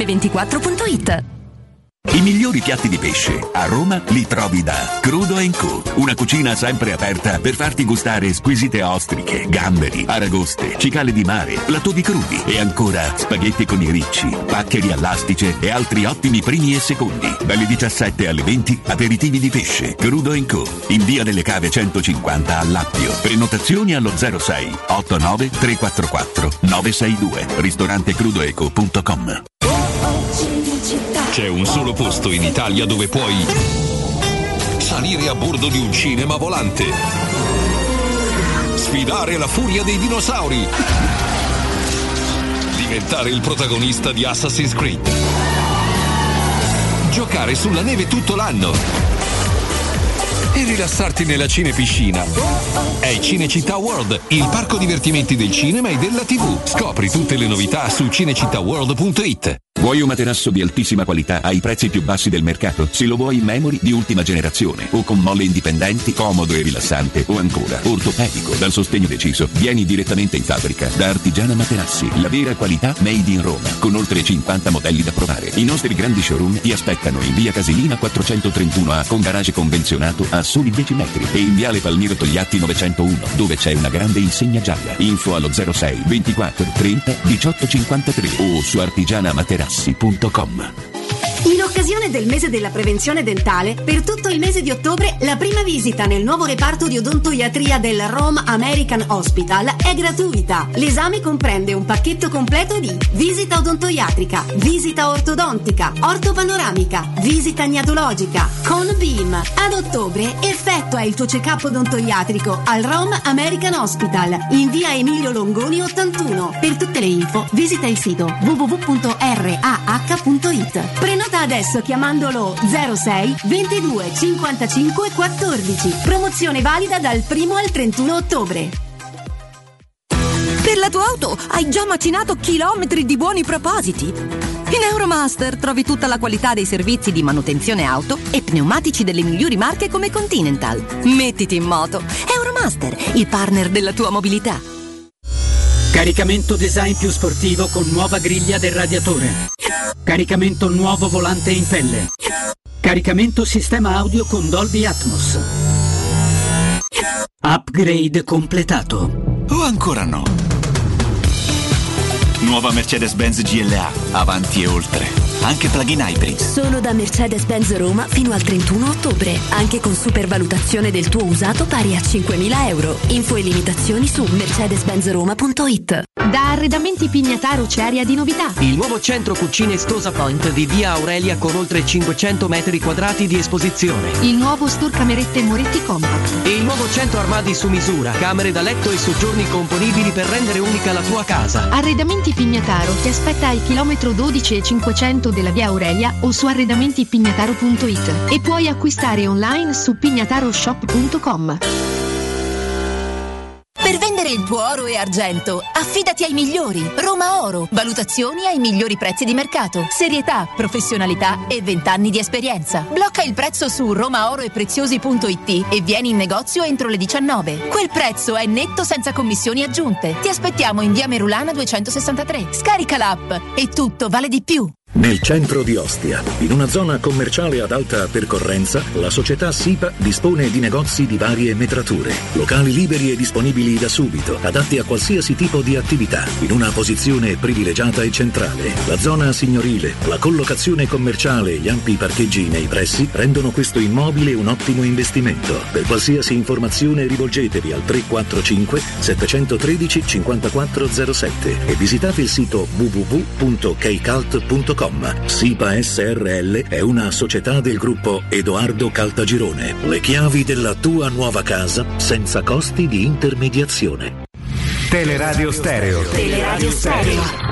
um24.it. I migliori piatti di pesce a Roma li trovi da Crudo & Co. Una cucina sempre aperta per farti gustare squisite ostriche, gamberi, aragoste, cicale di mare, platò di crudi e ancora spaghetti con i ricci, paccheri all'astice e altri ottimi primi e secondi. Dalle 17 alle 20 aperitivi di pesce. Crudo & Co. in via delle Cave 150 a Lappio. Prenotazioni allo 06 89 344 962. Ristorantecrudoeco.com. C'è un solo posto in Italia dove puoi salire a bordo di un cinema volante, sfidare la furia dei dinosauri, diventare il protagonista di Assassin's Creed, giocare sulla neve tutto l'anno e rilassarti nella cinepiscina. È Cinecittà World, il parco divertimenti del cinema e della TV. Scopri tutte le novità su cinecittàworld.it. Vuoi un materasso di altissima qualità ai prezzi più bassi del mercato? Se lo vuoi in memory di ultima generazione o con molle indipendenti, comodo e rilassante, o ancora ortopedico dal sostegno deciso, vieni direttamente in fabbrica da Artigiana Materassi, la vera qualità made in Roma, con oltre 50 modelli da provare. I nostri grandi showroom ti aspettano in via Casilina 431A con garage convenzionato a soli 10 metri e in viale Palmiro Togliatti 901 dove c'è una grande insegna gialla. Info allo 06 24 30 18 53 o su artigianamaterassi.com. In occasione del mese della prevenzione dentale, per tutto il mese di ottobre, la prima visita nel nuovo reparto di odontoiatria del Rome American Hospital è gratuita. L'esame comprende un pacchetto completo di visita odontoiatrica, visita ortodontica, ortopanoramica, visita gnatologica, con BIM. Ad ottobre effettua il tuo check-up odontoiatrico al Rome American Hospital in via Emilio Longoni 81. Per tutte le info visita il sito www.rah.it. Prenota adesso chiamandolo 06 22 55 14. Promozione valida dal 1 al 31 ottobre. Per la tua auto hai già macinato chilometri di buoni propositi. In Euromaster trovi tutta la qualità dei servizi di manutenzione auto e pneumatici delle migliori marche come Continental. Mettiti in moto. Euromaster, il partner della tua mobilità. Caricamento design più sportivo con nuova griglia del radiatore. Caricamento nuovo volante in pelle. Caricamento sistema audio con Dolby Atmos. Upgrade completato. O ancora no? Nuova Mercedes-Benz GLA, avanti e oltre. Anche plug-in hybrid. Solo da Mercedes-Benz Roma fino al 31 ottobre. Anche con supervalutazione del tuo usato pari a 5.000 euro. Info e limitazioni su mercedes-benzroma.it. Da Arredamenti Pignataro c'è area di novità. Il nuovo centro cucine Stosa Point di via Aurelia con oltre 500 metri quadrati di esposizione. Il nuovo store camerette Moretti Compact. E il nuovo centro armadi su misura, camere da letto e soggiorni componibili per rendere unica la tua casa. Arredamenti Pignataro ti aspetta al chilometro 12 e 500 della via Aurelia o su arredamentipignataro.it e puoi acquistare online su pignataroshop.com. Per vendere il tuo oro e argento, affidati ai migliori. Roma Oro. Valutazioni ai migliori prezzi di mercato. Serietà, professionalità e 20 anni di esperienza. Blocca il prezzo su romaoroepreziosi.it e vieni in negozio entro le 19. Quel prezzo è netto senza commissioni aggiunte. Ti aspettiamo in via Merulana 263. Scarica l'app e tutto vale di più. Nel centro di Ostia, in una zona commerciale ad alta percorrenza, la società SIPA dispone di negozi di varie metrature, locali liberi e disponibili da subito, adatti a qualsiasi tipo di attività, in una posizione privilegiata e centrale. La zona signorile, la collocazione commerciale e gli ampi parcheggi nei pressi rendono questo immobile un ottimo investimento. Per qualsiasi informazione rivolgetevi al 345 713 5407 e visitate il sito www.keicalt.com. SIPA SRL è una società del gruppo Edoardo Caltagirone. Le chiavi della tua nuova casa senza costi di intermediazione. Teleradio Stereo. Teleradio Stereo.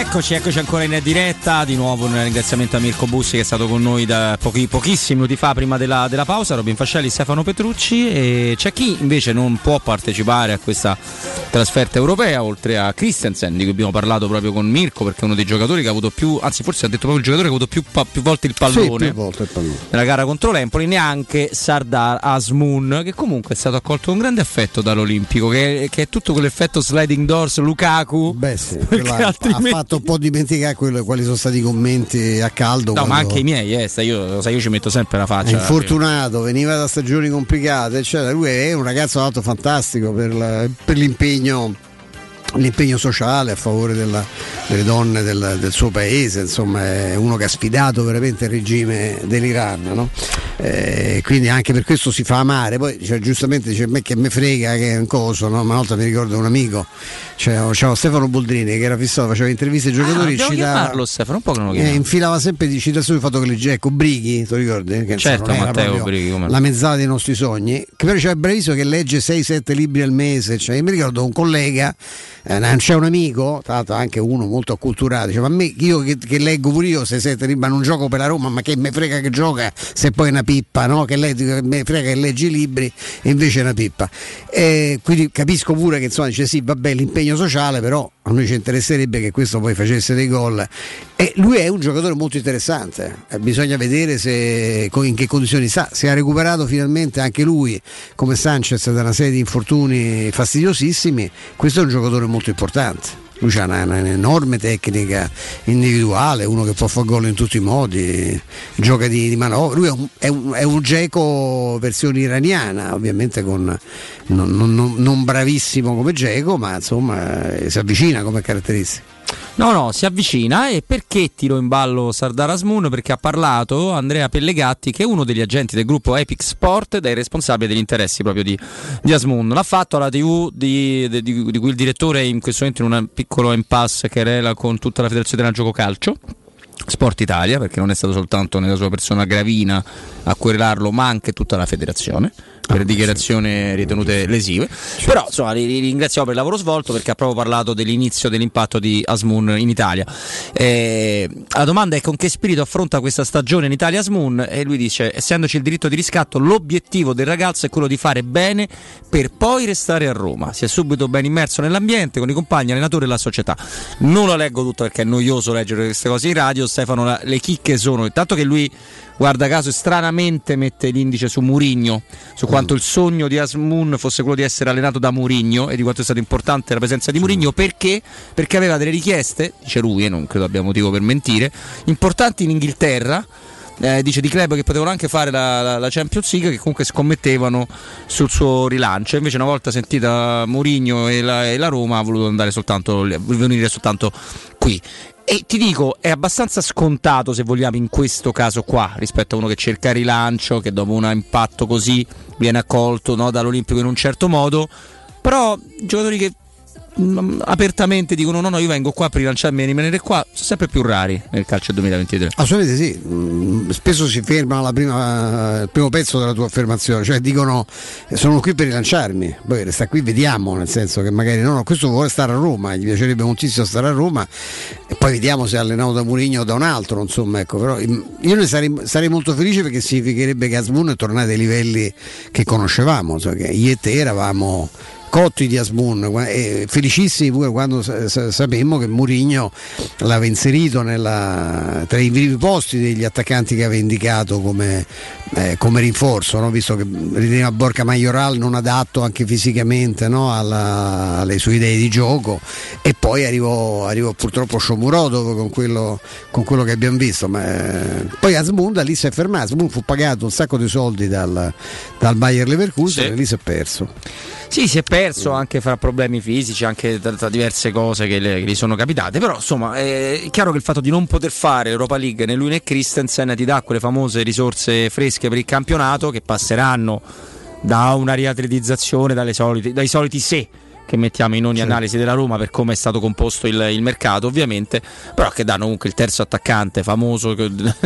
Eccoci ancora in diretta, di nuovo un ringraziamento a Mirko Bussi che è stato con noi da pochissimi minuti fa prima della pausa, Robin Fascelli, Stefano Petrucci, e c'è chi invece non può partecipare a questa trasferta europea, oltre a Christensen, di cui abbiamo parlato proprio con Mirko, perché è uno dei giocatori che ha avuto più, anzi forse ha detto proprio il giocatore che ha avuto più volte il pallone, sì, più volte il pallone nella gara contro l'Empoli, neanche Sardar Azmoun, che comunque è stato accolto con grande affetto dall'Olimpico, che è tutto quell'effetto sliding doors Lukaku. Beh sì, altrimenti... ha fatto un po' dimenticare quali sono stati i commenti a caldo. No, ma anche i miei, io ci metto sempre la faccia. È infortunato, veniva da stagioni complicate, eccetera. Lui è un ragazzo tanto fantastico per l'impegno sociale a favore delle donne del suo paese, insomma è uno che ha sfidato veramente il regime dell'Iran, no? Quindi anche per questo si fa amare. Poi giustamente dice me che me frega che è un coso, no? Ma una volta mi ricordo un amico, c'era Stefano Boldrini che era fissato, faceva interviste ai giocatori, Stefano, un po' che non lo chiamavo. Infilava sempre di citazioni il fatto che legge, ecco Brighi, ti ricordi? Che certo, Matteo Brighi, come la mezzala dei nostri sogni, che però c'è bravissimo che legge 6-7 libri al mese, cioè, mi ricordo un collega, c'è un amico, tra l'altro anche uno molto acculturato, dice, ma me io che leggo pure io 6-7 libri, ma non gioco per la Roma, ma che me frega che gioca se poi è una pippa, no? Che me frega che leggi i libri e invece è una pippa. Quindi capisco pure che insomma dice sì, vabbè, l'impegno sociale, però a noi ci interesserebbe che questo poi facesse dei gol, e lui è un giocatore molto interessante, bisogna vedere in che condizioni sta, se ha recuperato finalmente anche lui come Sanchez da una serie di infortuni fastidiosissimi. Questo è un giocatore molto importante. Lui ha un'enorme tecnica individuale, uno che può fare gol in tutti i modi, gioca di manovra. Lui è un Dzeko versione iraniana, ovviamente non bravissimo come Dzeko, ma insomma si avvicina come caratteristica. No, si avvicina. E perché tiro in ballo Sardar Azmoun? Perché ha parlato Andrea Pellegatti, che è uno degli agenti del gruppo Epic Sport ed è il responsabile degli interessi proprio di Azmoun. L'ha fatto alla TV di cui il direttore è in questo momento in un piccolo impasse che rela con tutta la federazione del gioco calcio, Sport Italia, perché non è stato soltanto nella sua persona Gravina a querelarlo, ma anche tutta la federazione per dichiarazioni ritenute lesive. Però insomma li ringraziamo per il lavoro svolto, perché ha proprio parlato dell'inizio dell'impatto di Azmoun in Italia. La domanda è con che spirito affronta questa stagione in Italia Azmoun, e lui dice: essendoci il diritto di riscatto, l'obiettivo del ragazzo è quello di fare bene per poi restare a Roma. Si è subito ben immerso nell'ambiente con i compagni, allenatori e la società. Non lo leggo tutto perché è noioso leggere queste cose in radio, Stefano. Le chicche sono intanto che lui, guarda caso, stranamente mette l'indice su Mourinho, su quanto il sogno di Azmoun fosse quello di essere allenato da Mourinho e di quanto è stata importante la presenza di Mourinho. Perché aveva delle richieste, dice lui, e non credo abbia motivo per mentire, importanti in Inghilterra, dice, di club che potevano anche fare la Champions League, che comunque scommettevano sul suo rilancio. Invece una volta sentita Mourinho e la Roma ha voluto venire soltanto qui. E ti dico, è abbastanza scontato, se vogliamo, in questo caso qua, rispetto a uno che cerca rilancio, che dopo un impatto così viene accolto, no, dall'Olimpico in un certo modo. Però giocatori che apertamente dicono no, io vengo qua per rilanciarmi e rimanere qua, sono sempre più rari nel calcio del 2023. Assolutamente sì, spesso si fermano al primo pezzo della tua affermazione, cioè dicono sono qui per rilanciarmi, poi resta qui, vediamo, nel senso che magari no, questo vuole stare a Roma, gli piacerebbe moltissimo stare a Roma, e poi vediamo se è allenato da Mourinho o da un altro, insomma, ecco. Però io ne sarei molto felice, perché significherebbe che Azmoun è tornato ai livelli che conoscevamo, cioè che io e te eravamo cotti di Azmoun, felicissimi pure quando sapemmo che Mourinho l'aveva inserito tra i primi posti degli attaccanti che aveva indicato come rinforzo, no? Visto che riteneva Borca Majoral non adatto anche fisicamente, no? alle sue idee di gioco, e poi arrivò purtroppo Shomurodov con quello che abbiamo visto, ma poi Azmoun da lì si è fermato. Azmoun fu pagato un sacco di soldi dal Bayer Leverkusen, e lì si è perso. Sì, si è perso anche fra problemi fisici, anche tra diverse cose che gli sono capitate. Però insomma è chiaro che il fatto di non poter fare l'Europa League né lui né Christensen ti dà quelle famose risorse fresche per il campionato, che passeranno da una riatletizzazione dai soliti se che mettiamo in ogni analisi della Roma per come è stato composto il mercato, ovviamente, però che danno comunque il terzo attaccante famoso,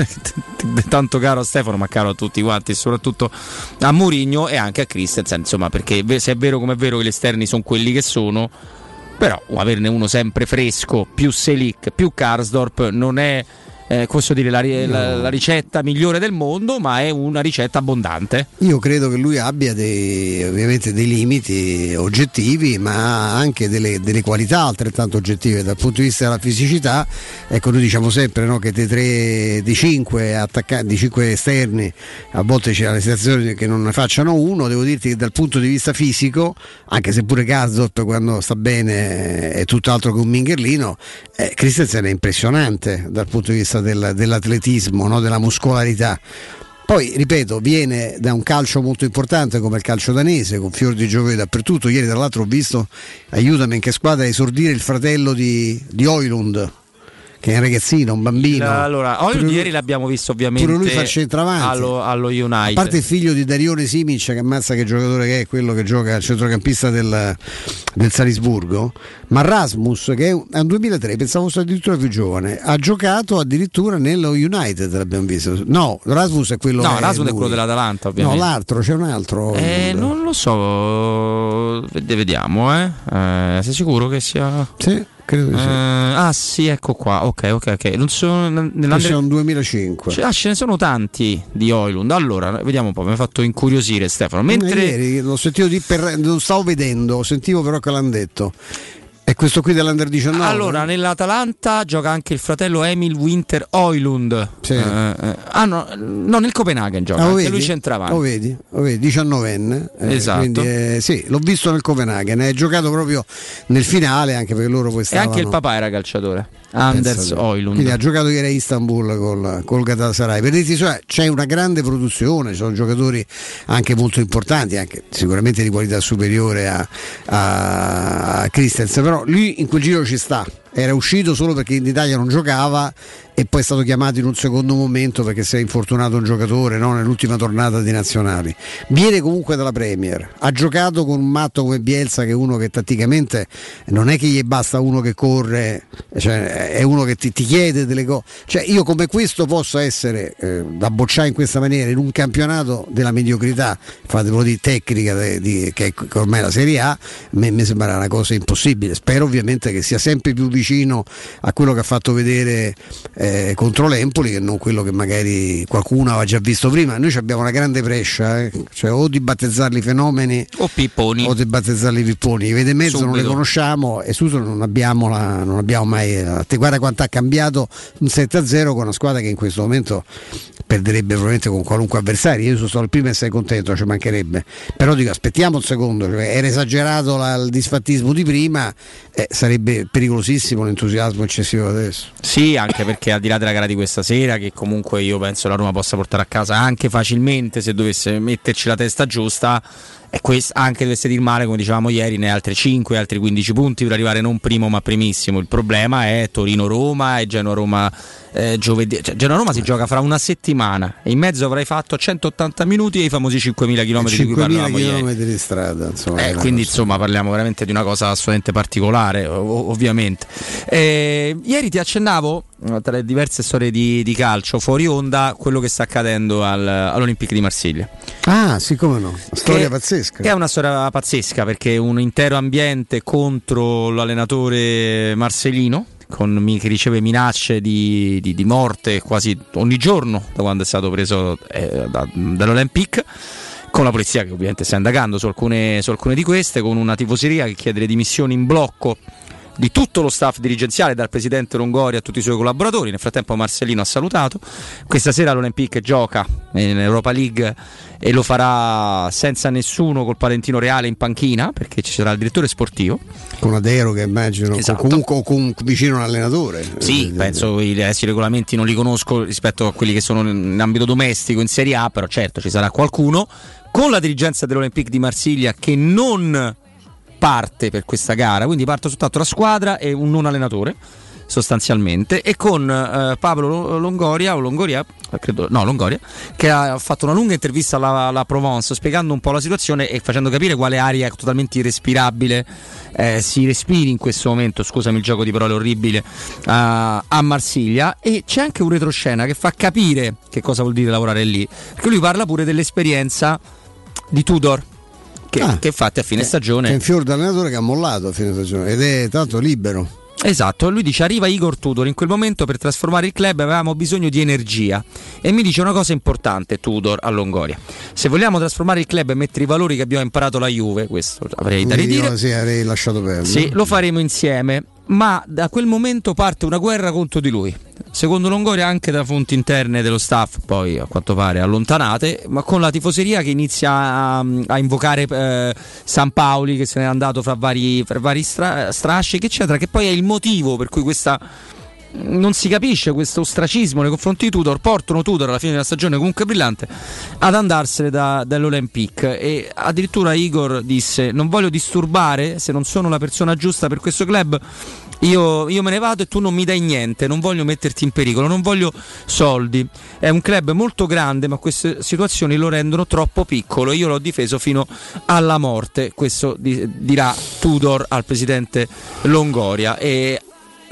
tanto caro a Stefano ma caro a tutti quanti, e soprattutto a Mourinho e anche a Christensen, insomma, perché se è vero come è vero che gli esterni sono quelli che sono, però averne uno sempre fresco, più Selic, più Karsdorp non è posso dire la ricetta migliore del mondo, ma è una ricetta abbondante. Io credo che lui abbia ovviamente dei limiti oggettivi, ma anche delle qualità altrettanto oggettive dal punto di vista della fisicità. Ecco, noi diciamo sempre, no, che di 5 esterni a volte c'è la sensazione che non ne facciano uno. Devo dirti che dal punto di vista fisico, anche se pure Karsdorp quando sta bene è tutt'altro che un mingherlino, Christensen è impressionante dal punto di vista dell'atletismo, no? Della muscolarità. Poi ripeto, viene da un calcio molto importante come il calcio danese, con fior di giocatori dappertutto. Ieri tra l'altro ho visto, aiutami, in che squadra, esordire il fratello di Højlund, che è un ragazzino, un bambino. Allora, Højlund ieri l'abbiamo visto ovviamente pure lui fa centravanti allo United. A parte il figlio di Darione Simic, che ammazza che giocatore che è, quello che gioca al centrocampista del Salisburgo, ma Rasmus, che è un 2003, pensavo fosse addirittura più giovane, ha giocato addirittura nello United, l'abbiamo visto. No, Rasmus è quello Rasmus è quello dell'Atalanta, ovviamente. No, l'altro, c'è un altro. Non lo so, vediamo, sei sicuro che sia? Sì. Credo di sì. Sì, ecco qua. Ok. Non sono sono 2005. Ce ne sono tanti di Højlund. Allora, vediamo un po'. Mi ha fatto incuriosire Stefano. Mentre ieri l'ho sentito non stavo vedendo, sentivo però che l'hanno detto. È questo qui dell'Under 19? Allora, nell'Atalanta gioca anche il fratello Emil Winter Højlund. Sì. No, nel Copenaghen gioca. Anche lui centravanti. Lo vedi, 19enne. Esatto. Quindi, sì, l'ho visto nel Copenaghen. È giocato proprio nel finale, anche perché loro poi stavano. E anche il papà era calciatore. Anders Højlund. Quindi ha giocato ieri a Istanbul col Galatasaray. Per dirti, cioè, c'è una grande produzione, ci sono giocatori anche molto importanti, anche sicuramente di qualità superiore a Christensen, però lui in quel giro ci sta. Era uscito solo perché in Italia non giocava e poi è stato chiamato in un secondo momento perché si è infortunato un giocatore, no? Nell'ultima tornata di nazionali. Viene comunque dalla Premier, ha giocato con un matto come Bielsa, che è uno che tatticamente non è che gli basta uno che corre, cioè è uno che ti chiede delle cose. Cioè io come questo posso essere da bocciare in questa maniera in un campionato della mediocrità, fatelo di tecnica che ormai è la Serie A, mi sembra una cosa impossibile. Spero ovviamente che sia sempre più vicino a quello che ha fatto vedere contro l'Empoli, che non quello che magari qualcuno aveva già visto prima. Noi abbiamo una grande prescia, cioè o di battezzarli fenomeni o pipponi, o di battezzarli pipponi. I vede mezzo non le conosciamo e subito non abbiamo mai. Te guarda quanto ha cambiato un 7-0 con una squadra che in questo momento perderebbe probabilmente con qualunque avversario. Io sono stato il primo a essere contento, ci mancherebbe, però dico aspettiamo un secondo, cioè, era esagerato il disfattismo di prima, sarebbe pericolosissimo l'entusiasmo eccessivo adesso. Sì, anche perché al di là della gara di questa sera, che comunque io penso la Roma possa portare a casa anche facilmente se dovesse metterci la testa giusta, e anche dovesse dir male, come dicevamo ieri, ne altri 5, altri 15 punti per arrivare non primo ma primissimo. Il problema è Torino-Roma e Genoa-Roma giovedì. Cioè, Genoa-Roma si gioca fra una settimana e in mezzo avrai fatto 180 minuti e i famosi 5.000 km di cui parlavamo ieri. Di strada, insomma, quindi insomma parliamo veramente di una cosa assolutamente particolare, ovviamente. Ieri ti accennavo, tra le diverse storie di calcio fuori onda, quello che sta accadendo all'Olympique di Marsiglia. Ah, sì, come no, storia pazzesca. Che è una storia pazzesca, perché un intero ambiente contro l'allenatore marselino, che riceve minacce di morte quasi ogni giorno da quando è stato preso dall'Olympique, con la polizia che ovviamente sta indagando su alcune di queste, con una tifoseria che chiede le dimissioni in blocco di tutto lo staff dirigenziale, dal presidente Longoria a tutti i suoi collaboratori. Nel frattempo Marcellino ha salutato. Questa sera l'Olympique gioca in Europa League e lo farà senza nessuno, col Palentino Reale in panchina, perché ci sarà il direttore sportivo con una deroga, immagino. Esatto. Comunque vicino a un allenatore. Sì, penso i regolamenti non li conosco rispetto a quelli che sono in ambito domestico in Serie A, però certo ci sarà qualcuno con la dirigenza dell'Olympique di Marsiglia che non parte per questa gara, quindi parte soltanto la squadra e un non allenatore sostanzialmente, e con Pablo Longoria che ha fatto una lunga intervista alla Provence spiegando un po' la situazione e facendo capire quale aria totalmente irrespirabile si respiri in questo momento, scusami il gioco di parole orribile, a Marsiglia. E c'è anche un retroscena che fa capire che cosa vuol dire lavorare lì, perché lui parla pure dell'esperienza di Tudor, che infatti a fine stagione è un fior d'allenatore che ha mollato a fine stagione ed è tanto libero. Esatto, lui dice: arriva Igor Tudor, in quel momento per trasformare il club avevamo bisogno di energia, e mi dice una cosa importante Tudor a Longoria: se vogliamo trasformare il club e mettere i valori che abbiamo imparato la Juve, questo avrei da ridire, sì, avrei lasciato perdere. Sì, lo faremo insieme, ma da quel momento parte una guerra contro di lui, secondo Longoria anche da fonti interne dello staff, poi a quanto pare allontanate, ma con la tifoseria che inizia a invocare San Paoli, che se n'è andato fra vari strascichi eccetera, che poi è il motivo per cui non si capisce questo ostracismo nei confronti di Tudor. Portano Tudor alla fine della stagione comunque brillante ad andarsene dall'Olympique, e addirittura Igor disse: non voglio disturbare, se non sono la persona giusta per questo club io me ne vado e tu non mi dai niente, non voglio metterti in pericolo, non voglio soldi, è un club molto grande ma queste situazioni lo rendono troppo piccolo, io l'ho difeso fino alla morte. Questo dirà Tudor al presidente Longoria. E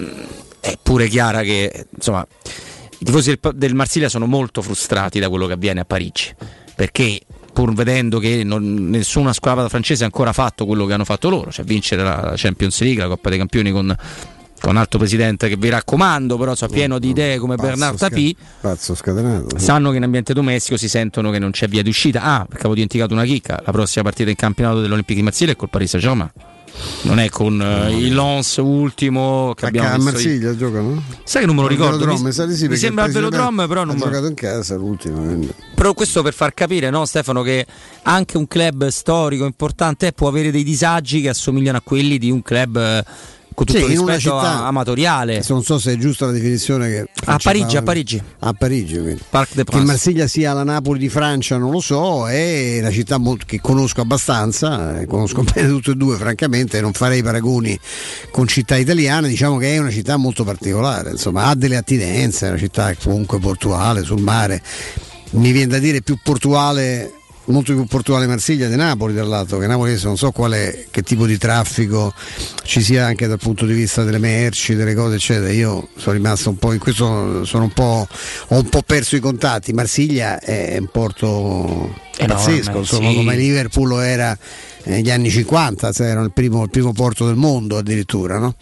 è pure chiara che insomma i tifosi del Marsiglia sono molto frustrati da quello che avviene a Parigi, perché pur vedendo che nessuna squadra francese ha ancora fatto quello che hanno fatto loro, cioè vincere la Champions League, la Coppa dei Campioni con alto presidente che vi raccomando, però pieno di idee come Bernard Tapie, pazzo scatenato, sanno che in ambiente domestico si sentono che non c'è via d'uscita. Perché avevo dimenticato una chicca: la prossima partita in campionato dell'Olympique di Marsiglia è col Paris Saint-Germain, non è con il Lens ultimo che abbiamo a Marsiglia giocano? Sai che non me lo ricordo, mi sembra il Velodrome, però non ha giocato in casa l'ultimo, quindi. Però questo per far capire, no, Stefano, che anche un club storico importante può avere dei disagi che assomigliano a quelli di un club con tutto il rispetto amatoriale. Non so se è giusta la definizione che a Parigi quindi. Parc des Princes. Che Marsiglia sia la Napoli di Francia non lo so, è una città che conosco abbastanza, conosco bene tutte e due francamente, non farei paragoni con città italiane, diciamo che è una città molto particolare, insomma ha delle attinenze, è una città comunque portuale, sul mare, mi viene da dire più portuale, molto più portuale Marsiglia di Napoli, tra l'altro, che Napoli non so che tipo di traffico ci sia anche dal punto di vista delle merci, delle cose eccetera. Io sono rimasto un po' in questo, ho un po' perso i contatti. Marsiglia è un porto pazzesco, insomma, come Liverpool lo era negli anni 50, cioè era il primo porto del mondo addirittura, no?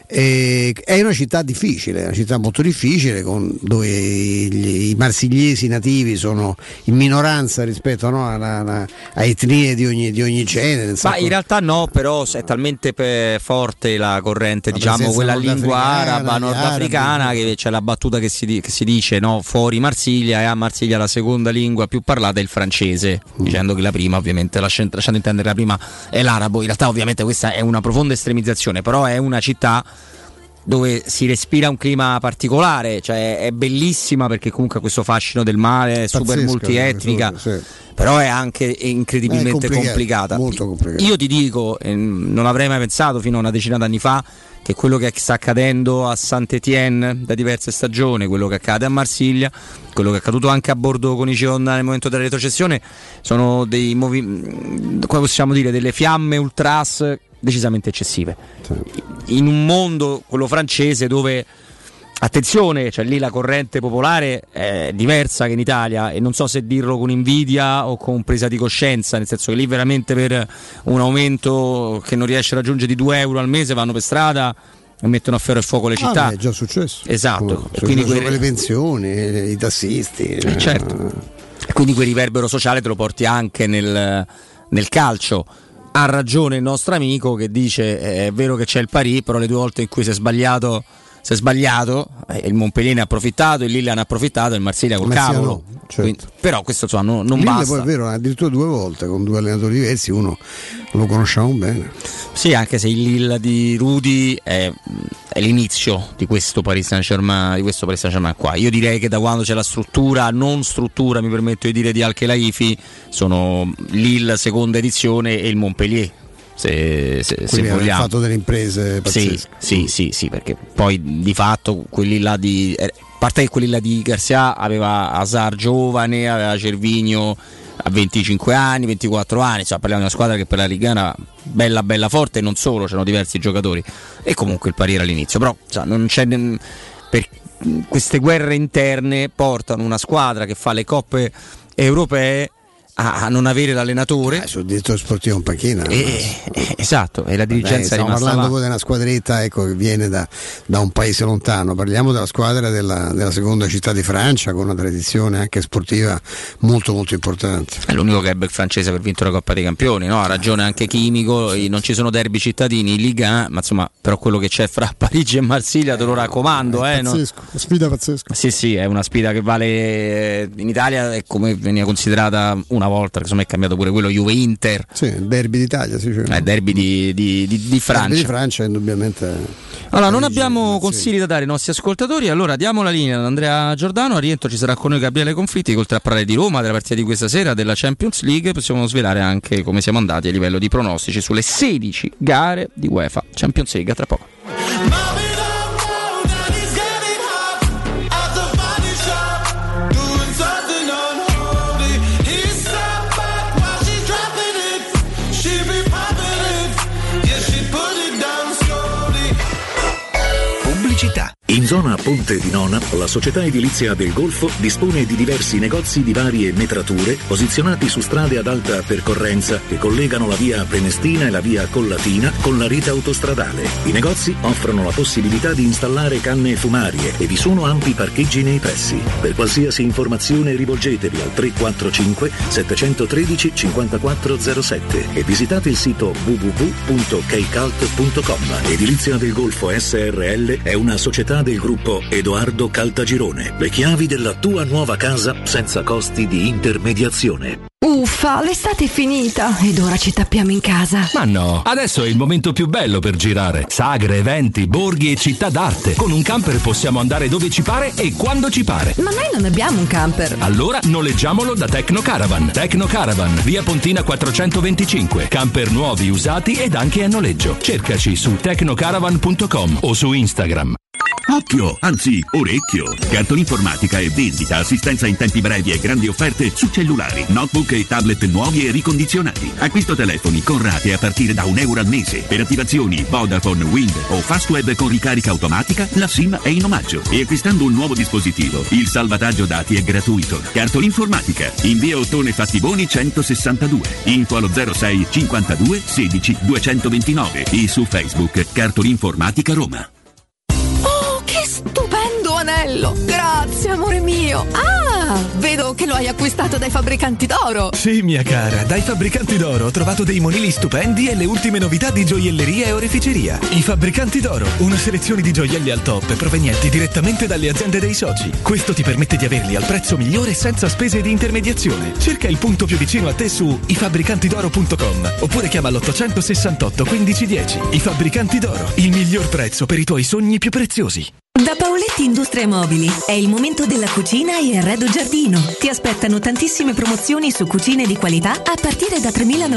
È una città difficile, una città molto difficile, dove i marsigliesi nativi sono in minoranza rispetto a etnie di ogni genere. Ma in realtà no, però è talmente forte la corrente, diciamo quella lingua araba nordafricana, che c'è la battuta che si dice, no, fuori Marsiglia, e a Marsiglia la seconda lingua più parlata è il francese, dicendo che la prima, ovviamente lasciando intendere che la prima è l'arabo. In realtà ovviamente questa è una profonda estremizzazione, però è una città dove si respira un clima particolare, cioè è bellissima perché comunque ha questo fascino del mare, è super multietnica, sì. Però è anche incredibilmente complicata. Molto complicata. Io ti dico, non avrei mai pensato fino a una decina d'anni fa che quello che sta accadendo a Saint-Étienne da diverse stagioni, quello che accade a Marsiglia, quello che è accaduto anche a Bordeaux con i Girondins nel momento della retrocessione, sono dei come possiamo dire, delle fiamme ultras decisamente eccessive, in un mondo, quello francese, dove attenzione, cioè lì la corrente popolare è diversa che in Italia, e non so se dirlo con invidia o con presa di coscienza, nel senso che lì veramente per un aumento che non riesce a raggiungere di 2 euro al mese vanno per strada e mettono a ferro e fuoco le città. È già successo. Esatto. E quindi le pensioni, i tassisti. Certo. E quindi quel riverbero sociale te lo porti anche nel calcio. Ha ragione il nostro amico che dice è vero che c'è il Paris, però le 2 volte in cui si è sbagliato, il Montpellier ne ha approfittato, il Lille ne ha approfittato, il Marsiglia col cavolo. No, certo. Quindi, però questo insomma non Lille basta. Poi è vero, addirittura 2 volte con 2 allenatori diversi, uno lo conosciamo bene. Sì, anche se il Lille di Rudy è l'inizio di questo Paris Saint-Germain, qua. Io direi che da quando c'è la struttura, mi permetto di dire, di Al-Khelaifi, sono Lille seconda edizione e il Montpellier. Se vogliamo, hanno fatto delle imprese pazzesche. Sì, perché poi di fatto quelli là a parte che quelli là di Garcia aveva Hazard giovane, aveva Cervinho a 25 anni, 24 anni, insomma parliamo di una squadra che per la Liga era bella forte, e non solo, c'erano diversi giocatori, e comunque il Paris era all'inizio, però non c'è per queste guerre interne portano una squadra che fa le coppe europee a non avere l'allenatore. Sul direttore sportivo un panchina. Esatto, e la dirigenza stiamo è rimasta parlando poi di una squadretta, ecco, che viene da un paese lontano. Parliamo della squadra della seconda città di Francia, con una tradizione anche sportiva molto molto importante. È l'unico club francese per vinto la Coppa dei Campioni, no? Ha ragione anche Chimico, non ci sono derby cittadini in Liga 1, ma insomma, però quello che c'è fra Parigi e Marsiglia te lo raccomando. Pazzesco, una sfida pazzesca. Sì, è una sfida che vale in Italia, è come veniva considerata una volta, che insomma è cambiato pure quello Juve-Inter. Sì, il derby d'Italia, sì, cioè. Derby di Francia. Derby di Francia indubbiamente. Allora, non abbiamo consigli da dare ai nostri ascoltatori, allora diamo la linea ad Andrea Giordano, a rientro ci sarà con noi Gabriele Conflitti, oltre a parlare di Roma, della partita di questa sera, della Champions League, possiamo svelare anche come siamo andati a livello di pronostici sulle 16 gare di UEFA Champions League. A tra poco. In zona Ponte di Nona, la società edilizia del Golfo dispone di diversi negozi di varie metrature posizionati su strade ad alta percorrenza che collegano la via Prenestina e la via Collatina con la rete autostradale. I negozi offrono la possibilità di installare canne fumarie e vi sono ampi parcheggi nei pressi. Per qualsiasi informazione rivolgetevi al 345 713 5407 e visitate il sito www.keicalt.com. Edilizia del Golfo SRL è una società del gruppo Edoardo Caltagirone. Le chiavi della tua nuova casa senza costi di intermediazione. Uffa, l'estate è finita ed ora ci tappiamo in casa. Ma no, adesso è il momento più bello per girare. Sagre, eventi, borghi e città d'arte. Con un camper possiamo andare dove ci pare e quando ci pare. Ma noi non abbiamo un camper. Allora noleggiamolo da Tecno Caravan. Tecno Caravan, via Pontina 425. Camper nuovi, usati ed anche a noleggio. Cercaci su tecnocaravan.com o su Instagram. Occhio, anzi orecchio. Cartolinformatica e vendita, assistenza in tempi brevi e grandi offerte su cellulari, notebook e tablet nuovi e ricondizionati. Acquisto telefoni con rate a partire da €1 al mese. Per attivazioni Vodafone, Wind o Fastweb con ricarica automatica, la SIM è in omaggio. E acquistando un nuovo dispositivo, il salvataggio dati è gratuito. Cartolinformatica, in via Ottone Fattiboni 162. Info allo 06 52 16 229 e su Facebook Cartolinformatica Roma. Stupendo anello! Grazie, amore mio! Ah, vedo che lo hai acquistato dai fabbricanti d'oro! Sì, mia cara, dai fabbricanti d'oro ho trovato dei monili stupendi e le ultime novità di gioielleria e oreficeria. I fabbricanti d'oro, una selezione di gioielli al top provenienti direttamente dalle aziende dei soci. Questo ti permette di averli al prezzo migliore senza spese di intermediazione. Cerca il punto più vicino a te su ifabbricantidoro.com oppure chiama l'868 1510. I fabbricanti d'oro, il miglior prezzo per i tuoi sogni più preziosi. Da Paoletti Industrie Mobili è il momento della cucina e arredo giardino. Ti aspettano tantissime promozioni su cucine di qualità a partire da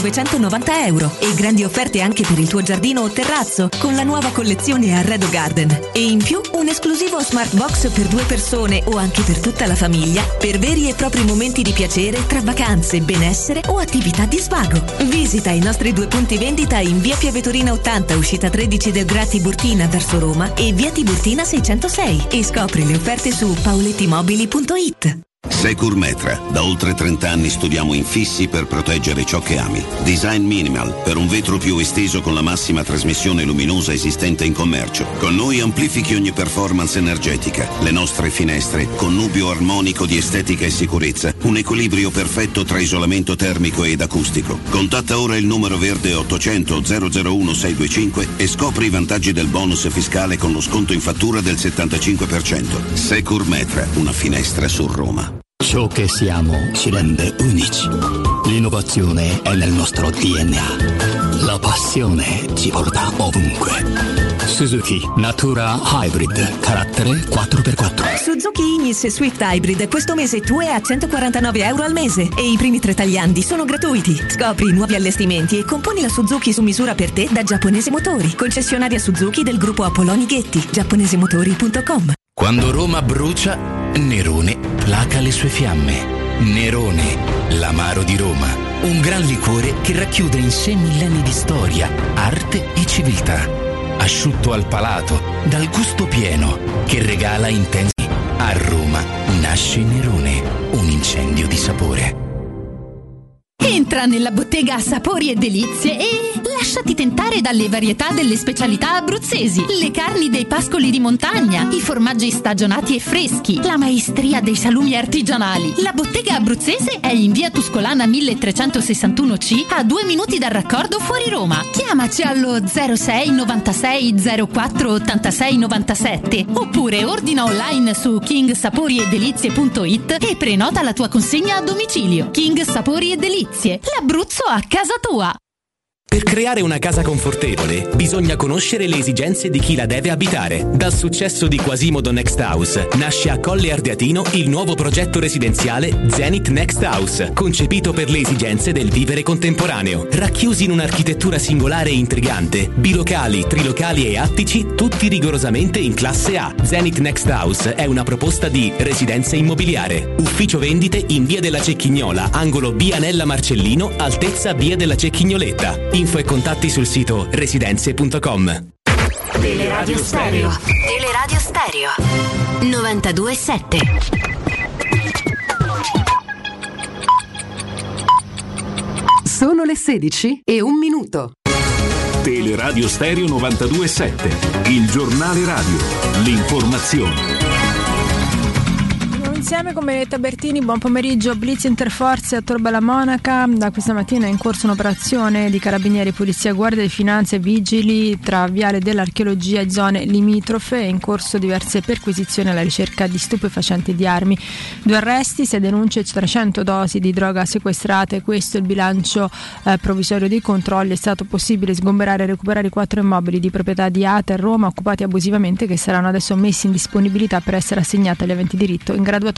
€3.990 e grandi offerte anche per il tuo giardino o terrazzo con la nuova collezione Arredo Garden. E in più un esclusivo smart box per 2 persone o anche per tutta la famiglia per veri e propri momenti di piacere tra vacanze, benessere o attività di svago. Visita i nostri 2 punti vendita in via Piavetorina 80, uscita 13 del Gra Tiburtina verso Roma e via Tiburtina 606 e scopri le offerte su paolettimobili.it. Securmetra. Da oltre 30 anni studiamo infissi per proteggere ciò che ami. Design minimal per un vetro più esteso con la massima trasmissione luminosa esistente in commercio. Con noi amplifichi ogni performance energetica. Le nostre finestre, connubio armonico di estetica e sicurezza. Un equilibrio perfetto tra isolamento termico ed acustico. Contatta ora il numero verde 800 001 625 e scopri i vantaggi del bonus fiscale con lo sconto in fattura del 75%. Securmetra, una finestra su Roma. Ciò che siamo ci rende unici. L'innovazione è nel nostro DNA. La passione ci porta ovunque. Suzuki Natura Hybrid, carattere 4x4. Suzuki Ignis e Swift Hybrid questo mese tu è a €149 al mese e i primi 3 tagliandi sono gratuiti. Scopri i nuovi allestimenti e componi la Suzuki su misura per te da Giapponese Motori, concessionaria Suzuki del gruppo Apolloni Ghetti, giapponesemotori.com. Quando Roma brucia, Nerone placa le sue fiamme. Nerone, l'amaro di Roma. Un gran liquore che racchiude in sé millenni di storia, arte e civiltà. Asciutto al palato, dal gusto pieno, che regala intensi. A Roma nasce Nerone, un incendio di sapore. Entra nella bottega Sapori e Delizie e lasciati tentare dalle varietà delle specialità abruzzesi, le carni dei pascoli di montagna, i formaggi stagionati e freschi, la maestria dei salumi artigianali. La bottega abruzzese è in via Tuscolana 1361C, a 2 minuti dal raccordo fuori Roma. Chiamaci allo 06 96 04 86 97 oppure ordina online su kingsaporiedelizie.it e prenota la tua consegna a domicilio. King Sapori e Delizie, l'Abruzzo a casa tua. Per creare una casa confortevole bisogna conoscere le esigenze di chi la deve abitare. Dal successo di Quasimodo Next House nasce a Colle Ardeatino il nuovo progetto residenziale Zenith Next House, concepito per le esigenze del vivere contemporaneo. Racchiusi in un'architettura singolare e intrigante, bilocali, trilocali e attici, tutti rigorosamente in classe A. Zenith Next House è una proposta di Residenza Immobiliare. Ufficio vendite in via della Cecchignola, angolo via Nella Marcellino, altezza via della Cecchignoletta. Info e contatti sul sito residenze.com. Teleradio Stereo. Teleradio Stereo 92.7. Sono le 16:01. Teleradio Stereo 92.7, il giornale radio, l'informazione. Insieme con Benedetta Bertini, buon pomeriggio. Blitz interforze a Tor Bella Monaca. Da questa mattina è in corso un'operazione di carabinieri, polizia, guardia di finanza e vigili tra Viale dell'Archeologia e zone limitrofe. È in corso diverse perquisizioni alla ricerca di stupefacenti e di armi. 2 arresti, 6 denunce e 300 dosi di droga sequestrate. Questo è il bilancio provvisorio dei controlli. È stato possibile sgomberare e recuperare 4 immobili di proprietà di ATA e Roma occupati abusivamente, che saranno adesso messi in disponibilità per essere assegnati agli aventi diritto in graduatoria.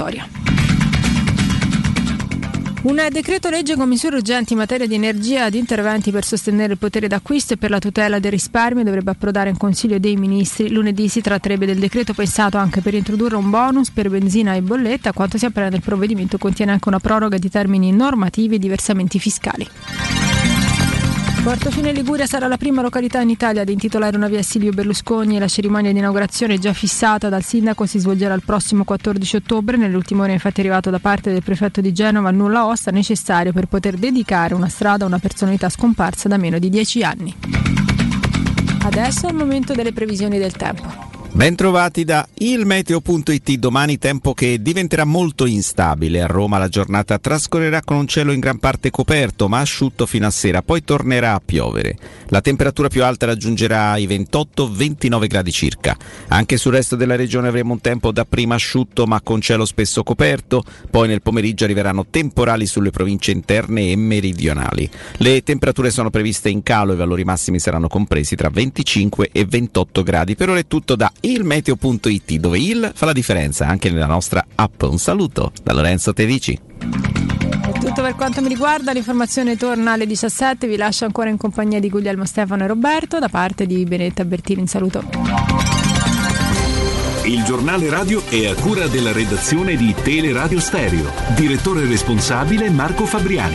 Un decreto legge con misure urgenti in materia di energia ed interventi per sostenere il potere d'acquisto e per la tutela del risparmio dovrebbe approdare in Consiglio dei Ministri. Lunedì si tratterebbe del decreto pensato anche per introdurre un bonus per benzina e bolletta. A quanto si apprende, il provvedimento contiene anche una proroga di termini normativi e di versamenti fiscali. Portofino Liguria sarà la prima località in Italia ad intitolare una via a Silvio Berlusconi e la cerimonia di inaugurazione già fissata dal sindaco si svolgerà il prossimo 14 ottobre. Nelle ultime ore infatti è arrivato da parte del prefetto di Genova il nulla osta necessario per poter dedicare una strada a una personalità scomparsa da meno di 10 anni. Adesso è il momento delle previsioni del tempo. Bentrovati da ilmeteo.it. Domani tempo che diventerà molto instabile. A Roma la giornata trascorrerà con un cielo in gran parte coperto ma asciutto fino a sera, poi tornerà a piovere. La temperatura più alta raggiungerà i 28-29 gradi circa. Anche sul resto della regione avremo un tempo dapprima asciutto ma con cielo spesso coperto, poi nel pomeriggio arriveranno temporali sulle province interne e meridionali. Le temperature sono previste in calo, i valori massimi saranno compresi tra 25 e 28 gradi. Per ora è tutto da ilmeteo.it, dove il fa la differenza anche nella nostra app. Un saluto da Lorenzo Tedici. È tutto per quanto mi riguarda, l'informazione torna alle 17, vi lascio ancora in compagnia di Guglielmo, Stefano e Roberto. Da parte di Benedetta Bertini, un saluto. Il giornale radio è a cura della redazione di Teleradio Stereo. Direttore responsabile Marco Fabriani.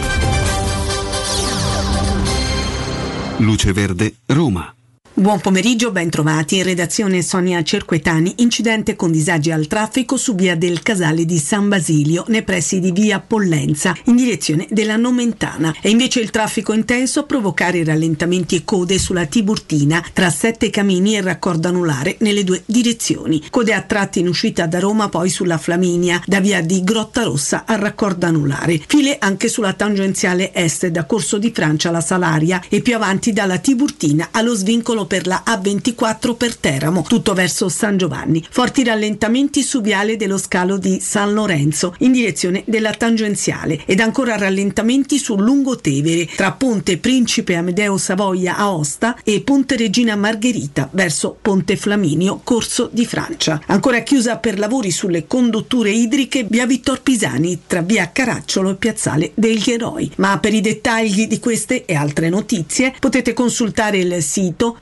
Luce Verde, Roma. Buon pomeriggio, ben trovati. In redazione Sonia Cerquetani. Incidente con disagi al traffico su via del Casale di San Basilio, nei pressi di via Pollenza, in direzione della Nomentana. È invece il traffico intenso a provocare rallentamenti e code sulla Tiburtina, tra Sette Camini e Raccordo Anulare, nelle 2 direzioni. Code a tratti in uscita da Roma, poi sulla Flaminia, da via di Grottarossa a Raccordo Anulare. File anche sulla tangenziale est, da Corso di Francia alla Salaria, e più avanti dalla Tiburtina allo svincolo per la A24 per Teramo, tutto verso San Giovanni. Forti rallentamenti su viale dello scalo di San Lorenzo in direzione della tangenziale, ed ancora rallentamenti su Lungotevere tra Ponte Principe Amedeo Savoia Aosta e Ponte Regina Margherita verso Ponte Flaminio Corso di Francia. Ancora chiusa per lavori sulle condutture idriche via Vittor Pisani tra via Caracciolo e piazzale degli Eroi. Ma per i dettagli di queste e altre notizie potete consultare il sito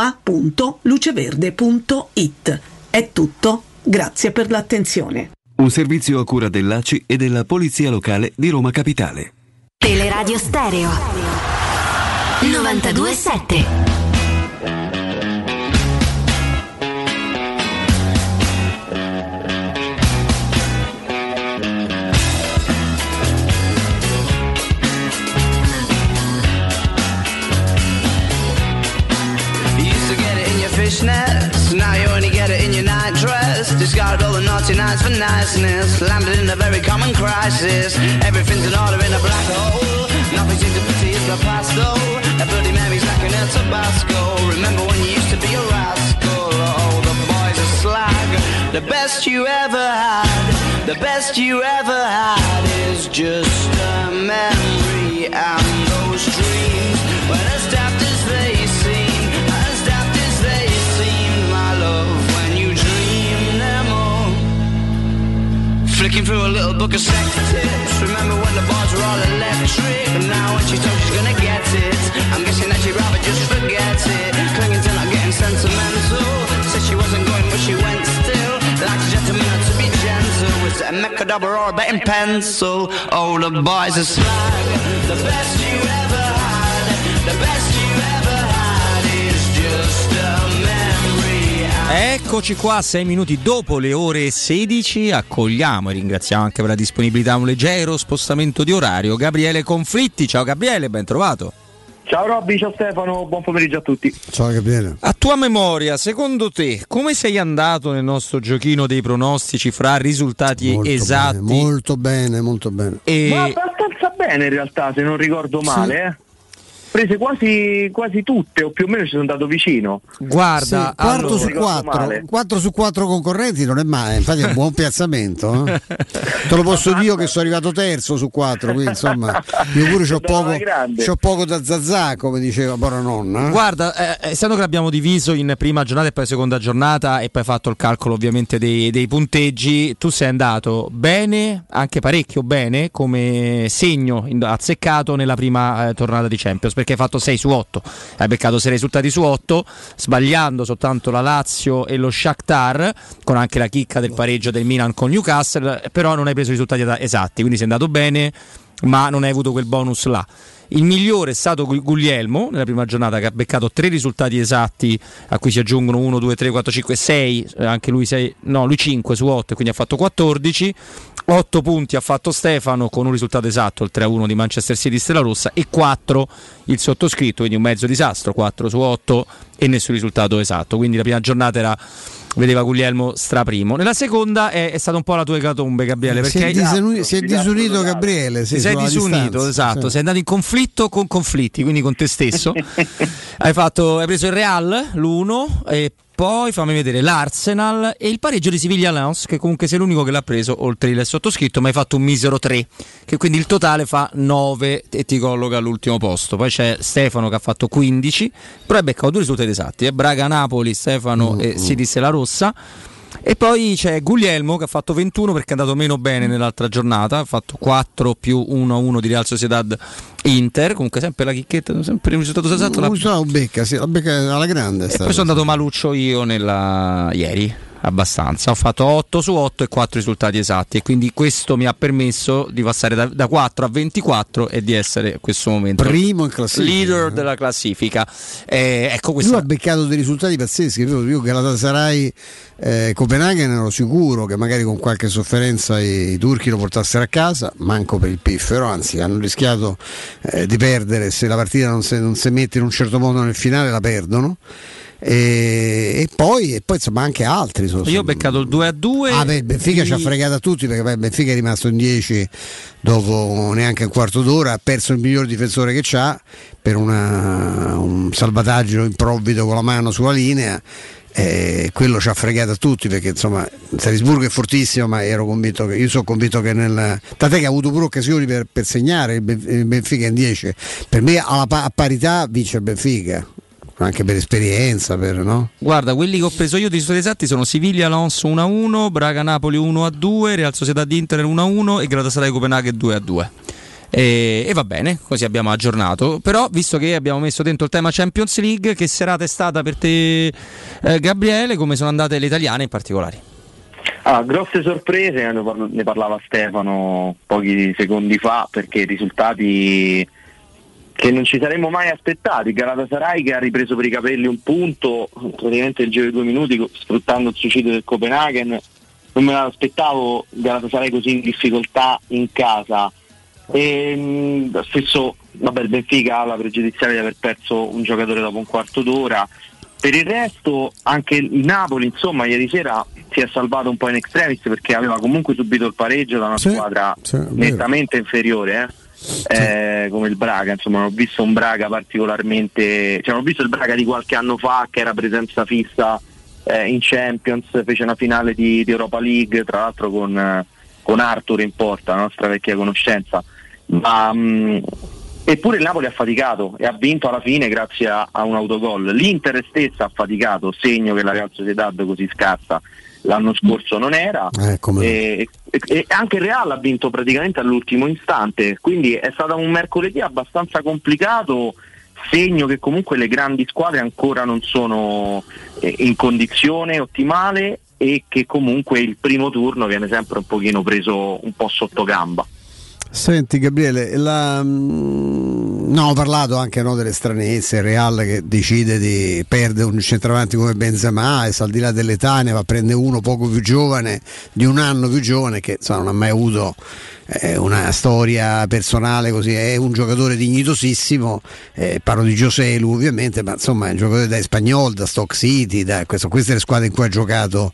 roma.luceverde.it. È tutto, grazie per l'attenzione. Un servizio a cura dell'ACI e della Polizia Locale di Roma Capitale. Teleradio Stereo 92.7. discarded all the naughty nights for niceness. Landed in a very common crisis. Everything's in order in a black hole. Nothing seems to pity is the past though. A Bloody Mary's like an El Tabasco. Remember when you used to be a rascal? Oh, the boys are slag. The best you ever had, the best you ever had is just a memory. And those dreams, when as daft as they seem, as daft as they seem, my love, when you dream them all. Flicking through a little book of sex tips. Remember when the bars were all electric? And now when she's told she's gonna get it, I'm guessing that she'd rather just forget it. Clinging to not getting sentimental. Said she wasn't going but she went still. Like a gentleman had to be gentle. Was it a Mechadobber or a betting pencil? Oh, the boys are slag. The best you ever had, the best you ever had is just a memory. Eccoci qua, 6 minuti dopo le ore 16. Accogliamo e ringraziamo anche per la disponibilità un leggero spostamento di orario Gabriele Conflitti. Ciao Gabriele, ben trovato. Ciao Robby, ciao Stefano, buon pomeriggio a tutti. Ciao Gabriele. A tua memoria, secondo te, come sei andato nel nostro giochino dei pronostici fra risultati molto esatti? Bene, molto bene, molto bene. Ma abbastanza bene in realtà, se non ricordo male, sì. Prese quasi tutte, o più o meno ci sono andato vicino. Guarda, sì, 4 su 4, 4 su 4 concorrenti non è male, infatti è un buon piazzamento. Te lo posso dire che sono arrivato terzo su 4, quindi insomma io pure c'ho poco da zazà, come diceva Bora Nonna. Guarda, essendo che l'abbiamo diviso in prima giornata e poi seconda giornata e poi fatto il calcolo ovviamente dei punteggi, tu sei andato bene, anche parecchio bene, come segno azzeccato nella prima tornata di Champions, perché hai fatto 6 su 8, hai beccato 6 risultati su 8, sbagliando soltanto la Lazio e lo Shakhtar, con anche la chicca del pareggio del Milan con Newcastle, però non hai preso risultati esatti, quindi sei andato bene ma non hai avuto quel bonus là. Il migliore è stato Guglielmo nella prima giornata, che ha beccato 3 risultati esatti, a cui si aggiungono 1, 2, 3, 4, 5, 6, anche lui 6, no, lui 5 su 8, quindi ha fatto 14. 8 punti ha fatto Stefano con un risultato esatto, il 3-1 di Manchester City Stella Rossa, e 4 il sottoscritto, quindi un mezzo disastro, 4 su 8 e nessun risultato esatto. Quindi la prima giornata vedeva Guglielmo straprimo. Nella seconda è stata un po' la tua ecatombe, Gabriele, perché si è disunito Gabriele, sei disunito, esatto, sì. Sei andato in conflitto con conflitti, quindi con te stesso. hai preso il Real l'1 e poi fammi vedere l'Arsenal e il pareggio di Siviglia-Lens, che comunque sei l'unico che l'ha preso oltre il sottoscritto, ma hai fatto un misero 3, che quindi il totale fa 9 e ti colloca all'ultimo posto. Poi c'è Stefano che ha fatto 15, però hai beccato 2 risultati esatti, Braga-Napoli, Stefano e City Stella Rossa. E poi c'è Guglielmo che ha fatto 21 perché è andato meno bene nell'altra giornata, ha fatto 4 più 1-1 di Real Sociedad Inter, comunque sempre la chicchetta, sempre un risultato esatto. La becca alla grande. E poi sono andato maluccio io ieri, abbastanza, ho fatto 8 su 8 e 4 risultati esatti, e quindi questo mi ha permesso di passare da 4 a 24 e di essere in questo momento primo in classifica, leader della classifica. Ecco, questo lui ha beccato dei risultati pazzeschi. Io Galatasaray Copenaghen ero sicuro che magari con qualche sofferenza i turchi lo portassero a casa, manco per il piffero, anzi hanno rischiato di perdere. Se la partita non si mette in un certo modo nel finale la perdono. E poi insomma anche altri io ho beccato il 2-2. Benfica ci ha fregato a tutti, perché Benfica è rimasto in 10 dopo neanche un quarto d'ora, ha perso il miglior difensore che c'ha per un salvataggio improvvido con la mano sulla linea. Quello ci ha fregato a tutti, perché insomma Salisburgo è fortissimo, ma io sono convinto che tant'è che ha avuto pure occasioni per segnare il Benfica in 10. Per me a parità vince il Benfica, anche per esperienza, no? Guarda, quelli che ho preso io di risultati esatti sono Siviglia-Lens 1-1, Braga-Napoli 1-2, Real Sociedad Inter 1-1 e Galatasaray Copenaghen 2-2. E va bene, così abbiamo aggiornato. Però visto che abbiamo messo dentro il tema Champions League, che serata è stata per te, Gabriele? Come sono andate le italiane in particolare? Grosse sorprese, ne parlava Stefano pochi secondi fa, perché risultati che non ci saremmo mai aspettati. Galatasaray che ha ripreso per i capelli un punto praticamente nel giro di 2 minuti, sfruttando il suicidio del Copenaghen. Non me l'aspettavo Galatasaray così in difficoltà in casa. E stesso il Benfica ha la pregiudiziale di aver perso un giocatore dopo un quarto d'ora. Per il resto anche il Napoli, insomma, ieri sera si è salvato un po' in extremis perché aveva comunque subito il pareggio da una squadra nettamente inferiore, come il Braga. Insomma, non ho visto un Braga particolarmente, cioè non ho visto il Braga di qualche anno fa che era presenza fissa in Champions, fece una finale di Europa League, tra l'altro con Arthur in porta, la nostra vecchia conoscenza, ma eppure il Napoli ha faticato e ha vinto alla fine grazie a un autogol. L'Inter stessa ha faticato, segno che la Real Sociedad così scarsa l'anno scorso non era, e anche il Real ha vinto praticamente all'ultimo istante, quindi è stato un mercoledì abbastanza complicato, segno che comunque le grandi squadre ancora non sono in condizione ottimale e che comunque il primo turno viene sempre un pochino preso un po' sotto gamba. Senti Gabriele, ho parlato anche delle stranezze, il Real che decide di perdere un centravanti come Benzema e al di là dell'età ne va a prendere uno poco più giovane, di un anno più giovane, che non ha mai avuto una storia personale così, è un giocatore dignitosissimo, parlo di Joselu ovviamente, ma insomma è un giocatore da Espanyol, da Stoke City, queste le squadre in cui ha giocato.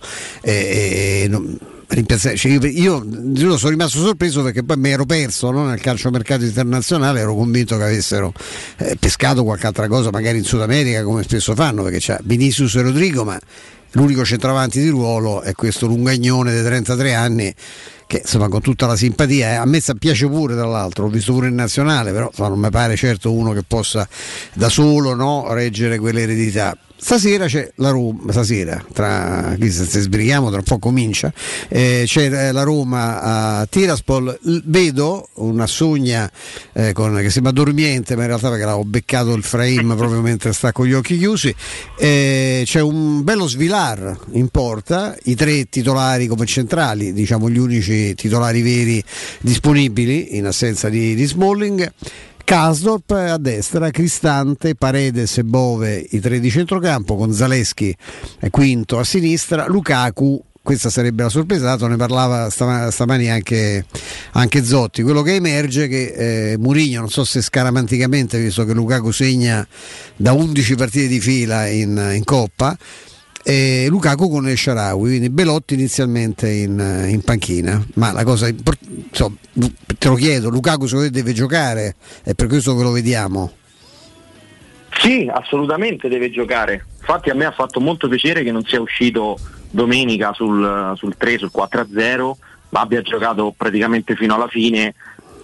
Io sono rimasto sorpreso perché poi mi ero perso nel calciomercato internazionale, ero convinto che avessero pescato qualche altra cosa magari in Sud America come spesso fanno, perché c'è Vinicius e Rodrigo, ma l'unico centravanti di ruolo è questo lungagnone dei 33 anni che insomma con tutta la simpatia, a me piace pure, tra l'altro l'ho visto pure in nazionale, però non mi pare certo uno che possa da solo reggere quell'eredità. Stasera c'è la Roma, se sbrighiamo tra un po' comincia, c'è la Roma a Tiraspol, vedo una sogna che sembra dormiente, ma in realtà perché l'avevo beccato il frame proprio mentre sta con gli occhi chiusi, c'è un bello Svilar in porta, i tre titolari come centrali, diciamo gli unici titolari veri disponibili in assenza di Smalling, Karsdorp a destra, Cristante, Paredes e Bove i tre di centrocampo, con Zaleschi quinto a sinistra, Lukaku, questa sarebbe la sorpresa, dato ne parlava stamani anche Zotti. Quello che emerge è che Mourinho, non so se scaramanticamente, visto che Lukaku segna da 11 partite di fila in Coppa, Lukaku con El Shaarawy, quindi Belotti inizialmente in panchina, ma la cosa te lo chiedo, Lukaku secondo te deve giocare? È per questo che lo vediamo? Sì, assolutamente deve giocare, infatti a me ha fatto molto piacere che non sia uscito domenica sul 3, sul 4-0, ma abbia giocato praticamente fino alla fine,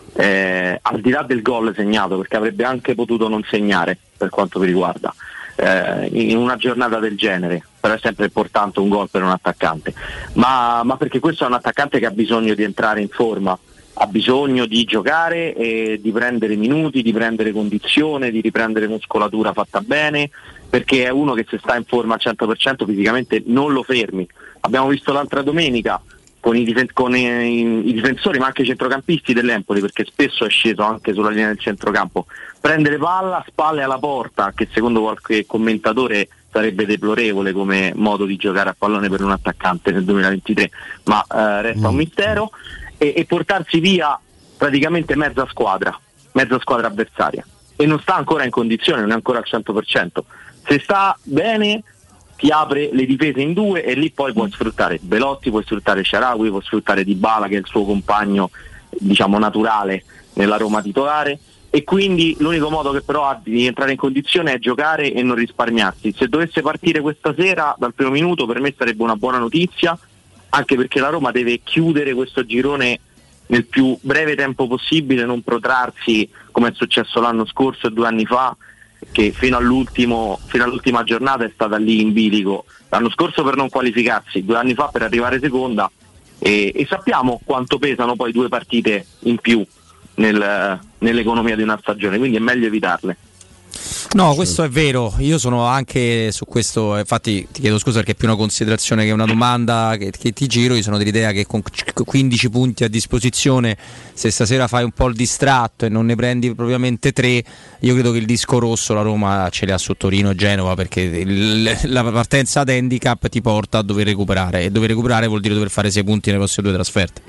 al di là del gol segnato, perché avrebbe anche potuto non segnare per quanto mi riguarda, in una giornata del genere, però è sempre importante un gol per un attaccante, ma perché questo è un attaccante che ha bisogno di entrare in forma, ha bisogno di giocare e di prendere minuti, di prendere condizione, di riprendere muscolatura fatta bene, perché è uno che se sta in forma al 100% fisicamente non lo fermi. Abbiamo visto l'altra domenica con i difensori ma anche i centrocampisti dell'Empoli, perché spesso è sceso anche sulla linea del centrocampo, prendere palla, spalle alla porta, che secondo qualche commentatore sarebbe deplorevole come modo di giocare a pallone per un attaccante nel 2023, ma resta un mistero, e portarsi via praticamente mezza squadra avversaria, e non sta ancora in condizione, non è ancora al 100%. Se sta bene ti apre le difese in due e lì poi puoi sfruttare Belotti, puoi sfruttare Shaarawy, puoi sfruttare Dybala, che è il suo compagno diciamo naturale nella Roma titolare, e quindi l'unico modo che però ha di entrare in condizione è giocare e non risparmiarsi. Se dovesse partire questa sera dal primo minuto, per me sarebbe una buona notizia, anche perché la Roma deve chiudere questo girone nel più breve tempo possibile, non protrarsi come è successo l'anno scorso e 2 anni fa, che fino all'ultima giornata è stata lì in bilico, l'anno scorso per non qualificarsi, 2 anni fa per arrivare seconda, e sappiamo quanto pesano poi 2 partite in più nell'economia di una stagione, quindi è meglio evitarle. No, questo è vero, io sono anche su questo, infatti ti chiedo scusa perché è più una considerazione che una domanda che ti giro. Io sono dell'idea che con 15 punti a disposizione, se stasera fai un po' il distratto e non ne prendi propriamente 3, io credo che il disco rosso la Roma ce l'ha su Torino e Genova, perché la partenza ad handicap ti porta a dover recuperare, e dover recuperare vuol dire dover fare 6 punti nelle prossime 2 trasferte.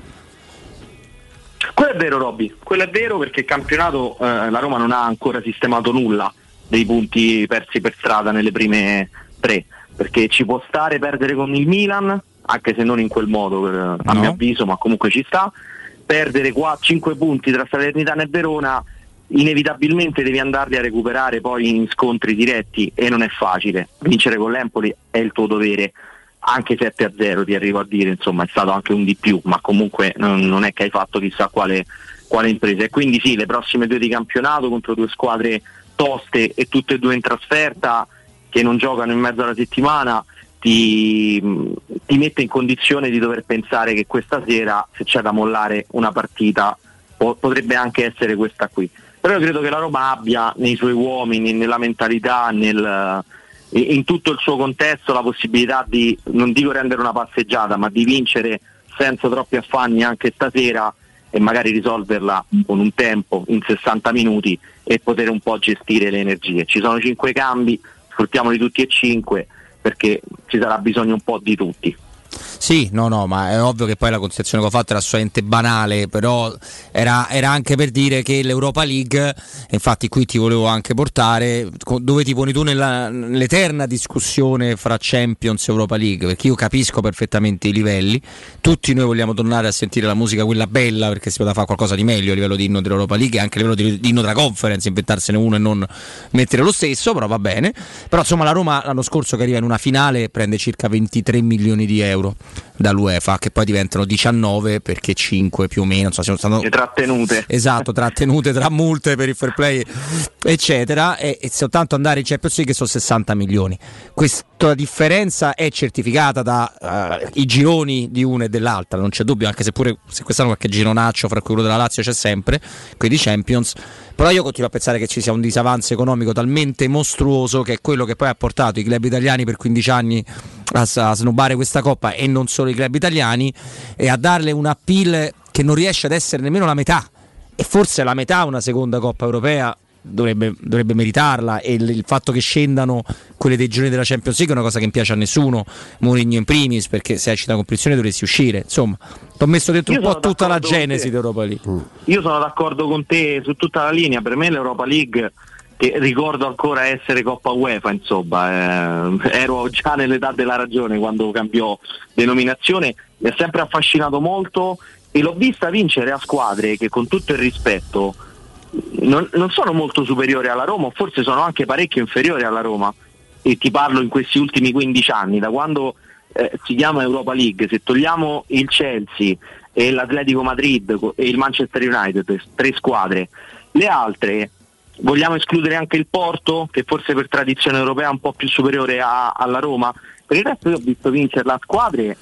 Quello è vero, Robby, quello è vero, perché il campionato la Roma non ha ancora sistemato nulla dei punti persi per strada nelle prime 3, perché ci può stare perdere con il Milan, anche se non in quel modo a mio avviso, ma comunque ci sta. Perdere 5 punti tra Salernitana e Verona, inevitabilmente devi andarli a recuperare poi in scontri diretti e non è facile. Vincere con l'Empoli è il tuo dovere, anche 7-0 ti arrivo a dire, insomma è stato anche un di più, ma comunque non è che hai fatto chissà quale impresa. E quindi sì, le prossime 2 di campionato contro 2 squadre toste e tutte e 2 in trasferta, che non giocano in mezzo alla settimana, ti mette in condizione di dover pensare che questa sera, se c'è da mollare una partita, potrebbe anche essere questa qui. Però io credo che la Roma abbia nei suoi uomini, nella mentalità, in tutto il suo contesto, la possibilità di, non dico rendere una passeggiata, ma di vincere senza troppi affanni anche stasera e magari risolverla con un tempo in 60 minuti e poter un po' gestire le energie. Ci sono 5 cambi, sfruttiamoli tutti e 5, perché ci sarà bisogno un po' di tutti. Sì, no, ma è ovvio che poi la considerazione che ho fatto era assolutamente banale, però era anche per dire che l'Europa League, infatti qui ti volevo anche portare, dove ti poni tu nell'eterna discussione fra Champions e Europa League, perché io capisco perfettamente i livelli, tutti noi vogliamo tornare a sentire la musica quella bella, perché si poteva fare qualcosa di meglio a livello di inno dell'Europa League e anche a livello di inno della Conference, inventarsene uno e non mettere lo stesso, però va bene. Però insomma la Roma l'anno scorso che arriva in una finale prende circa 23 milioni di euro dall'UEFA, che poi diventano 19 perché 5 più o meno, sono trattenute. Esatto, trattenute tra multe per il fair play eccetera, e soltanto andare in Champions League sono 60 milioni. Questa differenza è certificata da i gironi di una e dell'altra, non c'è dubbio, anche se quest'anno qualche gironaccio fra quello della Lazio c'è sempre, quelli di Champions. Però io continuo a pensare che ci sia un disavanzo economico talmente mostruoso, che è quello che poi ha portato i club italiani per 15 anni a snobbare questa coppa, e non solo i club italiani, e a darle un appeal che non riesce ad essere nemmeno la metà, e forse la metà una seconda Coppa Europea dovrebbe meritarla, e il fatto che scendano quelle dei gironi della Champions League è una cosa che non piace a nessuno, Mourinho in primis, perché se esci da competizione dovresti uscire. Insomma, ti ho messo dentro un po' tutta la genesi d'Europa League. Io sono d'accordo con te su tutta la linea. Per me l'Europa League, che ricordo ancora essere Coppa UEFA, insomma, ero già nell'età della ragione quando cambiò denominazione, mi ha sempre affascinato molto e l'ho vista vincere a squadre che, con tutto il rispetto, non sono molto superiori alla Roma, o forse sono anche parecchio inferiori alla Roma, e ti parlo in questi ultimi 15 anni, da quando si chiama Europa League. Se togliamo il Chelsea e l'Atletico Madrid e il Manchester United, 3 squadre, le altre, vogliamo escludere anche il Porto, che forse per tradizione europea è un po' più superiore alla Roma. Per il resto io ho visto vincere la squadre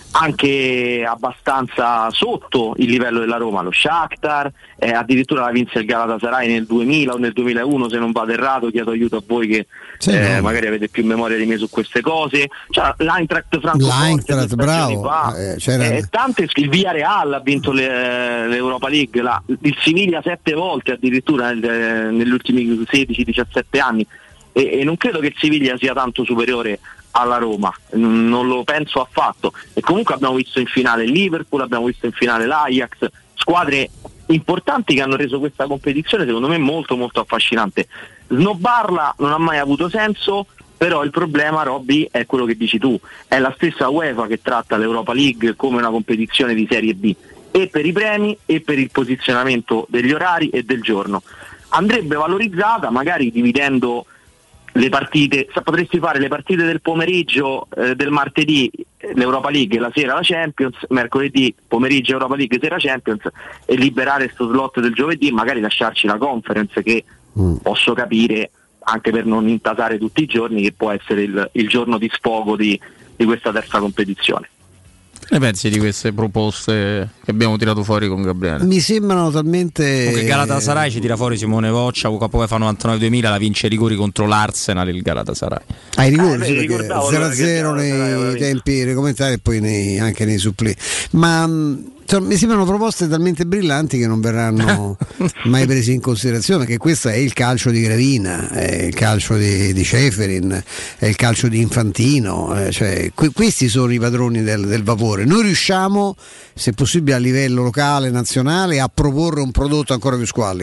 anche abbastanza sotto il livello della Roma, lo Shakhtar, addirittura la vinse il Galatasaray nel 2000 o nel 2001 se non vado errato, chiedo aiuto a voi che magari avete più memoria di me su queste cose. Cioè, l'Eintracht Francoforte, bravo, tante, il Villarreal ha vinto l'Europa League, il Siviglia 7 volte addirittura negli ultimi 16-17 anni, e non credo che il Siviglia sia tanto superiore alla Roma, non lo penso affatto. E comunque abbiamo visto in finale il Liverpool, abbiamo visto in finale l'Ajax, squadre importanti che hanno reso questa competizione secondo me molto molto affascinante. Snobbarla non ha mai avuto senso, però il problema, Robby, è quello che dici tu, è la stessa UEFA che tratta l'Europa League come una competizione di Serie B, e per i premi e per il posizionamento degli orari e del giorno. Andrebbe valorizzata magari dividendo le partite, potresti fare le partite del pomeriggio del martedì l'Europa League, la sera la Champions, mercoledì pomeriggio Europa League, sera Champions, e liberare sto slot del giovedì, magari lasciarci la Conference, che posso capire, anche per non intasare tutti i giorni, che può essere il giorno di sfogo di questa terza competizione. Che pensi di queste proposte che abbiamo tirato fuori con Gabriele? Mi sembrano talmente... Comunque Galatasaray ci tira fuori Simone Voccia, Coppa UEFA 99-2000, la vince ai rigori contro l'Arsenal il Galatasaray. Ai rigori, sì, perché 0-0 nei tempi regolamentari e poi anche nei supplì. Ma mi sembrano proposte talmente brillanti che non verranno mai prese in considerazione, che questo è il calcio di Gravina, è il calcio di Ceferin, è il calcio di Infantino, cioè, questi sono i padroni del vapore. Noi riusciamo, se possibile a livello locale, nazionale, a proporre un prodotto ancora più squallido.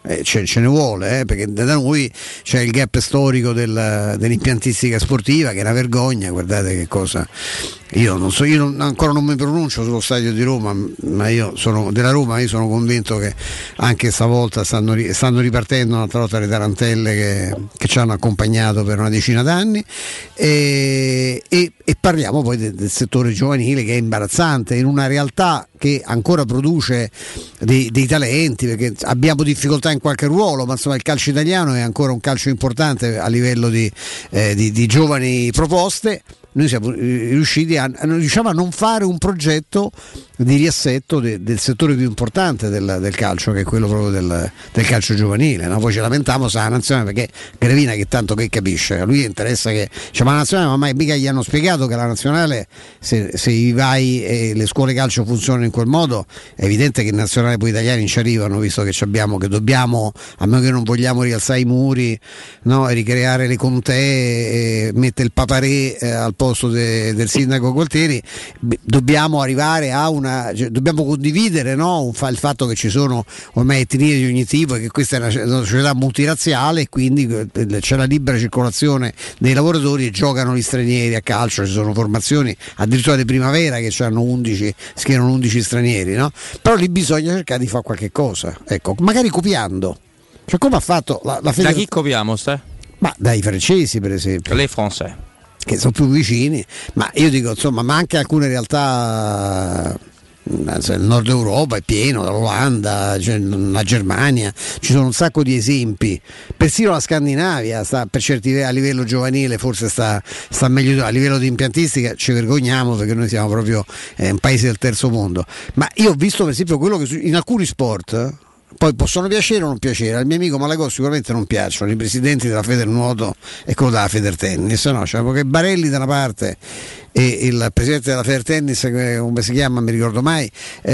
ce ne vuole, perché da noi c'è il gap storico dell'impiantistica sportiva che è una vergogna. Guardate che cosa, io ancora non mi pronuncio sullo stadio di Roma, ma io sono della Roma, io sono convinto che anche stavolta stanno ripartendo un'altra volta le tarantelle che ci hanno accompagnato per una decina d'anni, e parliamo poi del settore giovanile, che è imbarazzante in una realtà che ancora produce dei talenti, perché abbiamo difficoltà in qualche ruolo, ma insomma il calcio italiano è ancora un calcio importante a livello di giovani proposte. Noi siamo riusciti riusciamo a non fare un progetto di riassetto del settore più importante del calcio, che è quello proprio del calcio giovanile, no? Poi ci lamentiamo la nazionale, perché Gravina che tanto che capisce, a lui interessa che ma la nazionale, ma mai mica gli hanno spiegato che la nazionale, se vai e le scuole calcio funzionano in quel modo, è evidente che in nazionale poi gli italiani ci arrivano, visto che dobbiamo, a meno che non vogliamo rialzare i muri, no? E ricreare le contee, mettere il paparè al posto del sindaco Gualtieri, dobbiamo arrivare a dobbiamo condividere, no? Il fatto che ci sono ormai etnie di ogni tipo e che questa è una società multirazziale, e quindi c'è la libera circolazione dei lavoratori e giocano gli stranieri a calcio. Ci sono formazioni addirittura di primavera che hanno 11 stranieri, no? Però lì bisogna cercare di fare qualche cosa, ecco, magari copiando, cioè come ha fatto la federazione. Da chi copiamo, Ma dai francesi, per esempio, les français, che sono più vicini, ma io dico, insomma, ma anche alcune realtà, il nord Europa è pieno, l'Olanda, cioè la Germania, ci sono un sacco di esempi, persino la Scandinavia sta, per certi a livello giovanile forse sta meglio, a livello di impiantistica ci vergogniamo perché noi siamo proprio un paese del terzo mondo. Ma io ho visto per esempio quello che in alcuni sport, poi possono piacere o non piacere, al mio amico Malagò sicuramente non piacciono i presidenti della Federnuoto e quello della Federtennis, no? Cioè, perché Barelli da una parte e il presidente della Federtennis, come si chiama, non mi ricordo mai,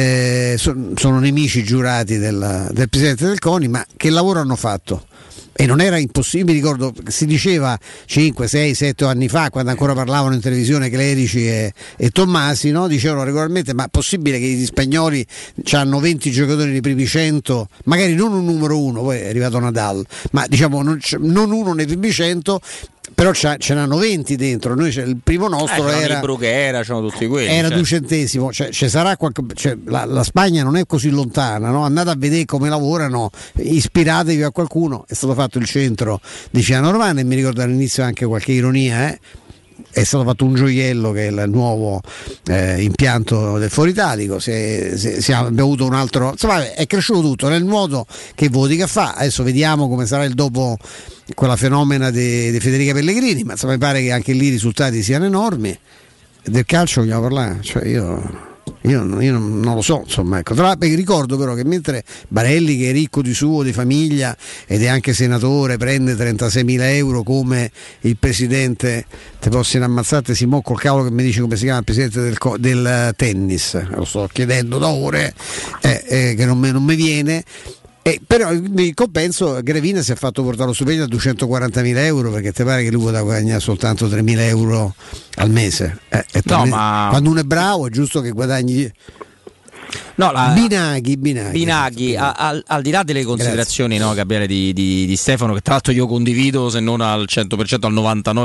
sono nemici giurati del presidente del CONI, ma che lavoro hanno fatto? E non era impossibile, mi ricordo, si diceva 5, 6, 7 anni fa, quando ancora parlavano in televisione Clerici e Tommasi, no? Dicevano regolarmente: ma è possibile che gli spagnoli hanno 20 giocatori nei primi 100, magari non un numero uno, poi è arrivato Nadal, ma diciamo non uno nei primi 100, però ce n'hanno 20 dentro. Noi il primo nostro era Brughera, c'erano tutti quelli, era 200esimo, cioè ci sarà la Spagna non è così lontana, no? Andate a vedere come lavorano, ispiratevi a qualcuno. È stato fatto il centro di Ciano Romano e mi ricordo all'inizio anche qualche ironia, è stato fatto un gioiello che è il nuovo impianto del Foro Italico, abbiamo avuto un altro, insomma è cresciuto tutto nel nuoto. Che voti che fa, adesso vediamo come sarà il dopo quella fenomena di Federica Pellegrini, ma insomma mi pare che anche lì i risultati siano enormi. Del calcio vogliamo parlare, cioè io non lo so, insomma, ecco. Ricordo però che mentre Barelli, che è ricco di suo, di famiglia ed è anche senatore, prende 36.000 euro come il presidente, te possono ammazzare Simò col cavolo che mi dice come si chiama il presidente del tennis, lo sto chiedendo da ore, che non mi viene. Però in compenso Gravina si è fatto portare lo stipendio a 240.000 euro, perché ti pare che lui poteva guadagnare soltanto 3.000 euro al mese? Ma quando uno è bravo è giusto che guadagni. No, Binaghi al di là delle considerazioni, no, Gabriele, di Stefano, che tra l'altro io condivido, se non al 100%, al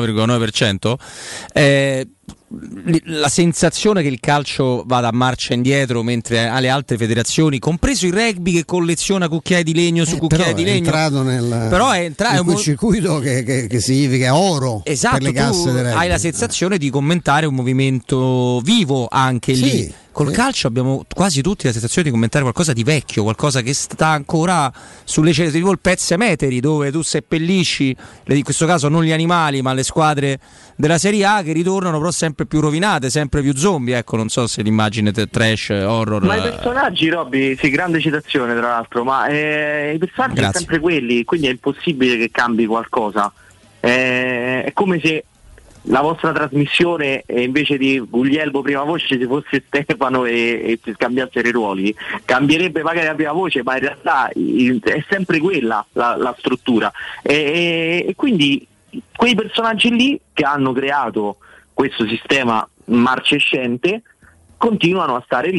99,9%, la sensazione che il calcio vada a marcia indietro, mentre alle altre federazioni, compreso il rugby che colleziona cucchiai di legno su cucchiai di legno, però è entrato in quel circuito che significa oro, esatto, per le casse del rugby. Hai la sensazione di commentare un movimento vivo anche lì. Col calcio abbiamo quasi tutti la sensazione di commentare qualcosa di vecchio, qualcosa che sta ancora sulle celle, tipo il pezze meteri, dove tu seppellisci, in questo caso non gli animali ma le squadre della Serie A, che ritornano però sempre più rovinate, sempre più zombie. Ecco, non so se l'immagine trash, horror. Ma i personaggi, Robby, sì, grande citazione tra l'altro, ma i personaggi sono sempre quelli, quindi è impossibile che cambi qualcosa. È come se la vostra trasmissione, invece di Guglielmo prima voce ci fosse Stefano e si scambiassero i ruoli, cambierebbe magari la prima voce, ma in realtà è sempre quella la struttura, e quindi quei personaggi lì che hanno creato questo sistema marcescente continuano a stare lì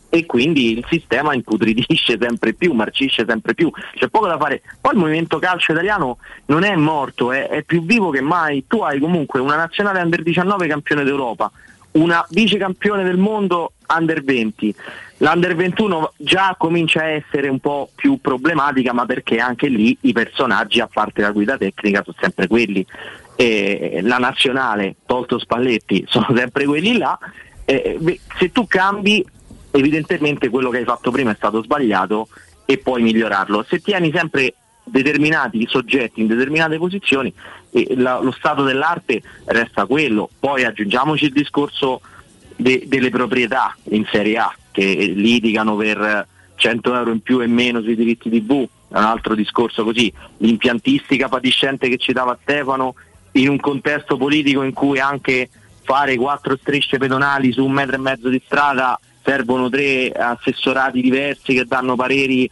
e quindi il sistema imputridisce sempre più, marcisce sempre più, c'è poco da fare. Poi il movimento calcio italiano non è morto, è più vivo che mai. Tu hai comunque una nazionale under 19 campione d'Europa, una vice campione del mondo under 20, l'under 21 già comincia a essere un po' più problematica, ma perché anche lì i personaggi, a parte la guida tecnica, sono sempre quelli, e la nazionale, tolto Spalletti, sono sempre quelli là. Se tu cambi, evidentemente quello che hai fatto prima è stato sbagliato e puoi migliorarlo. Se tieni sempre determinati soggetti in determinate posizioni, lo stato dell'arte resta quello. Poi aggiungiamoci il discorso delle proprietà in Serie A che litigano per 100 euro in più e meno sui diritti TV, è un altro discorso così. L'impiantistica fatiscente che citava Stefano, in un contesto politico in cui anche fare 4 strisce pedonali su 1,5 metri di strada servono 3 assessorati diversi che danno pareri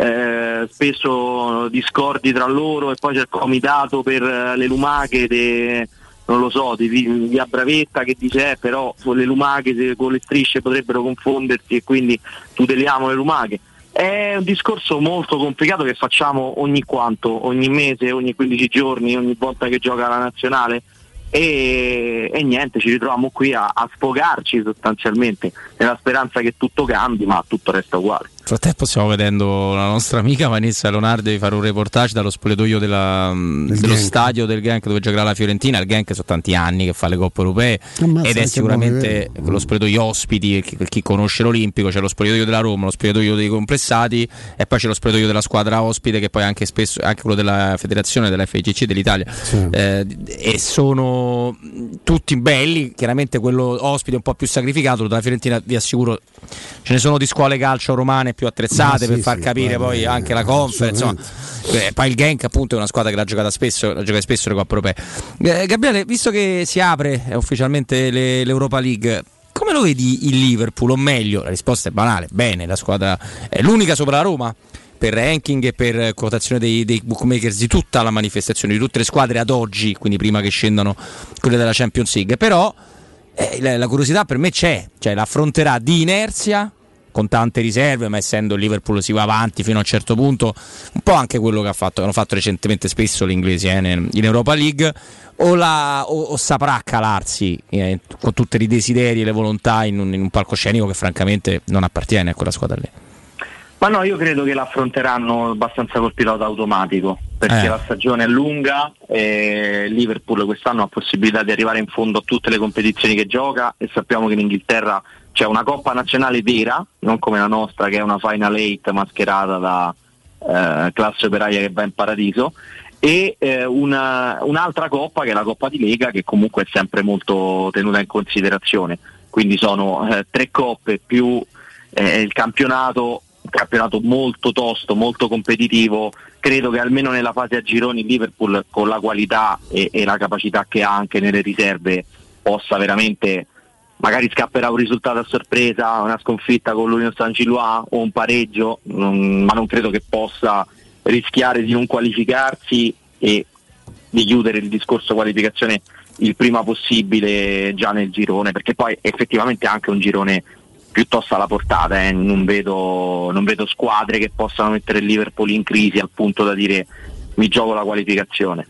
spesso discordi tra loro, e poi c'è il comitato per le lumache non lo so, di via Bravetta che dice però le lumache con le strisce potrebbero confondersi e quindi tuteliamo le lumache. È un discorso molto complicato che facciamo ogni mese, ogni 15 giorni, ogni volta che gioca la nazionale, e niente, ci ritroviamo qui a sfogarci sostanzialmente nella speranza che tutto cambi, ma tutto resta uguale. Nel frattempo stiamo vedendo la nostra amica Vanessa Leonardi fare un reportage dallo spogliatoio dello stadio del Genk dove giocherà la Fiorentina. Il Genk sono tanti anni che fa le coppe europee ed è sicuramente lo spogliatoio ospiti. Chi conosce l'Olimpico, c'è lo spogliatoio della Roma, lo spogliatoio dei complessati e poi c'è lo spogliatoio della squadra ospite, che poi anche spesso anche quello della federazione, della FIGC dell'Italia, sì. E sono tutti belli. Chiaramente quello ospite è un po' più sacrificato, della Fiorentina vi assicuro ce ne sono di scuole calcio romane più attrezzate per far capire poi anche la conference, insomma. Poi il Genk appunto è una squadra che l'ha giocata spesso, le coppe europee. Gabriele, visto che si apre ufficialmente l'Europa League, come lo vedi il Liverpool? O meglio, la risposta è banale, bene, la squadra è l'unica sopra la Roma per ranking e per quotazione dei bookmakers di tutta la manifestazione, di tutte le squadre ad oggi, quindi prima che scendano quelle della Champions League. Però la curiosità per me c'è, cioè l'affronterà di inerzia con tante riserve, ma essendo il Liverpool si va avanti fino a un certo punto, un po' anche quello che hanno fatto recentemente spesso gli inglesi in Europa League, o saprà calarsi con tutti i desideri e le volontà in un palcoscenico che francamente non appartiene a quella squadra lì. Ma no, io credo che l'affronteranno abbastanza col pilota automatico, perché la stagione è lunga e Liverpool quest'anno ha possibilità di arrivare in fondo a tutte le competizioni che gioca, e sappiamo che in Inghilterra c'è una Coppa Nazionale vera, non come la nostra che è una Final 8 mascherata da classe operaia che va in paradiso, e un'altra Coppa che è la Coppa di Lega, che comunque è sempre molto tenuta in considerazione. Quindi sono 3 coppe più il campionato, un campionato molto tosto, molto competitivo. Credo che almeno nella fase a gironi Liverpool, con la qualità e la capacità che ha anche nelle riserve, possa veramente, magari scapperà un risultato a sorpresa, una sconfitta con l'Union Saint-Gilloise o un pareggio, ma non credo che possa rischiare di non qualificarsi e di chiudere il discorso qualificazione il prima possibile già nel girone, perché poi effettivamente è anche un girone piuttosto alla portata, non vedo squadre che possano mettere il Liverpool in crisi al punto da dire mi gioco la qualificazione.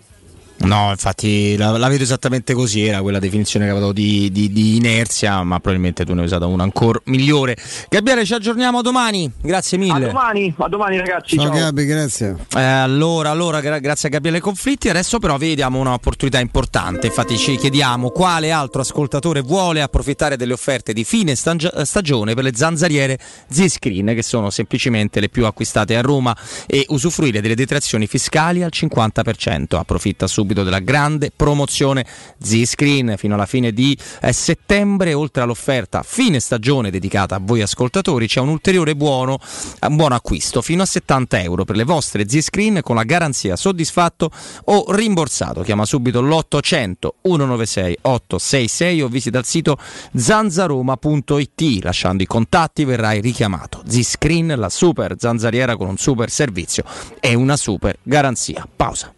No, infatti la vedo esattamente così, era quella definizione che avevo di inerzia, ma probabilmente tu ne hai usata una ancora migliore. Gabriele, ci aggiorniamo domani, grazie mille. A domani ragazzi. Ciao Gabi, grazie. Allora grazie a Gabriele Conflitti. Adesso però vediamo un'opportunità importante, infatti ci chiediamo quale altro ascoltatore vuole approfittare delle offerte di fine stagione per le zanzariere Z-Screen, che sono semplicemente le più acquistate a Roma, e usufruire delle detrazioni fiscali al 50%. Approfitta subito della grande promozione Z-Screen fino alla fine di settembre. Oltre all'offerta fine stagione dedicata a voi ascoltatori, c'è un ulteriore buono acquisto fino a €70 per le vostre Z-Screen con la garanzia soddisfatto o rimborsato. Chiama subito l'800 196 866 o visita il sito zanzaroma.it. Lasciando i contatti verrai richiamato. Z-Screen, la super zanzariera con un super servizio e una super garanzia. Pausa.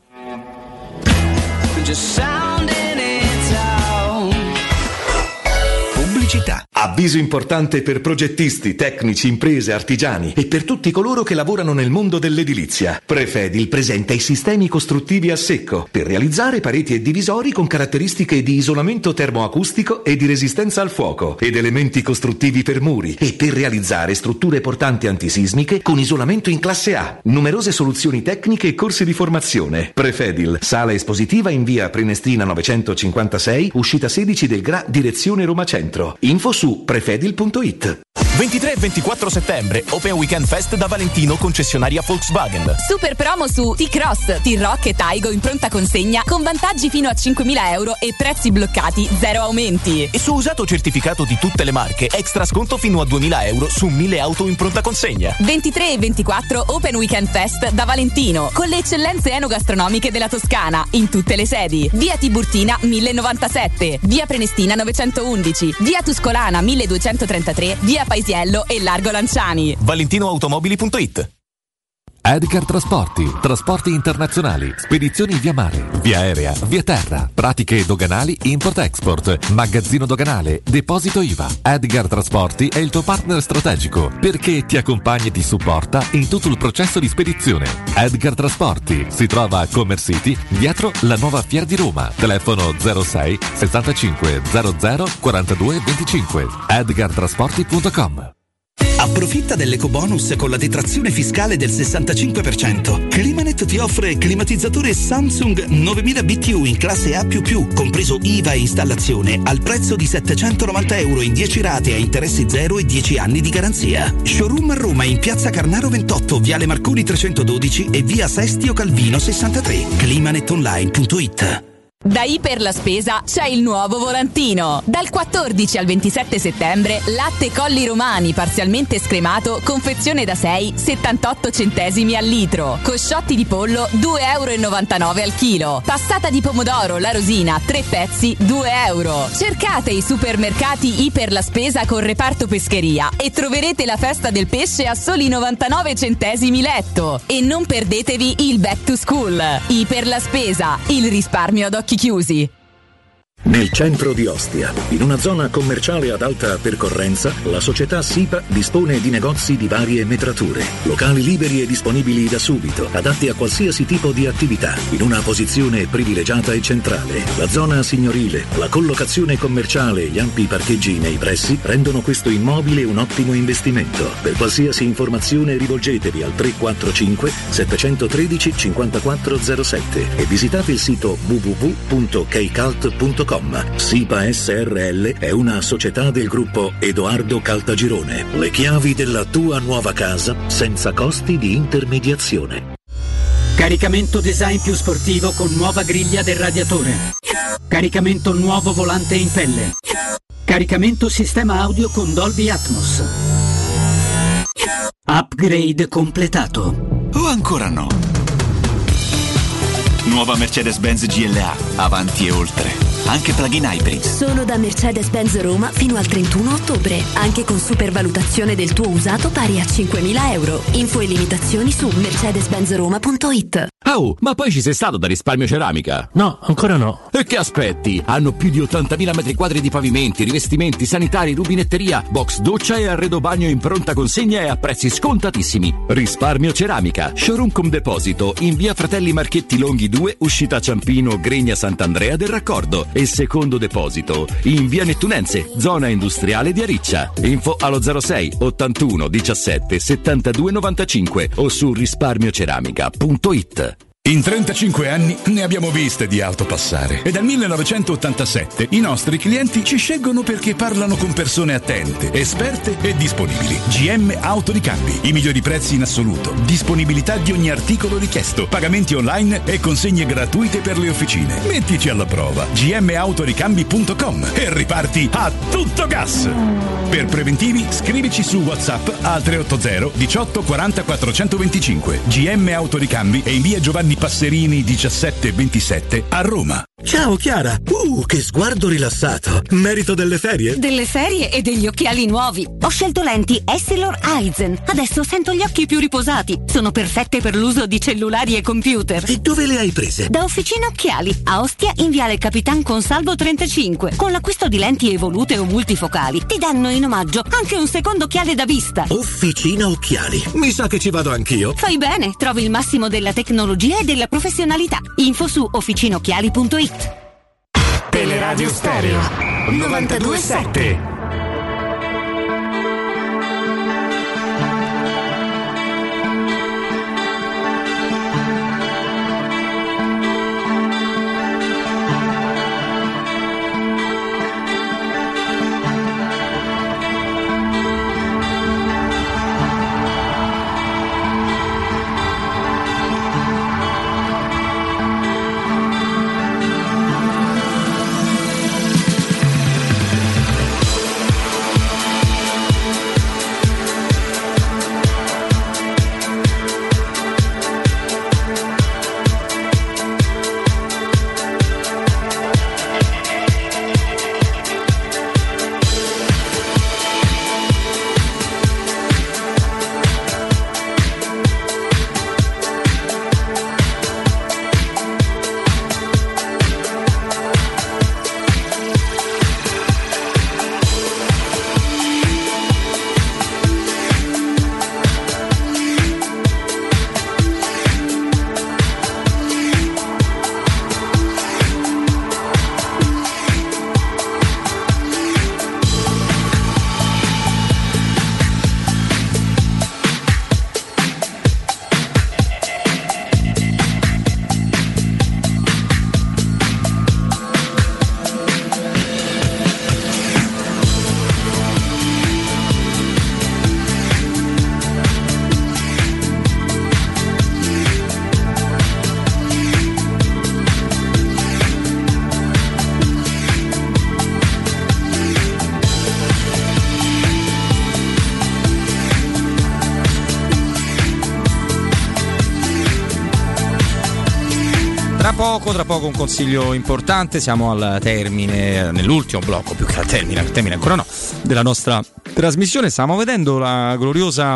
Pubblicità. A Avviso importante per progettisti, tecnici, imprese, artigiani e per tutti coloro che lavorano nel mondo dell'edilizia. Prefedil presenta i sistemi costruttivi a secco per realizzare pareti e divisori con caratteristiche di isolamento termoacustico e di resistenza al fuoco ed elementi costruttivi per muri e per realizzare strutture portanti antisismiche con isolamento in classe A. Numerose soluzioni tecniche e corsi di formazione. Prefedil, sala espositiva in via Prenestina 956, uscita 16 del GRA, direzione Roma Centro. Info su prefedil.it. 23 e 24 settembre, Open Weekend Fest da Valentino, concessionaria Volkswagen. Super promo su T-Cross, T-Rock e Taigo in pronta consegna con vantaggi fino a 5.000 euro e prezzi bloccati, zero aumenti. E su usato certificato di tutte le marche, extra sconto fino a 2.000 euro su 1.000 auto in pronta consegna. 23 e 24 Open Weekend Fest da Valentino, con le eccellenze enogastronomiche della Toscana, in tutte le sedi. Via Tiburtina 1097, via Prenestina 911, via Tuscolana 1233, via Paisiello e Largo Lanciani. ValentinoAutomobili.it. Edgar Trasporti, trasporti internazionali, spedizioni via mare, via aerea, via terra, pratiche doganali import-export, magazzino doganale, deposito IVA. Edgar Trasporti è il tuo partner strategico perché ti accompagna e ti supporta in tutto il processo di spedizione. Edgar Trasporti si trova a Commerce City, dietro la nuova Fiera di Roma. Telefono 06 65 00 42 25. edgartrasporti.com. Approfitta dell'ecobonus con la detrazione fiscale del 65%. Climanet ti offre climatizzatore Samsung 9000 BTU in classe A++, compreso IVA e installazione, al prezzo di 790 euro in 10 rate a interessi zero e 10 anni di garanzia. Showroom a Roma in piazza Carnaro 28, viale Marconi 312 e via Sestio Calvino 63. Climanetonline.it. Da Iper la Spesa c'è il nuovo volantino. Dal 14 al 27 settembre, latte Colli Romani parzialmente scremato, confezione da 6, 78 centesimi al litro. Cosciotti di pollo, 2,99 euro al chilo. Passata di pomodoro La Rosina, 3 pezzi, 2 euro. Cercate i supermercati Iper la Spesa con reparto pescheria e troverete la festa del pesce a soli 99 centesimi letto. E non perdetevi il Back to School. Iper la Spesa, il risparmio ad occhi chiusi. Nel centro di Ostia, in una zona commerciale ad alta percorrenza, la società SIPA dispone di negozi di varie metrature, locali liberi e disponibili da subito, adatti a qualsiasi tipo di attività, in una posizione privilegiata e centrale. La zona signorile, la collocazione commerciale e gli ampi parcheggi nei pressi rendono questo immobile un ottimo investimento. Per qualsiasi informazione rivolgetevi al 345 713 5407 e visitate il sito www.keicalt.com. SIPA SRL è una società del gruppo Edoardo Caltagirone. Le chiavi della tua nuova casa senza costi di intermediazione. Caricamento design più sportivo con nuova griglia del radiatore. Caricamento nuovo volante in pelle. Caricamento sistema audio con Dolby Atmos. Upgrade completato. O ancora no? Nuova Mercedes-Benz GLA, avanti e oltre. Anche plug-in hybrid. Solo da Mercedes-Benz Roma fino al 31 ottobre. Anche con supervalutazione del tuo usato pari a 5.000 euro. Info e limitazioni su mercedes-benzroma.it. Oh, ma poi ci sei stato da Risparmio Ceramica? No, ancora no. E che aspetti? Hanno più di 80.000 metri quadri di pavimenti, rivestimenti, sanitari, rubinetteria, box doccia e arredo bagno in pronta consegna e a prezzi scontatissimi. Risparmio Ceramica, showroom con deposito in via Fratelli Marchetti Longhi 2, uscita Ciampino, Gregna Sant'Andrea del Raccordo, e secondo deposito in via Nettunense, zona industriale di Ariccia. Info allo 06 81 17 72 95 o su risparmioceramica.it. In 35 anni ne abbiamo viste di auto passare e dal 1987 i nostri clienti ci scelgono perché parlano con persone attente, esperte e disponibili. GM Autoricambi, i migliori prezzi in assoluto, disponibilità di ogni articolo richiesto, pagamenti online e consegne gratuite per le officine. Mettici alla prova. gmautoricambi.com e riparti a tutto gas. Per preventivi scrivici su WhatsApp al 380 18 40 425. GM Autoricambi e in via Giovanni Passerini 1727 a Roma. Ciao Chiara, che sguardo rilassato. Merito delle ferie? Delle ferie e degli occhiali nuovi. Ho scelto lenti Essilor Eisen. Adesso sento gli occhi più riposati. Sono perfette per l'uso di cellulari e computer. E dove le hai prese? Da Officina Occhiali, a Ostia in viale Capitan Consalvo 35. Con l'acquisto di lenti evolute o multifocali ti danno in omaggio anche un secondo occhiale da vista. Officina Occhiali. Mi sa che ci vado anch'io. Fai bene, trovi il massimo della tecnologia e della professionalità. Info su officinocchiali.it. Teleradio Stereo 92.7. Tra poco un consiglio importante, siamo al termine, nell'ultimo blocco, più che al termine ancora no, della nostra trasmissione. Stiamo vedendo la gloriosa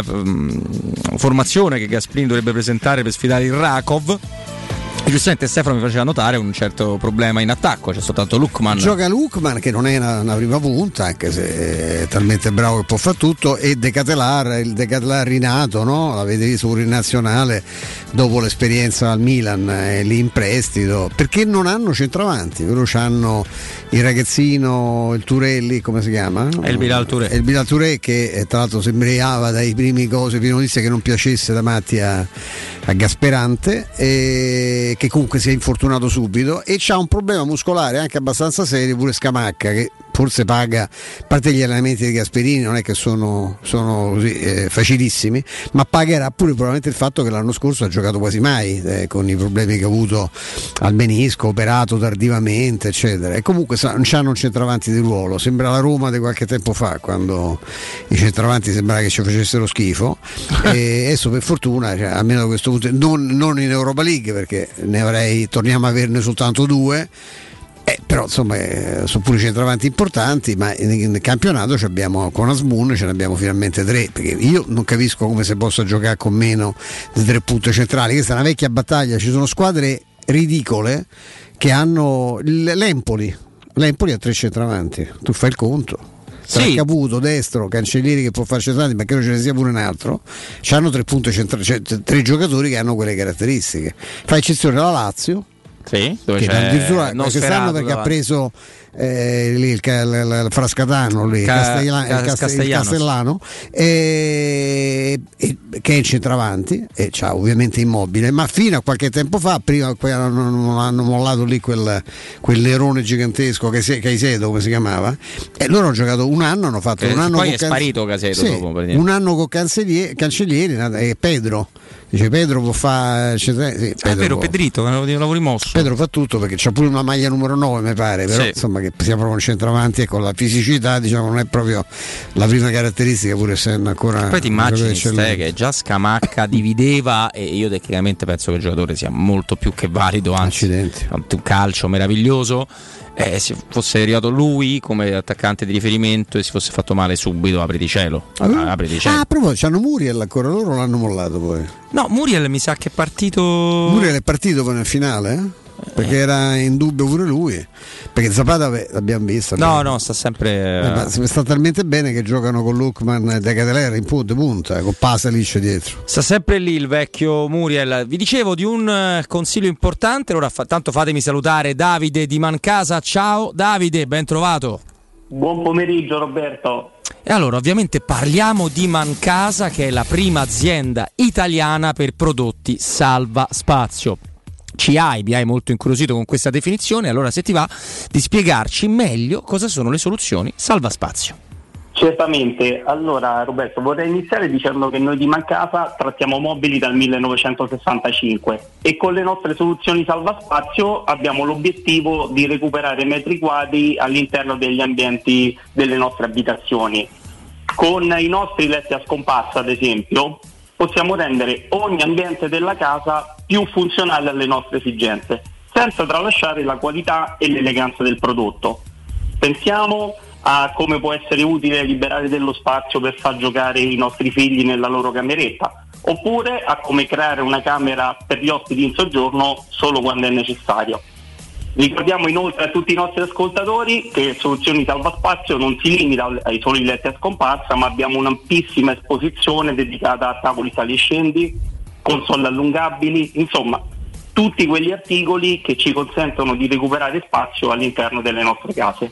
formazione che Gasperini dovrebbe presentare per sfidare il Rakov. Giustamente Stefano mi faceva notare un certo problema in attacco, c'è soltanto Lukman. Gioca Lukman, che non è una prima punta, anche se è talmente bravo che può fare tutto, e De Ketelaere, il De Ketelaere rinato, no? L'avete visto pure in nazionale dopo l'esperienza al Milan, è lì in prestito, perché non hanno centravanti. Loro hanno il ragazzino, il Turelli, come si chiama? Il Bilal Touré, che tra l'altro sembrava dai primi prime notizie che non piacesse da matti a Gasperante, e che comunque si è infortunato subito, e c'ha un problema muscolare anche abbastanza serio pure Scamacca, che forse paga, a parte gli allenamenti di Gasperini non è che sono così facilissimi, ma pagherà pure probabilmente il fatto che l'anno scorso ha giocato quasi mai, con i problemi che ha avuto al menisco, operato tardivamente eccetera, e comunque non c'hanno un centravanti di ruolo. Sembra la Roma di qualche tempo fa, quando i centravanti sembrava che ci facessero schifo e adesso per fortuna, almeno da questo punto, non in Europa League, perché torniamo a averne soltanto 2, però insomma sono pure centravanti importanti, ma nel campionato con Asmun ce ne abbiamo finalmente 3, perché io non capisco come si possa giocare con meno di 3 punte centrali. Questa è una vecchia battaglia, ci sono squadre ridicole che hanno l'Empoli ha 3 centravanti, tu fai il conto. Tra Caputo, destro, Cancellieri che può fare centrali, ma credo ce ne sia pure un altro. C'hanno 3 punte centrali, cioè 3 giocatori che hanno quelle caratteristiche. Fa eccezione la Lazio, dove che c'è addirittura quest'anno perché ha preso il Frascatano lì, Castellano, che è il centravanti e c'ha ovviamente Immobile, ma fino a qualche tempo fa, prima hanno mollato lì quel nerone gigantesco Caicedo, come si chiamava, e loro hanno giocato un anno, hanno fatto un anno poi è sparito Caicedo dopo, un anno con Cancellieri e Pedro, Dice Pedro può fare, sì, Pedrito, lavori mosso. Pedro fa tutto perché c'ha pure una maglia numero 9 mi pare, però insomma che sia proprio un centravanti e con la fisicità diciamo non è proprio la prima caratteristica, pure essendo ancora. Poi ti immagini che già Scamacca divideva, e io tecnicamente penso che il giocatore sia molto più che valido, anzi un calcio meraviglioso. Se fosse arrivato lui come attaccante di riferimento e si fosse fatto male subito, apriti cielo. A proposito, c'hanno Muriel ancora, loro l'hanno mollato poi. No, Muriel mi sa che è partito. Muriel è partito poi nel finale, perché era in dubbio pure lui, perché Zapata l'abbiamo visto. No, sta sempre sta talmente bene che giocano con Lukman e De Keteler in punta con Pasalic dietro. Sta sempre lì il vecchio Muriel. Vi dicevo di un consiglio importante, allora tanto fatemi salutare Davide di Mancasa. Ciao Davide, ben trovato. Buon pomeriggio Roberto. E allora ovviamente parliamo di Mancasa, che è la prima azienda italiana per prodotti salva spazio. Mi hai molto incuriosito con questa definizione, allora se ti va di spiegarci meglio cosa sono le soluzioni salva spazio. Certamente, allora Roberto vorrei iniziare dicendo che noi di Mancasa trattiamo mobili dal 1965 e con le nostre soluzioni salva spazio abbiamo l'obiettivo di recuperare metri quadri all'interno degli ambienti delle nostre abitazioni. Con i nostri letti a scomparsa, ad esempio, possiamo rendere ogni ambiente della casa più funzionale alle nostre esigenze, senza tralasciare la qualità e l'eleganza del prodotto. Pensiamo a come può essere utile liberare dello spazio per far giocare i nostri figli nella loro cameretta, oppure a come creare una camera per gli ospiti in soggiorno solo quando è necessario. Ricordiamo inoltre a tutti i nostri ascoltatori che Soluzioni Salva Spazio non si limita ai soli letti a scomparsa, ma abbiamo un'ampissima esposizione dedicata a tavoli saliscendi, console allungabili, insomma tutti quegli articoli che ci consentono di recuperare spazio all'interno delle nostre case.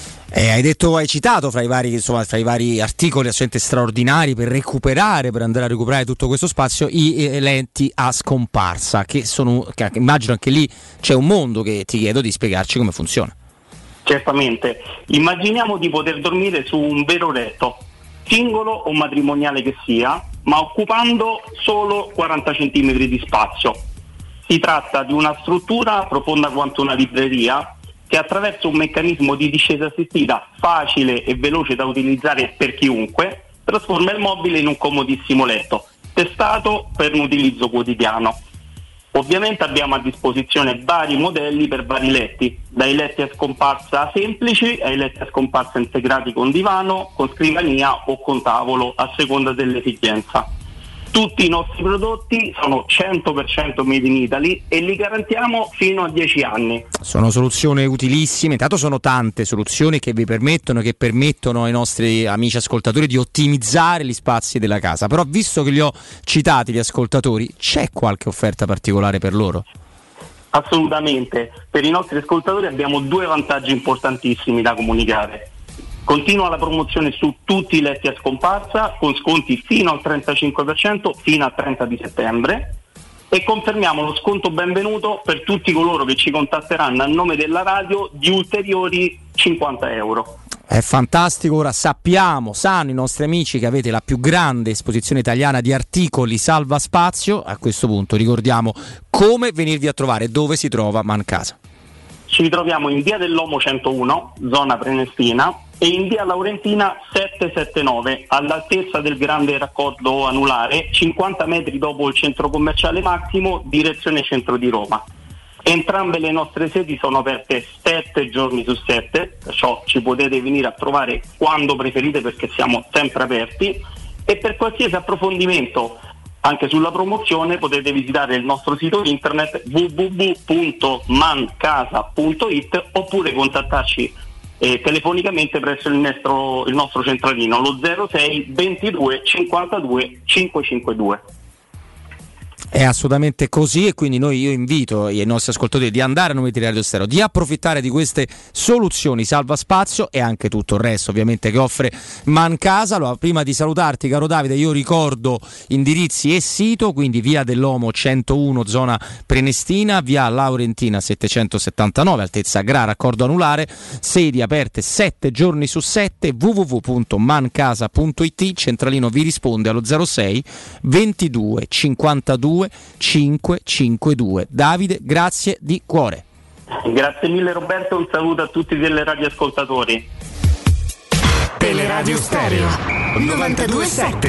Hai citato fra i vari articoli assolutamente straordinari per andare a recuperare tutto questo spazio, i lenti a scomparsa, che immagino anche lì c'è un mondo che ti chiedo di spiegarci come funziona. Certamente, immaginiamo di poter dormire su un vero letto, singolo o matrimoniale che sia, ma occupando solo 40 cm di spazio. Si tratta di una struttura profonda quanto una libreria, che attraverso un meccanismo di discesa assistita facile e veloce da utilizzare per chiunque, trasforma il mobile in un comodissimo letto, testato per un utilizzo quotidiano. Ovviamente abbiamo a disposizione vari modelli per vari letti, dai letti a scomparsa semplici ai letti a scomparsa integrati con divano, con scrivania o con tavolo, a seconda dell'esigenza. Tutti i nostri prodotti sono 100% made in Italy e li garantiamo fino a 10 anni. Sono soluzioni utilissime, intanto sono tante soluzioni che permettono ai nostri amici ascoltatori di ottimizzare gli spazi della casa, però visto che li ho citati gli ascoltatori, c'è qualche offerta particolare per loro? Assolutamente, per i nostri ascoltatori abbiamo 2 vantaggi importantissimi da comunicare. Continua la promozione su tutti i letti a scomparsa con sconti fino al 35% fino al 30 di settembre e confermiamo lo sconto benvenuto per tutti coloro che ci contatteranno a nome della radio di ulteriori 50 euro. È fantastico, ora sanno i nostri amici che avete la più grande esposizione italiana di articoli salva spazio. A questo punto ricordiamo come venirvi a trovare, dove si trova Mancasa. Ci ritroviamo in via dell'Omo 101, zona Prenestina, e in via Laurentina 779, all'altezza del grande raccordo anulare, 50 metri dopo il centro commerciale Massimo, direzione centro di Roma. Entrambe le nostre sedi sono aperte 7 giorni su 7, perciò ci potete venire a trovare quando preferite perché siamo sempre aperti, e per qualsiasi approfondimento anche sulla promozione potete visitare il nostro sito internet www.mancasa.it oppure contattarci telefonicamente presso il nostro centralino, lo 06 22 52 552. È assolutamente così, e quindi io invito i nostri ascoltatori di andare a Numeri di Radio Stereo, di approfittare di queste soluzioni salva spazio e anche tutto il resto ovviamente che offre Mancasa. Allora, prima di salutarti, caro Davide, io ricordo indirizzi e sito, quindi via dell'Omo 101 zona Prenestina, via Laurentina 779 altezza Gra, raccordo anulare, sedi aperte 7 giorni su 7, www.mancasa.it, centralino vi risponde allo 06 22 52 552. Davide, grazie di cuore. Grazie mille Roberto, un saluto a tutti i teleradioascoltatori. Teleradio Stereo 92.7.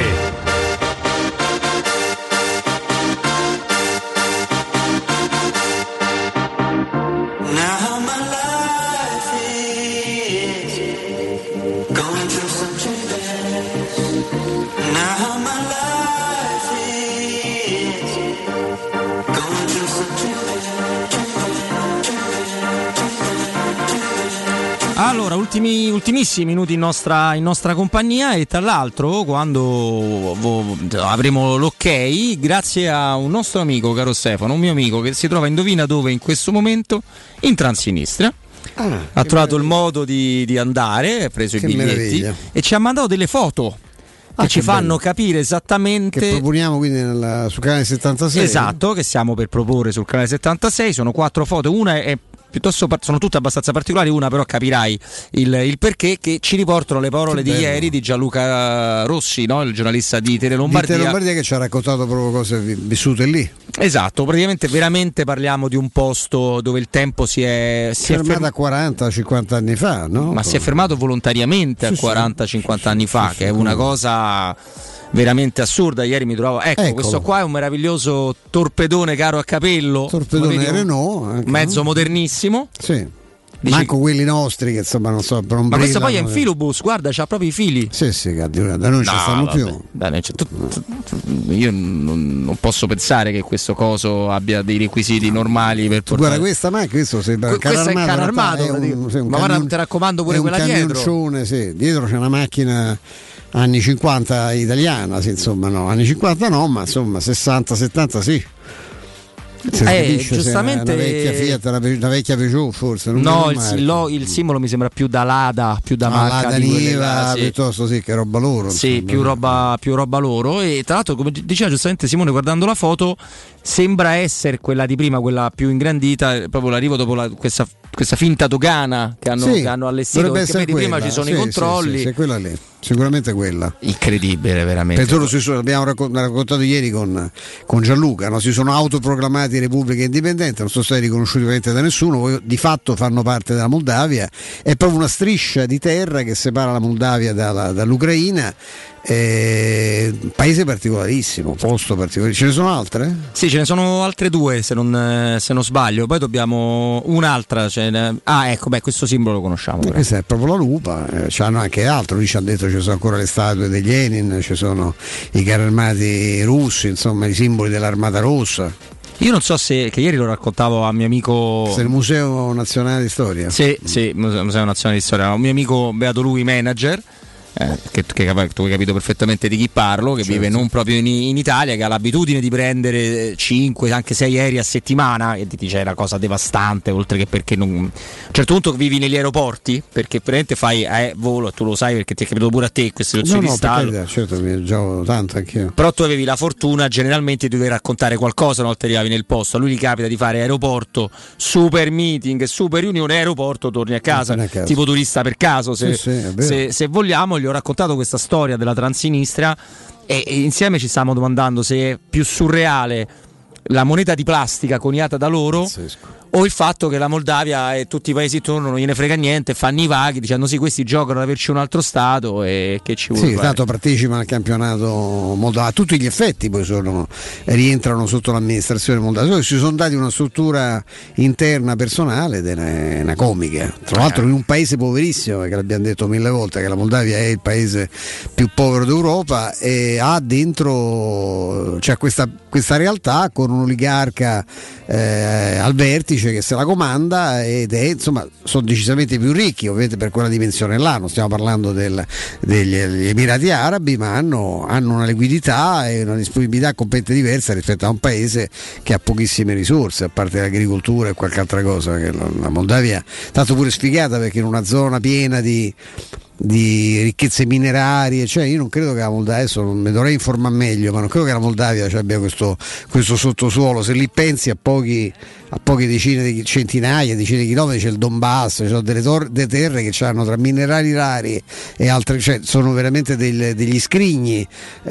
Allora, ultimissimi minuti in nostra compagnia, e tra l'altro quando avremo l'ok, grazie a un nostro amico, caro Stefano, un mio amico che si trova, indovina dove in questo momento, in Transinistria. Ha trovato il modo di andare, ha preso i biglietti meraviglia. E ci ha mandato delle foto che ci fanno capire esattamente, che proponiamo quindi sul canale 76. Esatto, che stiamo per proporre sul canale 76. Sono 4 foto, una è piuttosto sono tutte abbastanza particolari, una però capirai il perché, che ci riportano le parole di ieri di Gianluca Rossi, no? Il giornalista di Tele Lombardia, che ci ha raccontato proprio cose vissute lì. Esatto, praticamente veramente parliamo di un posto dove il tempo si è fermato a 40-50 anni fa, no? Ma si è fermato volontariamente a 40-50 anni fa, che è una cosa veramente assurda. Ieri mi trovavo, eccolo. Questo qua è un meraviglioso torpedone caro a capello, torpedone Renault anche, mezzo modernissimo. Sì. Manco quelli nostri che insomma non so, per un ma questo poi è in filobus, guarda, c'ha proprio i fili. Sì, che da noi non ci stanno più. Io non posso pensare che questo coso abbia dei requisiti normali per portare. Guarda questa macchina, questo sembra questo è carro armato, ma guarda, ti raccomando pure quella dietro. Sì, dietro c'è una macchina anni 50 italiana, sì, insomma no, anni 50 no, ma insomma 60-70 sì. Giustamente una vecchia Fiat, una vecchia Peugeot forse. No, il simbolo mi sembra più da Lada, più da marca Lada di Niva, piuttosto che roba loro. Sì, più roba loro. E tra l'altro, come diceva giustamente Simone, guardando la foto, sembra essere quella di prima, quella più ingrandita, proprio l'arrivo dopo questa finta dogana che hanno allestito, perché vedi prima ci sono i controlli. Sì, quella lì. Sicuramente quella. Incredibile, veramente. Abbiamo raccontato ieri con Gianluca, no? Si sono autoproclamati Repubblica Indipendente, non sono stati riconosciuti ovviamente da nessuno, poi di fatto fanno parte della Moldavia, è proprio una striscia di terra che separa la Moldavia dall'Ucraina. Paese particolarissimo, posto particolare. Ce ne sono altre? Sì, ce ne sono altre 2 se non sbaglio. Poi dobbiamo un'altra. Questo simbolo lo conosciamo. Questa è proprio la lupa. C'hanno anche altro. Lui ci ha detto ci sono ancora le statue degli Lenin, ci sono i carri armati russi, insomma i simboli dell'Armata Rossa. Io non so che ieri lo raccontavo a mio amico. Sei il Museo Nazionale di Storia? Sì, Museo Nazionale di Storia. Un mio amico, beato lui, manager. Che tu hai capito perfettamente di chi parlo, che vive non proprio in Italia, che ha l'abitudine di prendere 5, anche 6 aerei a settimana, e ti dice è una cosa devastante, oltre che perché a un certo punto vivi negli aeroporti, perché veramente fai volo, tu lo sai perché ti è capitato pure a te queste situazioni di stato. Certo, mi gioco tanto anch'io. Però tu avevi la fortuna generalmente di dover raccontare ququalcosa una volta arrivavi nel posto. A lui gli capita di fare aeroporto, super meeting, super riunione, aeroporto, torni a casa. Tipo turista per caso, se vogliamo. Gli ho raccontato questa storia della Transinistria e insieme ci stiamo domandando se è più surreale la moneta di plastica coniata da loro o il fatto che la Moldavia e tutti i paesi intorno non gliene frega niente, fanno i vaghi dicendo sì, questi giocano ad averci un altro stato e che ci vuole. Sì, tanto partecipano al campionato moldavo, a tutti gli effetti poi rientrano sotto l'amministrazione moldava, si sono dati una struttura interna personale ed è una comica, tra l'altro in un paese poverissimo, che l'abbiamo detto 1000 volte che la Moldavia è il paese più povero d'Europa, e ha dentro c'è questa realtà con un oligarca al vertice dice che se la comanda ed è, insomma, sono decisamente più ricchi, ovviamente per quella dimensione là, non stiamo parlando degli Emirati Arabi, ma hanno una liquidità e una disponibilità completamente diversa rispetto a un paese che ha pochissime risorse, a parte l'agricoltura e qualche altra cosa. Che la Moldavia, tanto pure sfigata, perché in una zona piena di ricchezze minerarie, cioè io non credo che la Moldavia, adesso non mi dovrei informare meglio, ma non credo che la Moldavia abbia questo sottosuolo. Se lì pensi a poche decine di centinaia, decine di chilometri c'è il Donbass, ci sono delle terre che hanno tra minerali rari e altre, cioè sono veramente degli scrigni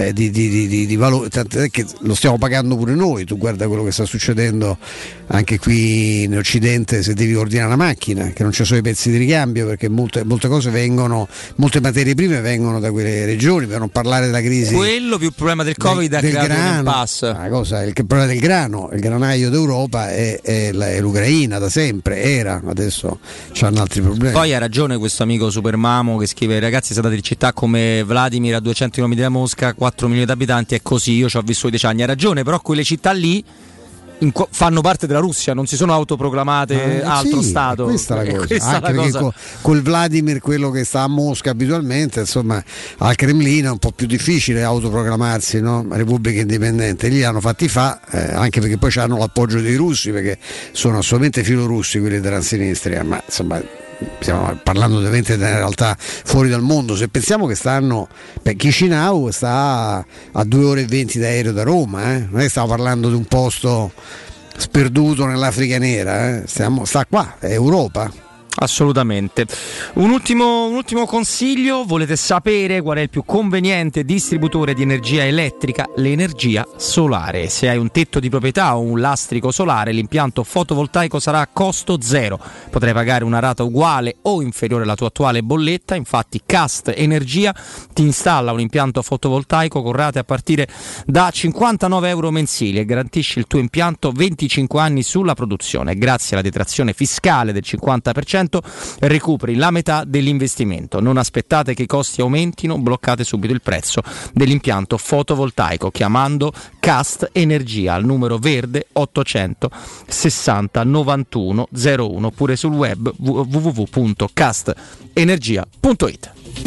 di valore, tant'è che lo stiamo pagando pure noi. Tu guarda quello che sta succedendo anche qui in Occidente, se devi ordinare una macchina che non c'è solo i pezzi di ricambio, perché molte cose molte materie prime vengono da quelle regioni, per non parlare della crisi. Quello più il problema del Covid ha creato un impasse. Il problema del grano, il granaio d'Europa è l'Ucraina da sempre, adesso c'hanno altri problemi. Poi ha ragione questo amico Supermamo che scrive: ragazzi, siete andati in città come Vladimir a 200 km da Mosca, 4 milioni di abitanti, è così, io ci ho vissuto 10 anni. Ha ragione, però quelle città lì fanno parte della Russia, non si sono autoproclamate altro stato. Questa è la cosa. Anche perché col Vladimir, quello che sta a Mosca abitualmente, insomma, al Cremlino è un po' più difficile autoproclamarsi, no? Repubblica indipendente. Lì hanno fatti anche perché poi hanno l'appoggio dei russi, perché sono assolutamente filorussi quelli della Transnistria, ma insomma stiamo parlando ovviamente di una realtà fuori dal mondo. Se pensiamo che Chisinau sta a 2 ore e 20 d'aereo da Roma, non è che stiamo parlando di un posto sperduto nell'Africa nera, sta qua, è Europa. Assolutamente. Un ultimo consiglio: volete sapere qual è il più conveniente distributore di energia elettrica? L'energia solare. Se hai un tetto di proprietà o un lastrico solare, l'impianto fotovoltaico sarà a costo zero. Potrai pagare una rata uguale o inferiore alla tua attuale bolletta. Infatti Cast Energia ti installa un impianto fotovoltaico con rate a partire da 59 euro mensili e garantisci il tuo impianto 25 anni sulla produzione. Grazie alla detrazione fiscale del 50% recuperi la metà dell'investimento. Non aspettate che i costi aumentino, bloccate subito il prezzo dell'impianto fotovoltaico chiamando Cast Energia al numero verde 800 60 91 01 oppure sul web www.castenergia.it.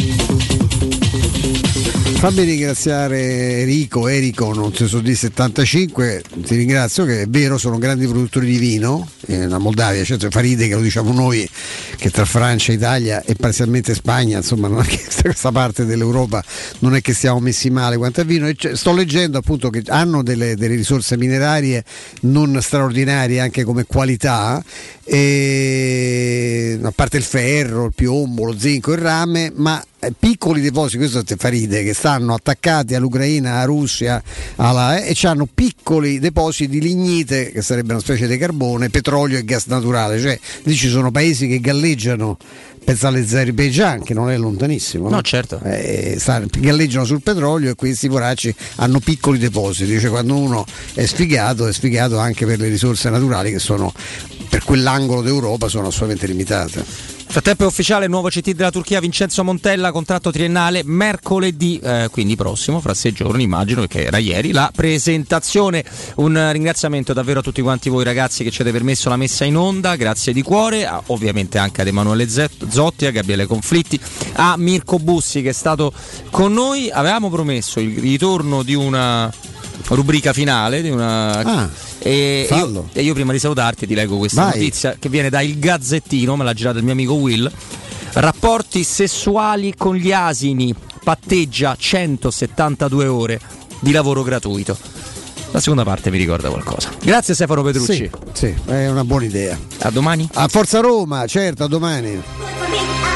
Fammi ringraziare Erico, non si sono di 75, ti ringrazio, che è vero, sono grandi produttori di vino, la Moldavia, certo, Faride, che lo diciamo noi, che tra Francia, Italia e parzialmente Spagna, insomma, non è che questa parte dell'Europa non è che stiamo messi male quanto a vino. E sto leggendo appunto che hanno delle risorse minerarie non straordinarie anche come qualità, a parte il ferro, il piombo, lo zinco, il rame, ma piccoli depositi, questo è Faride, che stanno attaccati all'Ucraina, alla Russia, e hanno piccoli depositi di lignite, che sarebbe una specie di carbone, petrolio e gas naturale, cioè lì ci sono paesi che galleggiano, pensa all'Azerbaijan, che non è lontanissimo, no? Certo, galleggiano sul petrolio, e questi poracci hanno piccoli depositi, cioè quando uno è sfigato anche per le risorse naturali che sono, per quell'angolo d'Europa, sono assolutamente limitate. Frattempo è ufficiale il nuovo CT della Turchia, Vincenzo Montella, contratto triennale, mercoledì, quindi prossimo, fra 6 giorni immagino, perché era ieri la presentazione. Un ringraziamento davvero a tutti quanti voi ragazzi che ci avete permesso la messa in onda, grazie di cuore, ovviamente anche ad Emanuele Zotti, a Gabriele Conflitti, a Mirko Bussi che è stato con noi. Avevamo promesso il ritorno di una rubrica finale, di una... E io prima di salutarti ti leggo questa notizia che viene da Il Gazzettino, me l'ha girato il mio amico Will. Rapporti sessuali con gli asini, patteggia 172 ore di lavoro gratuito. La seconda parte vi ricorda qualcosa. Grazie Stefano Petrucci. Sì, è una buona idea. A domani. A Forza Roma, certo, a domani.